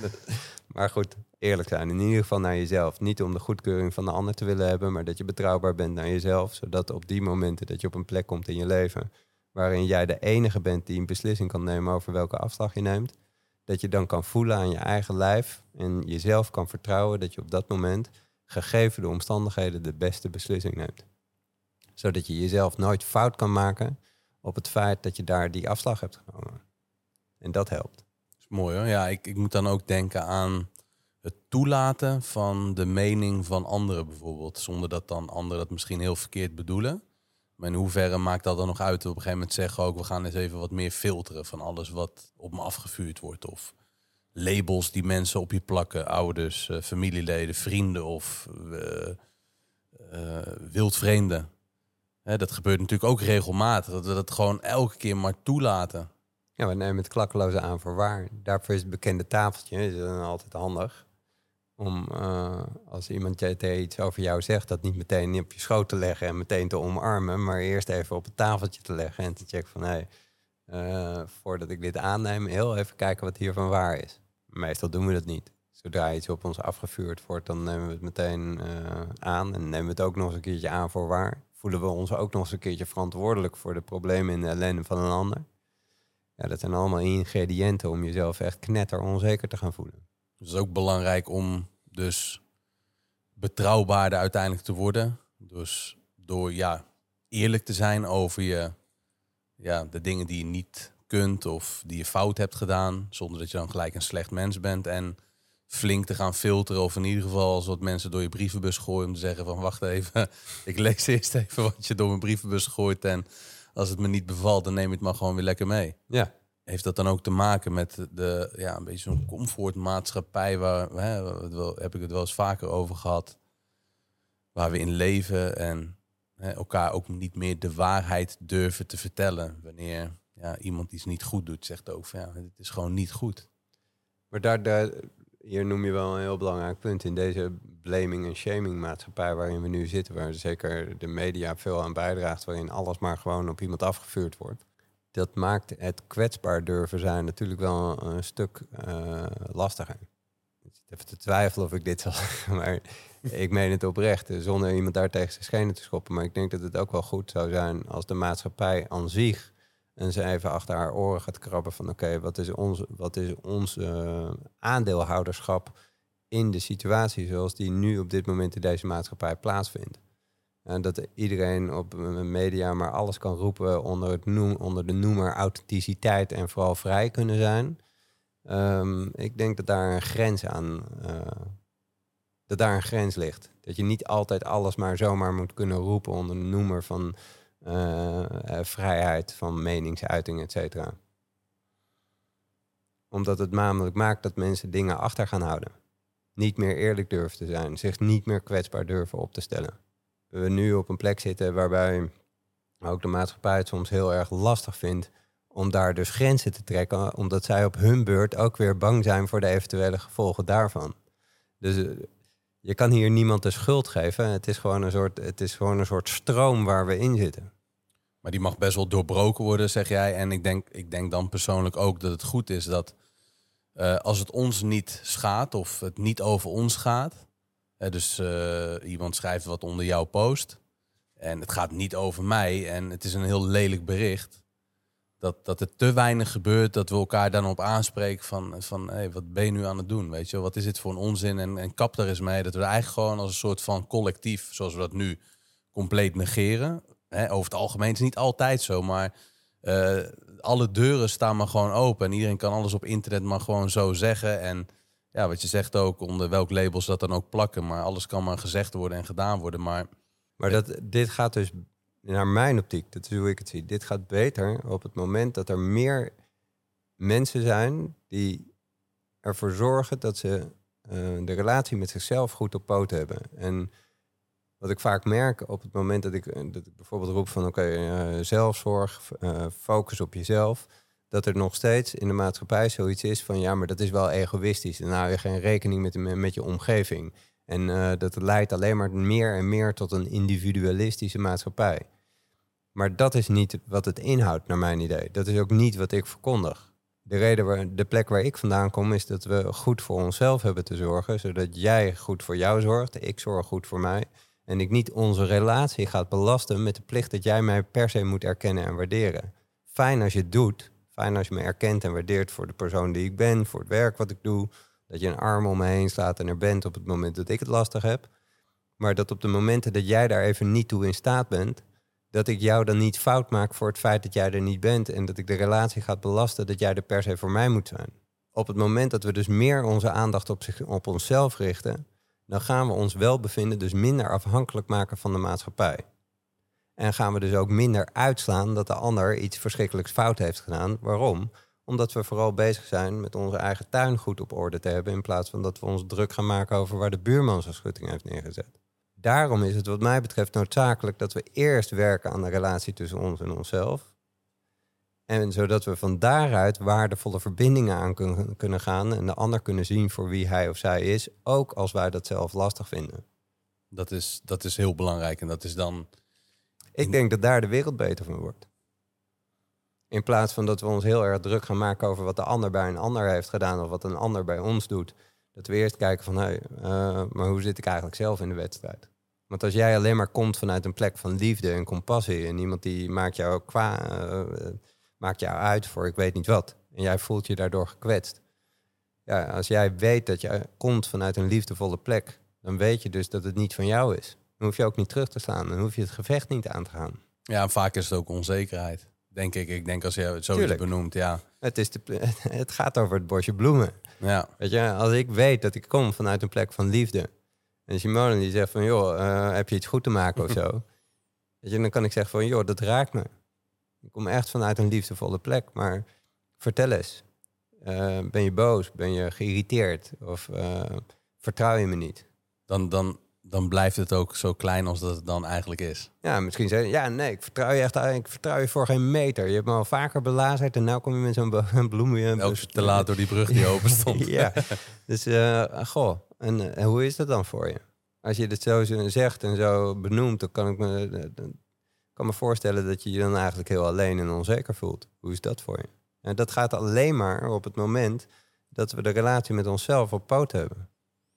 Maar goed, eerlijk zijn. In ieder geval naar jezelf. Niet om de goedkeuring van de ander te willen hebben, maar dat je betrouwbaar bent naar jezelf. Zodat op die momenten dat je op een plek komt in je leven waarin jij de enige bent die een beslissing kan nemen over welke afslag je neemt, dat je dan kan voelen aan je eigen lijf en jezelf kan vertrouwen dat je op dat moment, gegeven de omstandigheden, de beste beslissing neemt. Zodat je jezelf nooit fout kan maken op het feit dat je daar die afslag hebt genomen. En dat helpt. Dat is mooi hoor. Ja, ik, ik moet dan ook denken aan het toelaten van de mening van anderen bijvoorbeeld. Zonder dat dan anderen dat misschien heel verkeerd bedoelen. Maar in hoeverre maakt dat dan nog uit? Op een gegeven moment zeggen ook, we gaan eens even wat meer filteren van alles wat op me afgevuurd wordt. Of labels die mensen op je plakken, ouders, uh, familieleden, vrienden of uh, uh, wildvreemden. Hè, dat gebeurt natuurlijk ook regelmatig. Dat we dat gewoon elke keer maar toelaten. Ja, we nemen het klakkeloze aan voor waar. Daarvoor is het bekende tafeltje, is dan altijd handig. Om uh, als iemand je iets over jou zegt, dat niet meteen op je schoot te leggen en meteen te omarmen, maar eerst even op het tafeltje te leggen en te checken van hé, hey, uh, voordat ik dit aanneem, heel even kijken wat hiervan waar is. Meestal doen we dat niet. Zodra iets op ons afgevuurd wordt, dan nemen we het meteen uh, aan en nemen we het ook nog eens een keertje aan voor waar. Voelen we ons ook nog eens een keertje verantwoordelijk voor de problemen en de ellende van een ander. Ja, dat zijn allemaal ingrediënten om jezelf echt knetter onzeker te gaan voelen. Dus het is ook belangrijk om dus betrouwbaarder uiteindelijk te worden. Dus door ja, eerlijk te zijn over je, ja, de dingen die je niet kunt of die je fout hebt gedaan. Zonder dat je dan gelijk een slecht mens bent. En flink te gaan filteren of in ieder geval als wat mensen door je brievenbus gooien. Om te zeggen van wacht even, ik lees eerst even wat je door mijn brievenbus gooit. En als het me niet bevalt, dan neem je het maar gewoon weer lekker mee. Ja. Heeft dat dan ook te maken met de, ja, een beetje zo'n comfortmaatschappij waar, hè, wel, heb ik het wel eens vaker over gehad, waar we in leven en hè, elkaar ook niet meer de waarheid durven te vertellen. Wanneer ja, iemand iets niet goed doet, zegt ook van ja, het is gewoon niet goed. Maar daar, daar, hier noem je wel een heel belangrijk punt. In deze blaming en shaming maatschappij waarin we nu zitten, waar zeker de media veel aan bijdraagt, waarin alles maar gewoon op iemand afgevuurd wordt. Dat maakt het kwetsbaar durven zijn natuurlijk wel een, een stuk uh, lastiger. Ik zit even te twijfelen of ik dit zal zeggen, maar ik meen het oprecht. Zonder iemand daar tegen zijn schenen te schoppen. Maar ik denk dat het ook wel goed zou zijn als de maatschappij aan zich en ze even achter haar oren gaat krabben van oké, okay, wat is ons, wat is ons uh, aandeelhouderschap in de situatie zoals die nu op dit moment in deze maatschappij plaatsvindt. En dat iedereen op media maar alles kan roepen onder, het noem, onder de noemer authenticiteit en vooral vrij kunnen zijn. Um, ik denk dat daar een grens aan, uh, dat daar een grens ligt. Dat je niet altijd alles maar zomaar moet kunnen roepen onder de noemer van uh, uh, vrijheid, van meningsuiting, et cetera. Omdat het namelijk maakt dat mensen dingen achter gaan houden. Niet meer eerlijk durven te zijn, zich niet meer kwetsbaar durven op te stellen. We nu op een plek zitten waarbij ook de maatschappij het soms heel erg lastig vindt om daar dus grenzen te trekken, omdat zij op hun beurt ook weer bang zijn voor de eventuele gevolgen daarvan. Dus uh, je kan hier niemand de schuld geven. Het is gewoon een soort, het is gewoon een soort stroom waar we in zitten. Maar die mag best wel doorbroken worden, zeg jij. En ik denk, ik denk dan persoonlijk ook dat het goed is dat uh, als het ons niet schaadt of het niet over ons gaat. Uh, dus uh, iemand schrijft wat onder jouw post en het gaat niet over mij en het is een heel lelijk bericht. Dat, dat er te weinig gebeurt, dat we elkaar dan op aanspreken van, van hey, wat ben je nu aan het doen? Weet je, wat is dit voor een onzin? En, en kap daar eens mee. Dat we eigenlijk gewoon als een soort van collectief, zoals we dat nu compleet negeren. Hè, over het algemeen, het is niet altijd zo, maar uh, alle deuren staan maar gewoon open. En iedereen kan alles op internet maar gewoon zo zeggen. En ja, wat je zegt ook, onder welk label ze dat dan ook plakken. Maar alles kan maar gezegd worden en gedaan worden. Maar, maar dat, dit gaat dus naar mijn optiek, dat is hoe ik het zie. Dit gaat beter op het moment dat er meer mensen zijn die ervoor zorgen dat ze uh, de relatie met zichzelf goed op poot hebben. En wat ik vaak merk op het moment dat ik, dat ik bijvoorbeeld roep van oké, okay, uh, zelfzorg, uh, focus op jezelf, dat er nog steeds in de maatschappij zoiets is van ja, maar dat is wel egoïstisch. Dan hou je geen rekening met, met je omgeving. En uh, dat leidt alleen maar meer en meer tot een individualistische maatschappij. Maar dat is niet wat het inhoudt, naar mijn idee. Dat is ook niet wat ik verkondig. De reden waar, de plek waar ik vandaan kom is dat we goed voor onszelf hebben te zorgen, zodat jij goed voor jou zorgt, ik zorg goed voor mij. En ik niet onze relatie gaat belasten met de plicht dat jij mij per se moet erkennen en waarderen. Fijn als je het doet. Fijn als je me erkent en waardeert voor de persoon die ik ben, voor het werk wat ik doe. Dat je een arm om me heen slaat en er bent op het moment dat ik het lastig heb. Maar dat op de momenten dat jij daar even niet toe in staat bent, dat ik jou dan niet fout maak voor het feit dat jij er niet bent en dat ik de relatie gaat belasten dat jij er per se voor mij moet zijn. Op het moment dat we dus meer onze aandacht op, zich, op onszelf richten, dan gaan we ons welbevinden dus minder afhankelijk maken van de maatschappij. En gaan we dus ook minder uitslaan dat de ander iets verschrikkelijks fout heeft gedaan. Waarom? Omdat we vooral bezig zijn met onze eigen tuin goed op orde te hebben, in plaats van dat we ons druk gaan maken over waar de buurman zijn schutting heeft neergezet. Daarom is het wat mij betreft noodzakelijk dat we eerst werken aan de relatie tussen ons en onszelf. En zodat we van daaruit waardevolle verbindingen aan kun- kunnen gaan en de ander kunnen zien voor wie hij of zij is, ook als wij dat zelf lastig vinden. Dat is, dat is heel belangrijk en dat is dan... Ik denk dat daar de wereld beter van wordt. In plaats van dat we ons heel erg druk gaan maken over wat de ander bij een ander heeft gedaan of wat een ander bij ons doet. Dat we eerst kijken van, hé, hey, uh, maar hoe zit ik eigenlijk zelf in de wedstrijd? Want als jij alleen maar komt vanuit een plek van liefde en compassie en iemand die maakt jou, kwa, uh, maakt jou uit voor ik weet niet wat. En jij voelt je daardoor gekwetst. Ja, als jij weet dat je komt vanuit een liefdevolle plek, dan weet je dus dat het niet van jou is. Dan hoef je ook niet terug te slaan. Dan hoef je het gevecht niet aan te gaan. Ja, en vaak is het ook onzekerheid. Denk ik. Ik denk als je het zo benoemt, ja. Het, is de, het gaat over het bosje bloemen. Ja. Weet je, als ik weet dat ik kom vanuit een plek van liefde. En Simone die zegt van, joh, uh, heb je iets goed te maken of zo? Weet je, dan kan ik zeggen van, joh, dat raakt me. Ik kom echt vanuit een liefdevolle plek. Maar vertel eens. Uh, ben je boos? Ben je geïrriteerd? Of uh, vertrouw je me niet? Dan, dan, dan blijft het ook zo klein als dat het dan eigenlijk is. Ja, misschien zeg je, ja, nee, ik vertrouw je echt, ik vertrouw je voor geen meter. Je hebt me al vaker belazerd en nu kom je met zo'n be- bloemje. Ook te laat door die brug die open stond. Ja, dus uh, goh, en, en hoe is dat dan voor je? Als je dit zo zegt en zo benoemt, dan kan ik me, dan kan me voorstellen dat je je dan eigenlijk heel alleen en onzeker voelt. Hoe is dat voor je? En dat gaat alleen maar op het moment dat we de relatie met onszelf op poot hebben.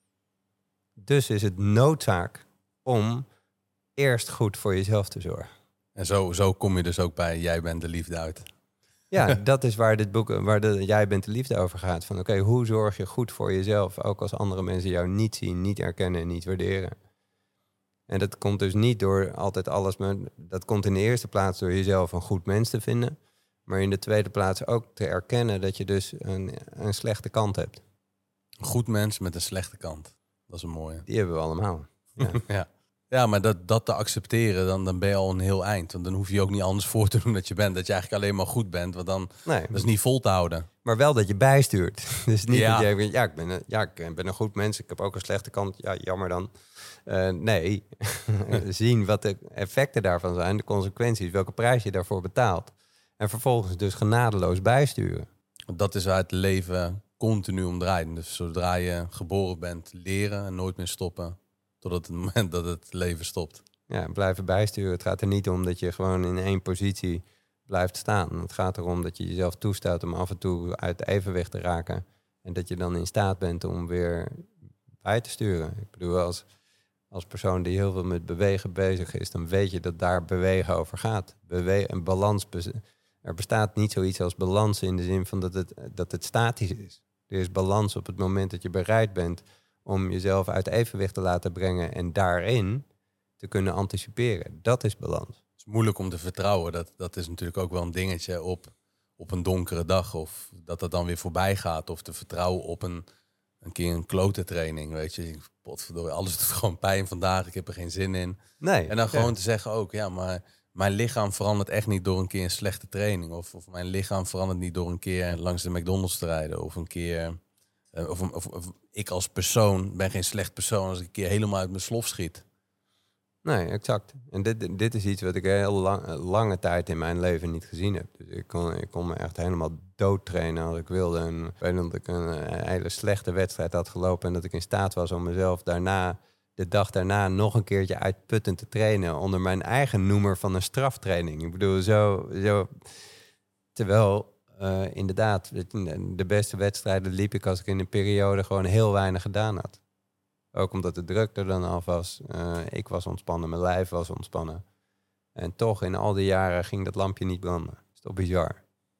Dus is het noodzaak om eerst goed voor jezelf te zorgen. En zo, zo kom je dus ook bij Jij bent de liefde uit. Ja, dat is waar dit boek, waar de Jij bent de liefde over gaat. Van oké, okay, hoe zorg je goed voor jezelf, ook als andere mensen jou niet zien, niet erkennen en niet waarderen. En dat komt dus niet door altijd alles, maar dat komt in de eerste plaats door jezelf een goed mens te vinden. Maar in de tweede plaats ook te erkennen dat je dus een, een slechte kant hebt. Een goed mens met een slechte kant. Dat is een mooie. Die hebben we allemaal. Ja, ja. ja maar dat, dat te accepteren, dan, dan ben je al een heel eind. Want dan hoef je ook niet anders voor te doen dat je bent. Dat je eigenlijk alleen maar goed bent. Want dan nee. Dat is niet vol te houden. Maar wel dat je bijstuurt. Dus niet ja. dat je ja, ik ben een, ja, ik ben een goed mens. Ik heb ook een slechte kant. Ja, jammer dan. Uh, nee, zien wat de effecten daarvan zijn. De consequenties. Welke prijs je daarvoor betaalt. En vervolgens dus genadeloos bijsturen. Dat is waar het leven continu om draait. Dus zodra je geboren bent, leren en nooit meer stoppen. Tot het moment dat het leven stopt. Ja, blijven bijsturen. Het gaat er niet om dat je gewoon in één positie blijft staan. Het gaat erom dat je jezelf toestaat om af en toe uit evenwicht te raken. En dat je dan in staat bent om weer bij te sturen. Ik bedoel, als, als persoon die heel veel met bewegen bezig is, dan weet je dat daar bewegen over gaat. Bewe- een balans. Be- er bestaat niet zoiets als balans in de zin van dat het, dat het statisch is. Er is balans op het moment dat je bereid bent om jezelf uit evenwicht te laten brengen en daarin te kunnen anticiperen. Dat is balans. Het is moeilijk om te vertrouwen. Dat, dat is natuurlijk ook wel een dingetje op, op een donkere dag. Of dat dat dan weer voorbij gaat. Of te vertrouwen op een, een keer een klote training. Weet je, potverdorie, alles doet gewoon pijn vandaag. Ik heb er geen zin in. Nee, en dan ja. gewoon te zeggen ook, ja, maar mijn lichaam verandert echt niet door een keer een slechte training. Of, of mijn lichaam verandert niet door een keer langs de McDonald's te rijden. Of een keer... Uh, of, of, of ik als persoon ben geen slecht persoon als ik een keer helemaal uit mijn slof schiet. Nee, exact. En dit, dit is iets wat ik heel lang, lange tijd in mijn leven niet gezien heb. Dus ik kon, ik kon me echt helemaal dood trainen als ik wilde. En ik weet dat ik een, een hele slechte wedstrijd had gelopen en dat ik in staat was om mezelf daarna, de dag daarna, nog een keertje uitputtend te trainen onder mijn eigen noemer van een straftraining. Ik bedoel, zo... zo terwijl... Uh, inderdaad, de beste wedstrijden liep ik als ik in een periode gewoon heel weinig gedaan had. Ook omdat de druk er dan af was. Uh, ik was ontspannen, mijn lijf was ontspannen. En toch, in al die jaren ging dat lampje niet branden. Dat is toch bizar?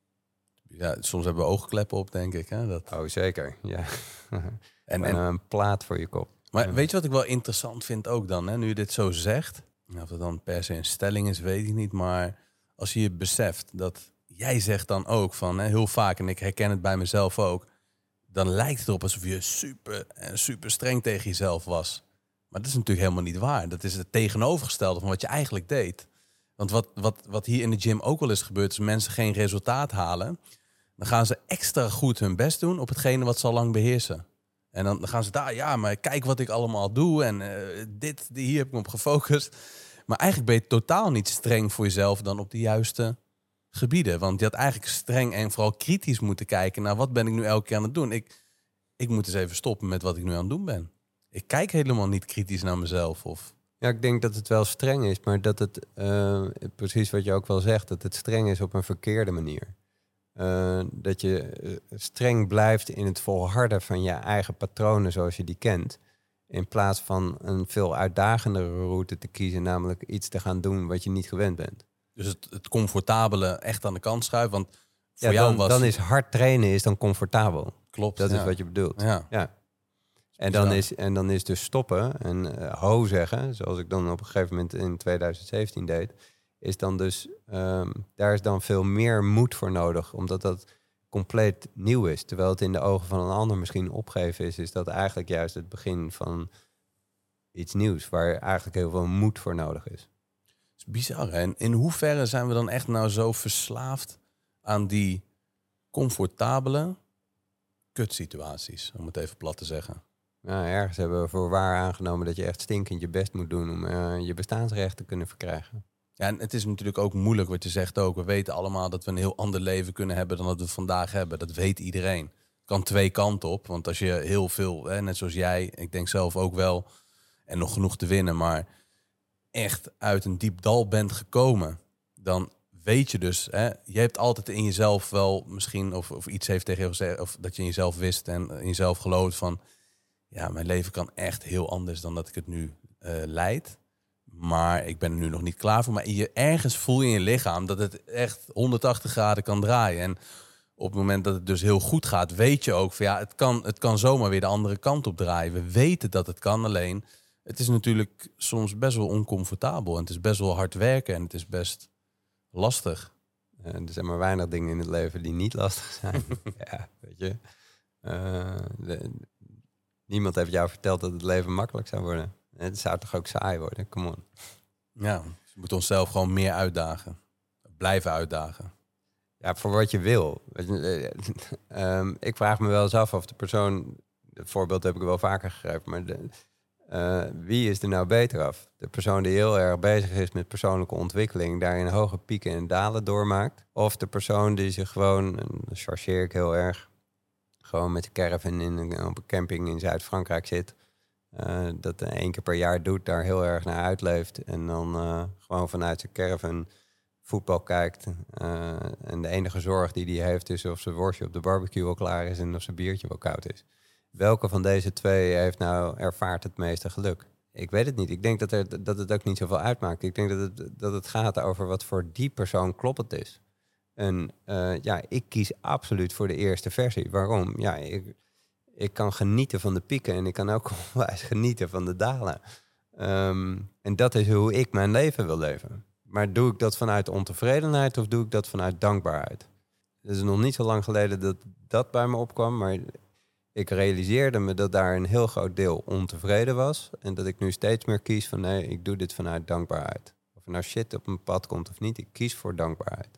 Ja, soms hebben we oogkleppen op, denk ik. Hè? Dat... Oh, zeker, ja. en, en een plaat voor je kop. Maar ja. Weet je wat ik wel interessant vind ook dan? Hè? Nu je dit zo zegt, of dat dan per se een stelling is, weet ik niet. Maar als je je beseft dat... Jij zegt dan ook van, hè, heel vaak, en ik herken het bij mezelf ook, dan lijkt het erop alsof je super, super streng tegen jezelf was. Maar dat is natuurlijk helemaal niet waar. Dat is het tegenovergestelde van wat je eigenlijk deed. Want wat, wat, wat hier in de gym ook wel eens gebeurt, is mensen geen resultaat halen. Dan gaan ze extra goed hun best doen op hetgene wat ze al lang beheersen. En dan, dan gaan ze daar, ja, maar kijk wat ik allemaal doe en uh, dit, die, hier heb ik me op gefocust. Maar eigenlijk ben je totaal niet streng voor jezelf dan op de juiste gebieden. Want je had eigenlijk streng en vooral kritisch moeten kijken naar wat ben ik nu elke keer aan het doen. Ik, ik moet eens even stoppen met wat ik nu aan het doen ben. Ik kijk helemaal niet kritisch naar mezelf. Of... Ja, ik denk dat het wel streng is, maar dat het, uh, precies wat je ook wel zegt, dat het streng is op een verkeerde manier. Uh, dat je streng blijft in het volharden van je eigen patronen zoals je die kent. In plaats van een veel uitdagendere route te kiezen, namelijk iets te gaan doen wat je niet gewend bent. Dus het, het comfortabele echt aan de kant schuiven. Want voor ja, jou dan, was... dan is hard trainen is dan comfortabel. Klopt. Dat ja. is wat je bedoelt. Ja. ja. En, dan is, en dan is dus stoppen en uh, ho zeggen, zoals ik dan op een gegeven moment in twintig zeventien deed, is dan dus, um, daar is dan veel meer moed voor nodig, omdat dat compleet nieuw is. Terwijl het in de ogen van een ander misschien opgeven is, is dat eigenlijk juist het begin van iets nieuws, waar eigenlijk heel veel moed voor nodig is. Dat is bizar. Hè? En in hoeverre zijn we dan echt nou zo verslaafd aan die comfortabele kutsituaties, om het even plat te zeggen? Nou, ergens hebben we voor waar aangenomen dat je echt stinkend je best moet doen om uh, je bestaansrecht te kunnen verkrijgen. Ja, en het is natuurlijk ook moeilijk wat je zegt ook. We weten allemaal dat we een heel ander leven kunnen hebben dan dat we vandaag hebben. Dat weet iedereen. Het kan twee kanten op. Want als je heel veel, hè, net zoals jij, ik denk zelf ook wel, en nog genoeg te winnen, maar echt uit een diep dal bent gekomen, dan weet je dus, hè, je hebt altijd in jezelf wel misschien, of, of iets heeft tegen je gezegd, of dat je in jezelf wist en in jezelf gelooft van, ja, mijn leven kan echt heel anders dan dat ik het nu uh, leid. Maar ik ben er nu nog niet klaar voor. Maar je, ergens voel je in je lichaam dat het echt honderdtachtig graden kan draaien. En op het moment dat het dus heel goed gaat, weet je ook van ja, het kan, het kan zomaar weer de andere kant op draaien. We weten dat het kan, alleen het is natuurlijk soms best wel oncomfortabel. En het is best wel hard werken en het is best lastig. Uh, er zijn maar weinig dingen in het leven die niet lastig zijn. Ja, weet je. Uh, de, niemand heeft jou verteld dat het leven makkelijk zou worden. Het zou toch ook saai worden? Come on. Ja, dus we moeten onszelf gewoon meer uitdagen. Blijven uitdagen. Ja, voor wat je wil. um, ik vraag me wel eens af of de persoon... Het voorbeeld heb ik wel vaker gegeven, maar... De, uh, wie is er nou beter af? De persoon die heel erg bezig is met persoonlijke ontwikkeling... daarin hoge pieken en dalen doormaakt? Of de persoon die zich gewoon... en dat chargeer ik heel erg... gewoon met de caravan in, op een camping in Zuid-Frankrijk zit... Uh, dat één keer per jaar doet, daar heel erg naar uitleeft... en dan uh, gewoon vanuit zijn caravan voetbal kijkt. Uh, en de enige zorg die hij heeft is of zijn worstje op de barbecue al klaar is... en of zijn biertje wel koud is. Welke van deze twee heeft nou ervaart het meeste geluk? Ik weet het niet. Ik denk dat, er, dat het ook niet zoveel uitmaakt. Ik denk dat het, dat het gaat over wat voor die persoon kloppend is. En uh, ja, ik kies absoluut voor de eerste versie. Waarom? Ja, ik... Ik kan genieten van de pieken en ik kan ook onwijs genieten van de dalen. Um, en dat is hoe ik mijn leven wil leven. Maar doe ik dat vanuit ontevredenheid of doe ik dat vanuit dankbaarheid? Het is nog niet zo lang geleden dat dat bij me opkwam, maar ik realiseerde me dat daar een heel groot deel ontevreden was. En dat ik nu steeds meer kies van nee, ik doe dit vanuit dankbaarheid. Of er nou shit op mijn pad komt of niet, ik kies voor dankbaarheid.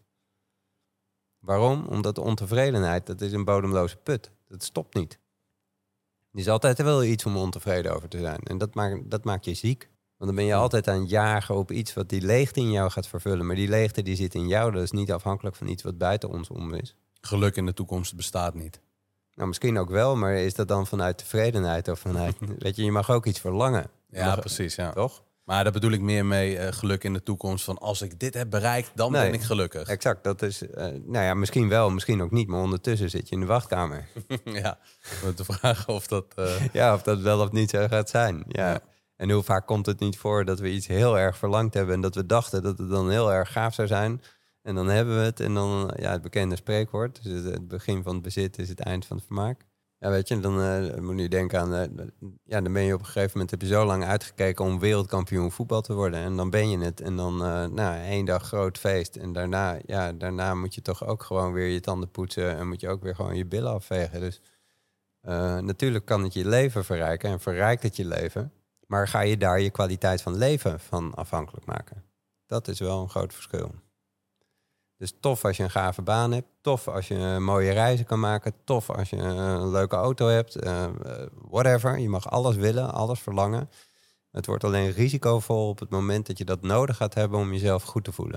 Waarom? Omdat de ontevredenheid, dat is een bodemloze put. Dat stopt niet. Er is altijd wel iets om ontevreden over te zijn. En dat maakt, dat maakt je ziek. Want dan ben je altijd aan het jagen op iets wat die leegte in jou gaat vervullen. Maar die leegte die zit in jou. Dat is niet afhankelijk van iets wat buiten ons om is. Geluk in de toekomst bestaat niet. Nou, misschien ook wel. Maar is dat dan vanuit tevredenheid of vanuit... weet je, je mag ook iets verlangen. Ja, mag, precies. Ja. Toch? Maar daar bedoel ik meer mee uh, geluk in de toekomst. Van als ik dit heb bereikt, dan nee, ben ik gelukkig. Exact. Dat is, uh, nou ja, misschien wel, misschien ook niet. Maar ondertussen zit je in de wachtkamer. Ja, om te vragen of dat... Uh... ja, of dat wel of niet zo gaat zijn. Ja. Ja. En hoe vaak komt het niet voor dat we iets heel erg verlangd hebben... en dat we dachten dat het dan heel erg gaaf zou zijn. En dan hebben we het. En dan, ja, het bekende spreekwoord. Dus het begin van het bezit is het eind van het vermaak. Ja, weet je, dan uh, moet je denken aan... Uh, ja, dan ben je op een gegeven moment... heb je zo lang uitgekeken om wereldkampioen voetbal te worden. En dan ben je het. En dan, uh, nou, één dag groot feest. En daarna, ja, daarna moet je toch ook gewoon weer je tanden poetsen... en moet je ook weer gewoon je billen afvegen. Dus uh, natuurlijk kan het je leven verrijken... en verrijkt het je leven. Maar ga je daar je kwaliteit van leven van afhankelijk maken? Dat is wel een groot verschil. Dus tof als je een gave baan hebt. Tof als je mooie reizen kan maken. Tof als je een leuke auto hebt. Uh, whatever. Je mag alles willen, alles verlangen. Het wordt alleen risicovol op het moment dat je dat nodig gaat hebben om jezelf goed te voelen.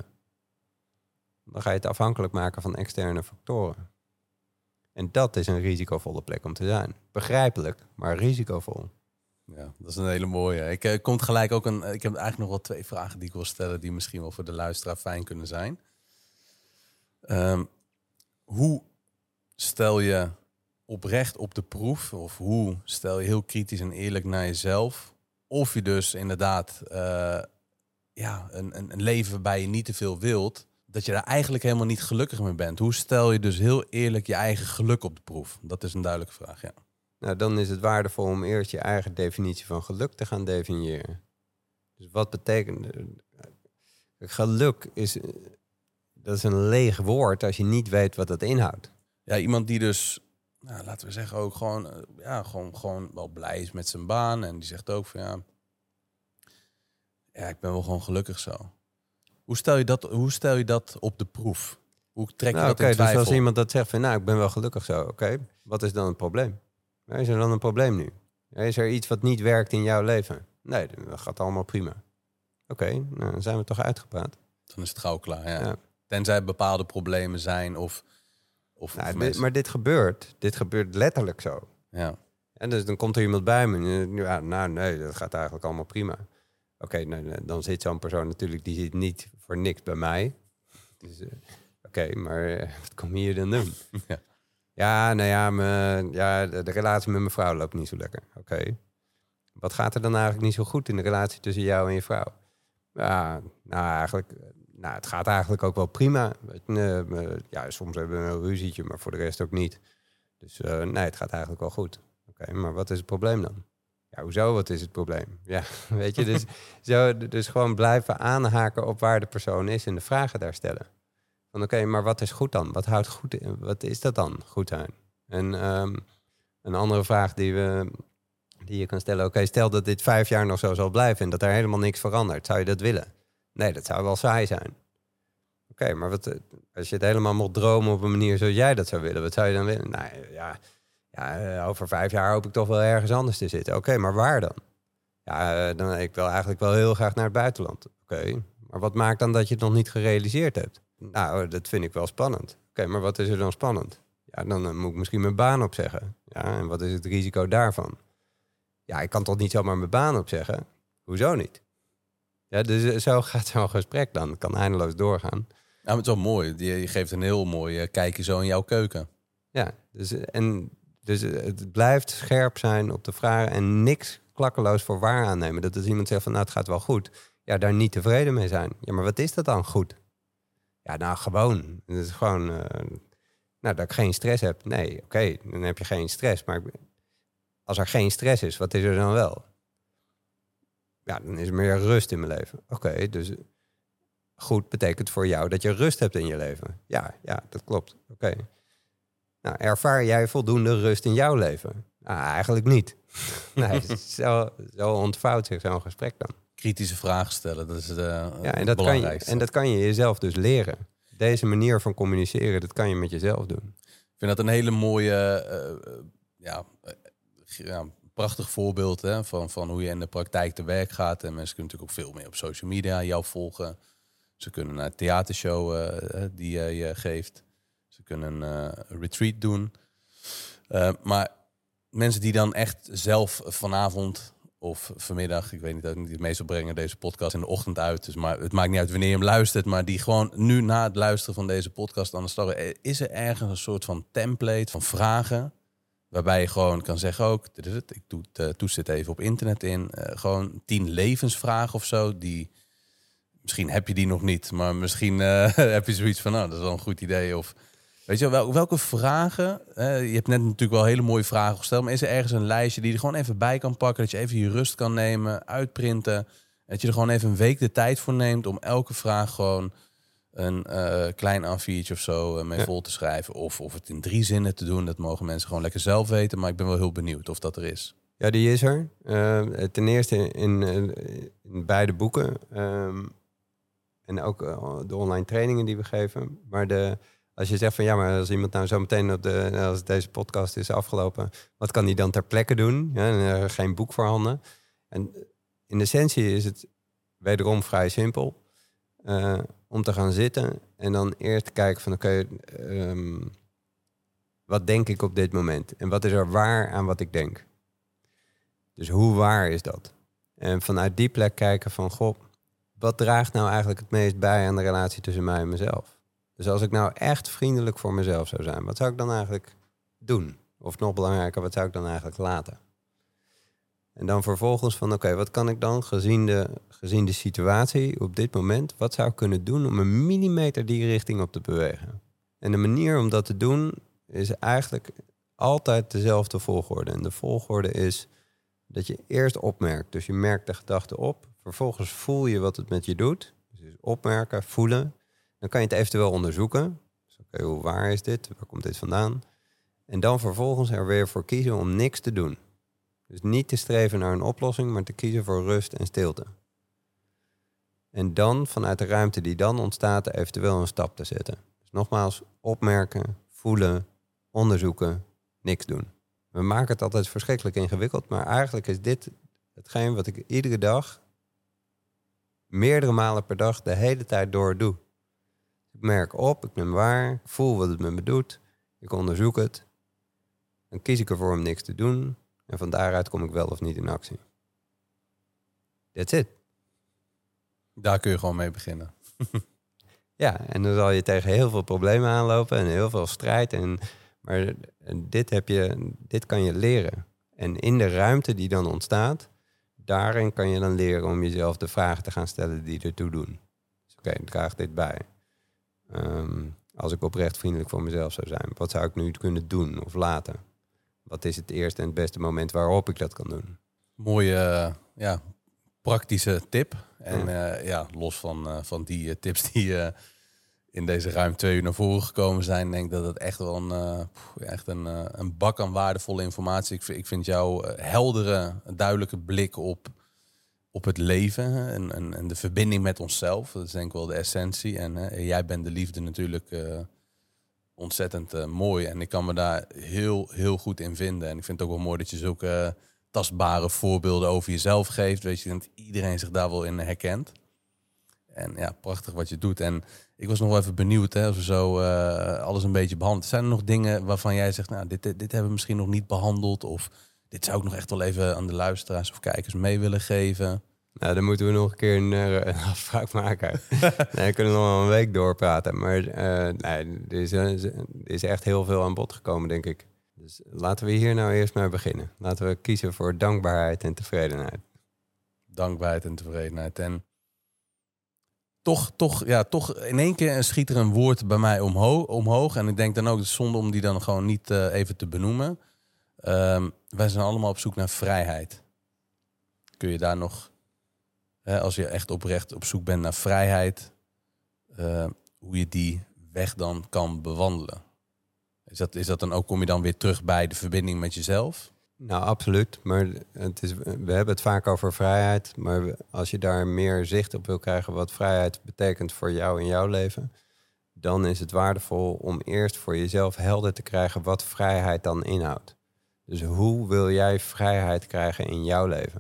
Dan ga je het afhankelijk maken van externe factoren. En dat is een risicovolle plek om te zijn. Begrijpelijk, maar risicovol. Ja, dat is een hele mooie. Ik uh, komt gelijk ook een. Ik heb eigenlijk nog wel twee vragen die ik wil stellen, die misschien wel voor de luisteraar fijn kunnen zijn. Um, hoe stel je oprecht op de proef, of hoe stel je heel kritisch en eerlijk naar jezelf, of je dus inderdaad uh, ja, een, een, een leven waarbij je niet te veel wilt, dat je daar eigenlijk helemaal niet gelukkig mee bent. Hoe stel je dus heel eerlijk je eigen geluk op de proef? Dat is een duidelijke vraag, ja. Nou, dan is het waardevol om eerst je eigen definitie van geluk te gaan definiëren. Dus wat betekent... Geluk is... Dat is een leeg woord als je niet weet wat dat inhoudt. Ja, iemand die dus, nou, laten we zeggen, ook gewoon, ja, gewoon, gewoon wel blij is met zijn baan. En die zegt ook van ja, ja, ik ben wel gewoon gelukkig zo. Hoe stel je dat, hoe stel je dat op de proef? Hoe trek je nou, dat okay, in twijfel? Dus als iemand dat zegt van nou, ik ben wel gelukkig zo. Oké, okay, wat is dan het probleem? Is er dan een probleem nu? Is er iets wat niet werkt in jouw leven? Nee, dat gaat allemaal prima. Oké, okay, nou, dan zijn we toch uitgepraat. Dan is het gauw klaar, ja. ja. Tenzij er bepaalde problemen zijn of... of, nou, of dit, mensen... Maar dit gebeurt. Dit gebeurt letterlijk zo. Ja. En dus dan komt er iemand bij me. Ja, nou, nee, dat gaat eigenlijk allemaal prima. Oké, okay, nou, dan zit zo'n persoon natuurlijk... die zit niet voor niks bij mij. Dus, uh, Oké, okay, maar uh, wat kom je hier dan doen? Ja. Ja, nou ja, me, ja de, de relatie met mijn vrouw loopt niet zo lekker. Oké. Okay. Wat gaat er dan eigenlijk niet zo goed in de relatie tussen jou en je vrouw? Ja, nou eigenlijk... Nou, het gaat eigenlijk ook wel prima. Uh, uh, ja, soms hebben we een ruzietje, maar voor de rest ook niet. Dus uh, nee, het gaat eigenlijk wel goed. Oké, okay, maar wat is het probleem dan? Ja, hoezo, wat is het probleem? Ja, weet je, dus, zo, dus gewoon blijven aanhaken op waar de persoon is en de vragen daar stellen. Van oké, okay, maar wat is goed dan? Wat houdt goed in? Wat is dat dan, goed zijn? En um, een andere vraag die, we, die je kan stellen... oké, okay, stel dat dit vijf jaar nog zo zal blijven... en dat er helemaal niks verandert. Zou je dat willen? Nee, dat zou wel saai zijn. Oké, okay, maar wat, als je het helemaal mocht dromen op een manier zoals jij dat zou willen... wat zou je dan willen? Nou ja, ja over vijf jaar hoop ik toch wel ergens anders te zitten. Oké, okay, maar waar dan? Ja, dan, ik wil eigenlijk wel heel graag naar het buitenland. Oké, okay, maar wat maakt dan dat je het nog niet gerealiseerd hebt? Nou, dat vind ik wel spannend. Oké, okay, maar wat is er dan spannend? Ja, dan uh, moet ik misschien mijn baan opzeggen. Ja, en wat is het risico daarvan? Ja, ik kan toch niet zomaar mijn baan opzeggen? Hoezo niet? Ja, dus zo gaat zo'n gesprek dan. Het kan eindeloos doorgaan. Ja, maar het is wel mooi. Je geeft een heel mooi uh, kijkje zo in jouw keuken. Ja, dus, en, dus het blijft scherp zijn op de vragen en niks klakkeloos voor waar aannemen. Dat als iemand zegt van nou, het gaat wel goed. Ja, daar niet tevreden mee zijn. Ja, maar wat is dat dan goed? Ja, nou, gewoon. Het is gewoon, uh, nou, dat ik geen stress heb. Nee, oké, okay, dan heb je geen stress. Maar als er geen stress is, wat is er dan wel? Ja, dan is er meer rust in mijn leven. Oké, okay, dus goed betekent voor jou dat je rust hebt in je leven. Ja, ja, dat klopt. Oké. Okay. Nou, ervaar jij voldoende rust in jouw leven? Nou, eigenlijk niet. Nee, zo, zo ontvouwt zich zo'n gesprek dan. Kritische vragen stellen, dat is de, ja, en het dat belangrijkste. Kan je, en dat kan je jezelf dus leren. Deze manier van communiceren, dat kan je met jezelf doen. Ik vind dat een hele mooie, uh, ja, uh, ja, prachtig voorbeeld hè, van, van hoe je in de praktijk te werk gaat. En mensen kunnen natuurlijk ook veel meer op social media jou volgen. Ze kunnen naar een theatershow uh, die je uh, geeft. Ze kunnen uh, een retreat doen. Uh, maar mensen die dan echt zelf vanavond of vanmiddag, ik weet niet, niet meestal brengen deze podcast in de ochtend uit. Dus maar het maakt niet uit wanneer je hem luistert. Maar die gewoon nu na het luisteren van deze podcast aan de start, is er ergens een soort van template van vragen waarbij je gewoon kan zeggen ook, dit is het, ik doe het, uh, toets dit even op internet in. Uh, gewoon tien levensvragen of zo. Die, misschien heb je die nog niet, maar misschien uh, heb je zoiets van, nou, dat is wel een goed idee. Of weet je wel, welke vragen, uh, je hebt net natuurlijk wel hele mooie vragen gesteld, maar is er ergens een lijstje die je er gewoon even bij kan pakken, dat je even je rust kan nemen, uitprinten, dat je er gewoon even een week de tijd voor neemt om elke vraag gewoon een uh, klein A viertje of zo uh, mee ja. vol te schrijven. Of, of het in drie zinnen te doen. Dat mogen mensen gewoon lekker zelf weten. Maar ik ben wel heel benieuwd of dat er is. Ja, die is er. Uh, ten eerste in, in, in beide boeken. Um, en ook uh, de online trainingen die we geven. Maar de, als je zegt van ja, maar als iemand nou zo meteen op de, als deze podcast is afgelopen, wat kan die dan ter plekke doen? Ja, en, uh, geen boek voorhanden. En in essentie is het wederom vrij simpel. Uh, om te gaan zitten en dan eerst te kijken van oké, okay, um, wat denk ik op dit moment? En wat is er waar aan wat ik denk? Dus hoe waar is dat? En vanuit die plek kijken van goh, wat draagt nou eigenlijk het meest bij aan de relatie tussen mij en mezelf? Dus als ik nou echt vriendelijk voor mezelf zou zijn, wat zou ik dan eigenlijk doen? Of nog belangrijker, wat zou ik dan eigenlijk laten? En dan vervolgens van, oké, okay, wat kan ik dan gezien de, gezien de situatie op dit moment, wat zou ik kunnen doen om een millimeter die richting op te bewegen? En de manier om dat te doen is eigenlijk altijd dezelfde volgorde. En de volgorde is dat je eerst opmerkt. Dus je merkt de gedachte op, vervolgens voel je wat het met je doet. Dus opmerken, voelen. Dan kan je het eventueel onderzoeken. Dus oké, okay, hoe waar is dit? Waar komt dit vandaan? En dan vervolgens er weer voor kiezen om niks te doen. Dus niet te streven naar een oplossing, maar te kiezen voor rust en stilte. En dan, vanuit de ruimte die dan ontstaat, eventueel een stap te zetten. Dus nogmaals, opmerken, voelen, onderzoeken, niks doen. We maken het altijd verschrikkelijk ingewikkeld, maar eigenlijk is dit hetgeen wat ik iedere dag, meerdere malen per dag, de hele tijd door doe. Ik merk op, ik neem waar, ik voel wat het met me doet, ik onderzoek het. Dan kies ik ervoor om niks te doen en van daaruit kom ik wel of niet in actie. That's it. Daar kun je gewoon mee beginnen. Ja, en dan zal je tegen heel veel problemen aanlopen en heel veel strijd. En, maar dit, heb je, dit kan je leren. En in de ruimte die dan ontstaat, daarin kan je dan leren om jezelf de vragen te gaan stellen die ertoe doen. Dus oké, okay, draag dit bij. Um, als ik oprecht vriendelijk voor mezelf zou zijn, wat zou ik nu kunnen doen of laten? Wat is het eerste en het beste moment waarop ik dat kan doen? Mooie, uh, ja, praktische tip. En ja, uh, ja los van, uh, van die uh, tips die uh, in deze ruim twee uur naar voren gekomen zijn, denk ik dat het echt wel een, uh, echt een, uh, een bak aan waardevolle informatie. Ik vind, ik vind jouw uh, heldere, duidelijke blik op, op het leven en, en, en de verbinding met onszelf. Dat is denk ik wel de essentie. En uh, jij bent de liefde natuurlijk uh, ontzettend uh, mooi. En ik kan me daar heel, heel goed in vinden. En ik vind het ook wel mooi dat je zulke uh, tastbare voorbeelden over jezelf geeft. Weet je, dat iedereen zich daar wel in herkent. En ja, prachtig wat je doet. En ik was nog wel even benieuwd, hè, als we zo uh, alles een beetje behandelen. Zijn er nog dingen waarvan jij zegt, nou, dit, dit, dit hebben we misschien nog niet behandeld, of dit zou ik nog echt wel even aan de luisteraars of kijkers mee willen geven? Nou, dan moeten we nog een keer een, uh, een afspraak maken. Nee, we kunnen nog wel een week doorpraten. Maar uh, nee, er, is, er is echt heel veel aan bod gekomen, denk ik. Dus laten we hier nou eerst maar beginnen. Laten we kiezen voor dankbaarheid en tevredenheid. Dankbaarheid en tevredenheid. En toch, toch, ja, toch in één keer schiet er een woord bij mij omhoog. omhoog. En ik denk dan ook, het is zonde om die dan gewoon niet uh, even te benoemen. Um, wij zijn allemaal op zoek naar vrijheid. Kun je daar nog, hè, als je echt oprecht op zoek bent naar vrijheid, uh, hoe je die weg dan kan bewandelen? Is dat, is dat dan ook, kom je dan weer terug bij de verbinding met jezelf? Nou, absoluut. Maar het is, we hebben het vaak over vrijheid. Maar als je daar meer zicht op wil krijgen wat vrijheid betekent voor jou in jouw leven, dan is het waardevol om eerst voor jezelf helder te krijgen wat vrijheid dan inhoudt. Dus hoe wil jij vrijheid krijgen in jouw leven?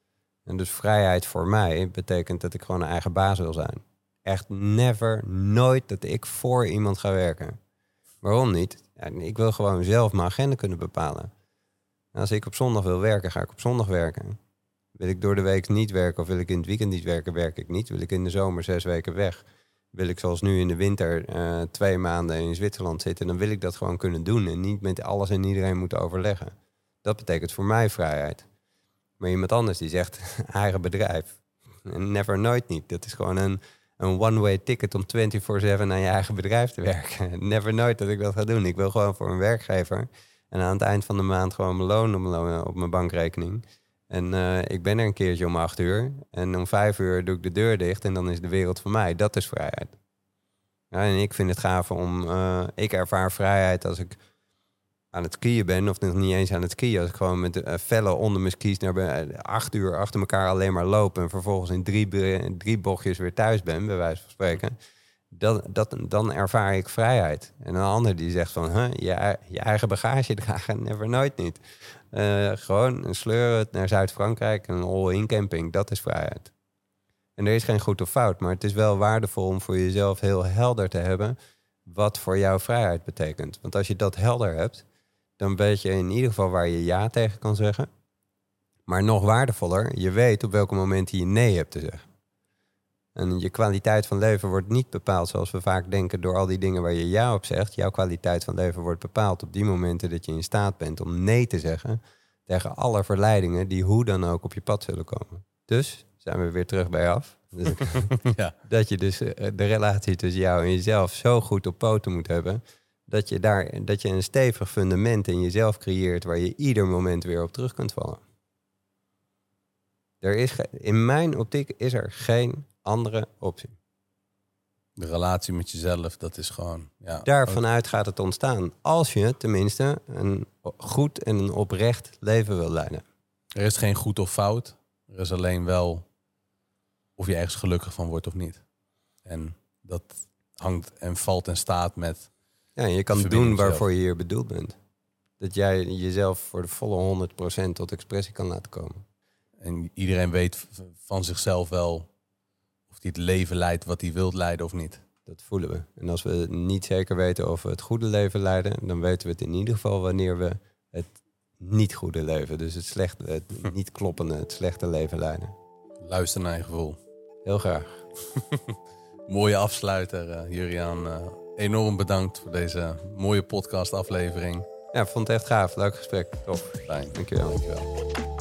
En dus vrijheid voor mij betekent dat ik gewoon een eigen baas wil zijn. Echt never, nooit dat ik voor iemand ga werken. Waarom niet? Ja, ik wil gewoon zelf mijn agenda kunnen bepalen. Als ik op zondag wil werken, ga ik op zondag werken. Wil ik door de week niet werken of wil ik in het weekend niet werken, werk ik niet. Wil ik in de zomer zes weken weg. Wil ik zoals nu in de winter uh, twee maanden in Zwitserland zitten, dan wil ik dat gewoon kunnen doen en niet met alles en iedereen moeten overleggen. Dat betekent voor mij vrijheid. Maar iemand anders die zegt eigen bedrijf. Never, nooit niet. Dat is gewoon een, een one-way ticket om vierentwintig zeven aan je eigen bedrijf te werken. Never, nooit dat ik dat ga doen. Ik wil gewoon voor een werkgever en aan het eind van de maand gewoon mijn loon op mijn, op mijn bankrekening. En uh, ik ben er een keertje om acht uur. En om vijf uur doe ik de deur dicht en dan is de wereld voor mij. Dat is vrijheid. Ja, en ik vind het gaaf om... Uh, ik ervaar vrijheid als ik aan het skiën ben, of nog niet eens aan het skiën. Als ik gewoon met uh, vellen onder mijn skis naar uh, acht uur achter elkaar alleen maar loop en vervolgens in drie, drie bochtjes weer thuis ben, bij wijze van spreken. Dat, dat, dan ervaar ik vrijheid. En een ander die zegt van, huh, je, je eigen bagage dragen, never, nooit niet. Uh, gewoon een sleuren naar Zuid-Frankrijk, een all-in camping, dat is vrijheid. En er is geen goed of fout, maar het is wel waardevol om voor jezelf heel helder te hebben wat voor jou vrijheid betekent. Want als je dat helder hebt, dan weet je in ieder geval waar je ja tegen kan zeggen. Maar nog waardevoller, je weet op welke momenten je nee hebt te zeggen. En je kwaliteit van leven wordt niet bepaald zoals we vaak denken door al die dingen waar je ja op zegt. Jouw kwaliteit van leven wordt bepaald op die momenten dat je in staat bent om nee te zeggen tegen alle verleidingen die hoe dan ook op je pad zullen komen. Dus zijn we weer terug bij af. Dus ja. Dat je dus de relatie tussen jou en jezelf zo goed op poten moet hebben, dat je daar, dat je een stevig fundament in jezelf creëert waar je ieder moment weer op terug kunt vallen. Er is ge- in mijn optiek is er geen andere optie. De relatie met jezelf, dat is gewoon... Ja, Daarvanuit gaat het ontstaan. Als je tenminste een goed en een oprecht leven wil leiden. Er is geen goed of fout. Er is alleen wel of je ergens gelukkig van wordt of niet. En dat hangt en valt en staat met... Ja, je kan doen waarvoor je hier bedoeld bent. dat jij jezelf voor de volle honderd procent tot expressie kan laten komen. En iedereen weet van zichzelf wel of hij het leven leidt wat hij wilt leiden of niet. Dat voelen we. En als we niet zeker weten of we het goede leven leiden, dan weten we het in ieder geval wanneer we het niet goede leven, dus het slechte, het niet kloppende, het slechte leven leiden. Luister naar je gevoel. Heel graag. Mooie afsluiter, uh, Juriaan. Uh, enorm bedankt voor deze mooie podcast aflevering. Ja, ik vond het echt gaaf. Leuk gesprek. Top. Fijn. Dankjewel. Dankjewel.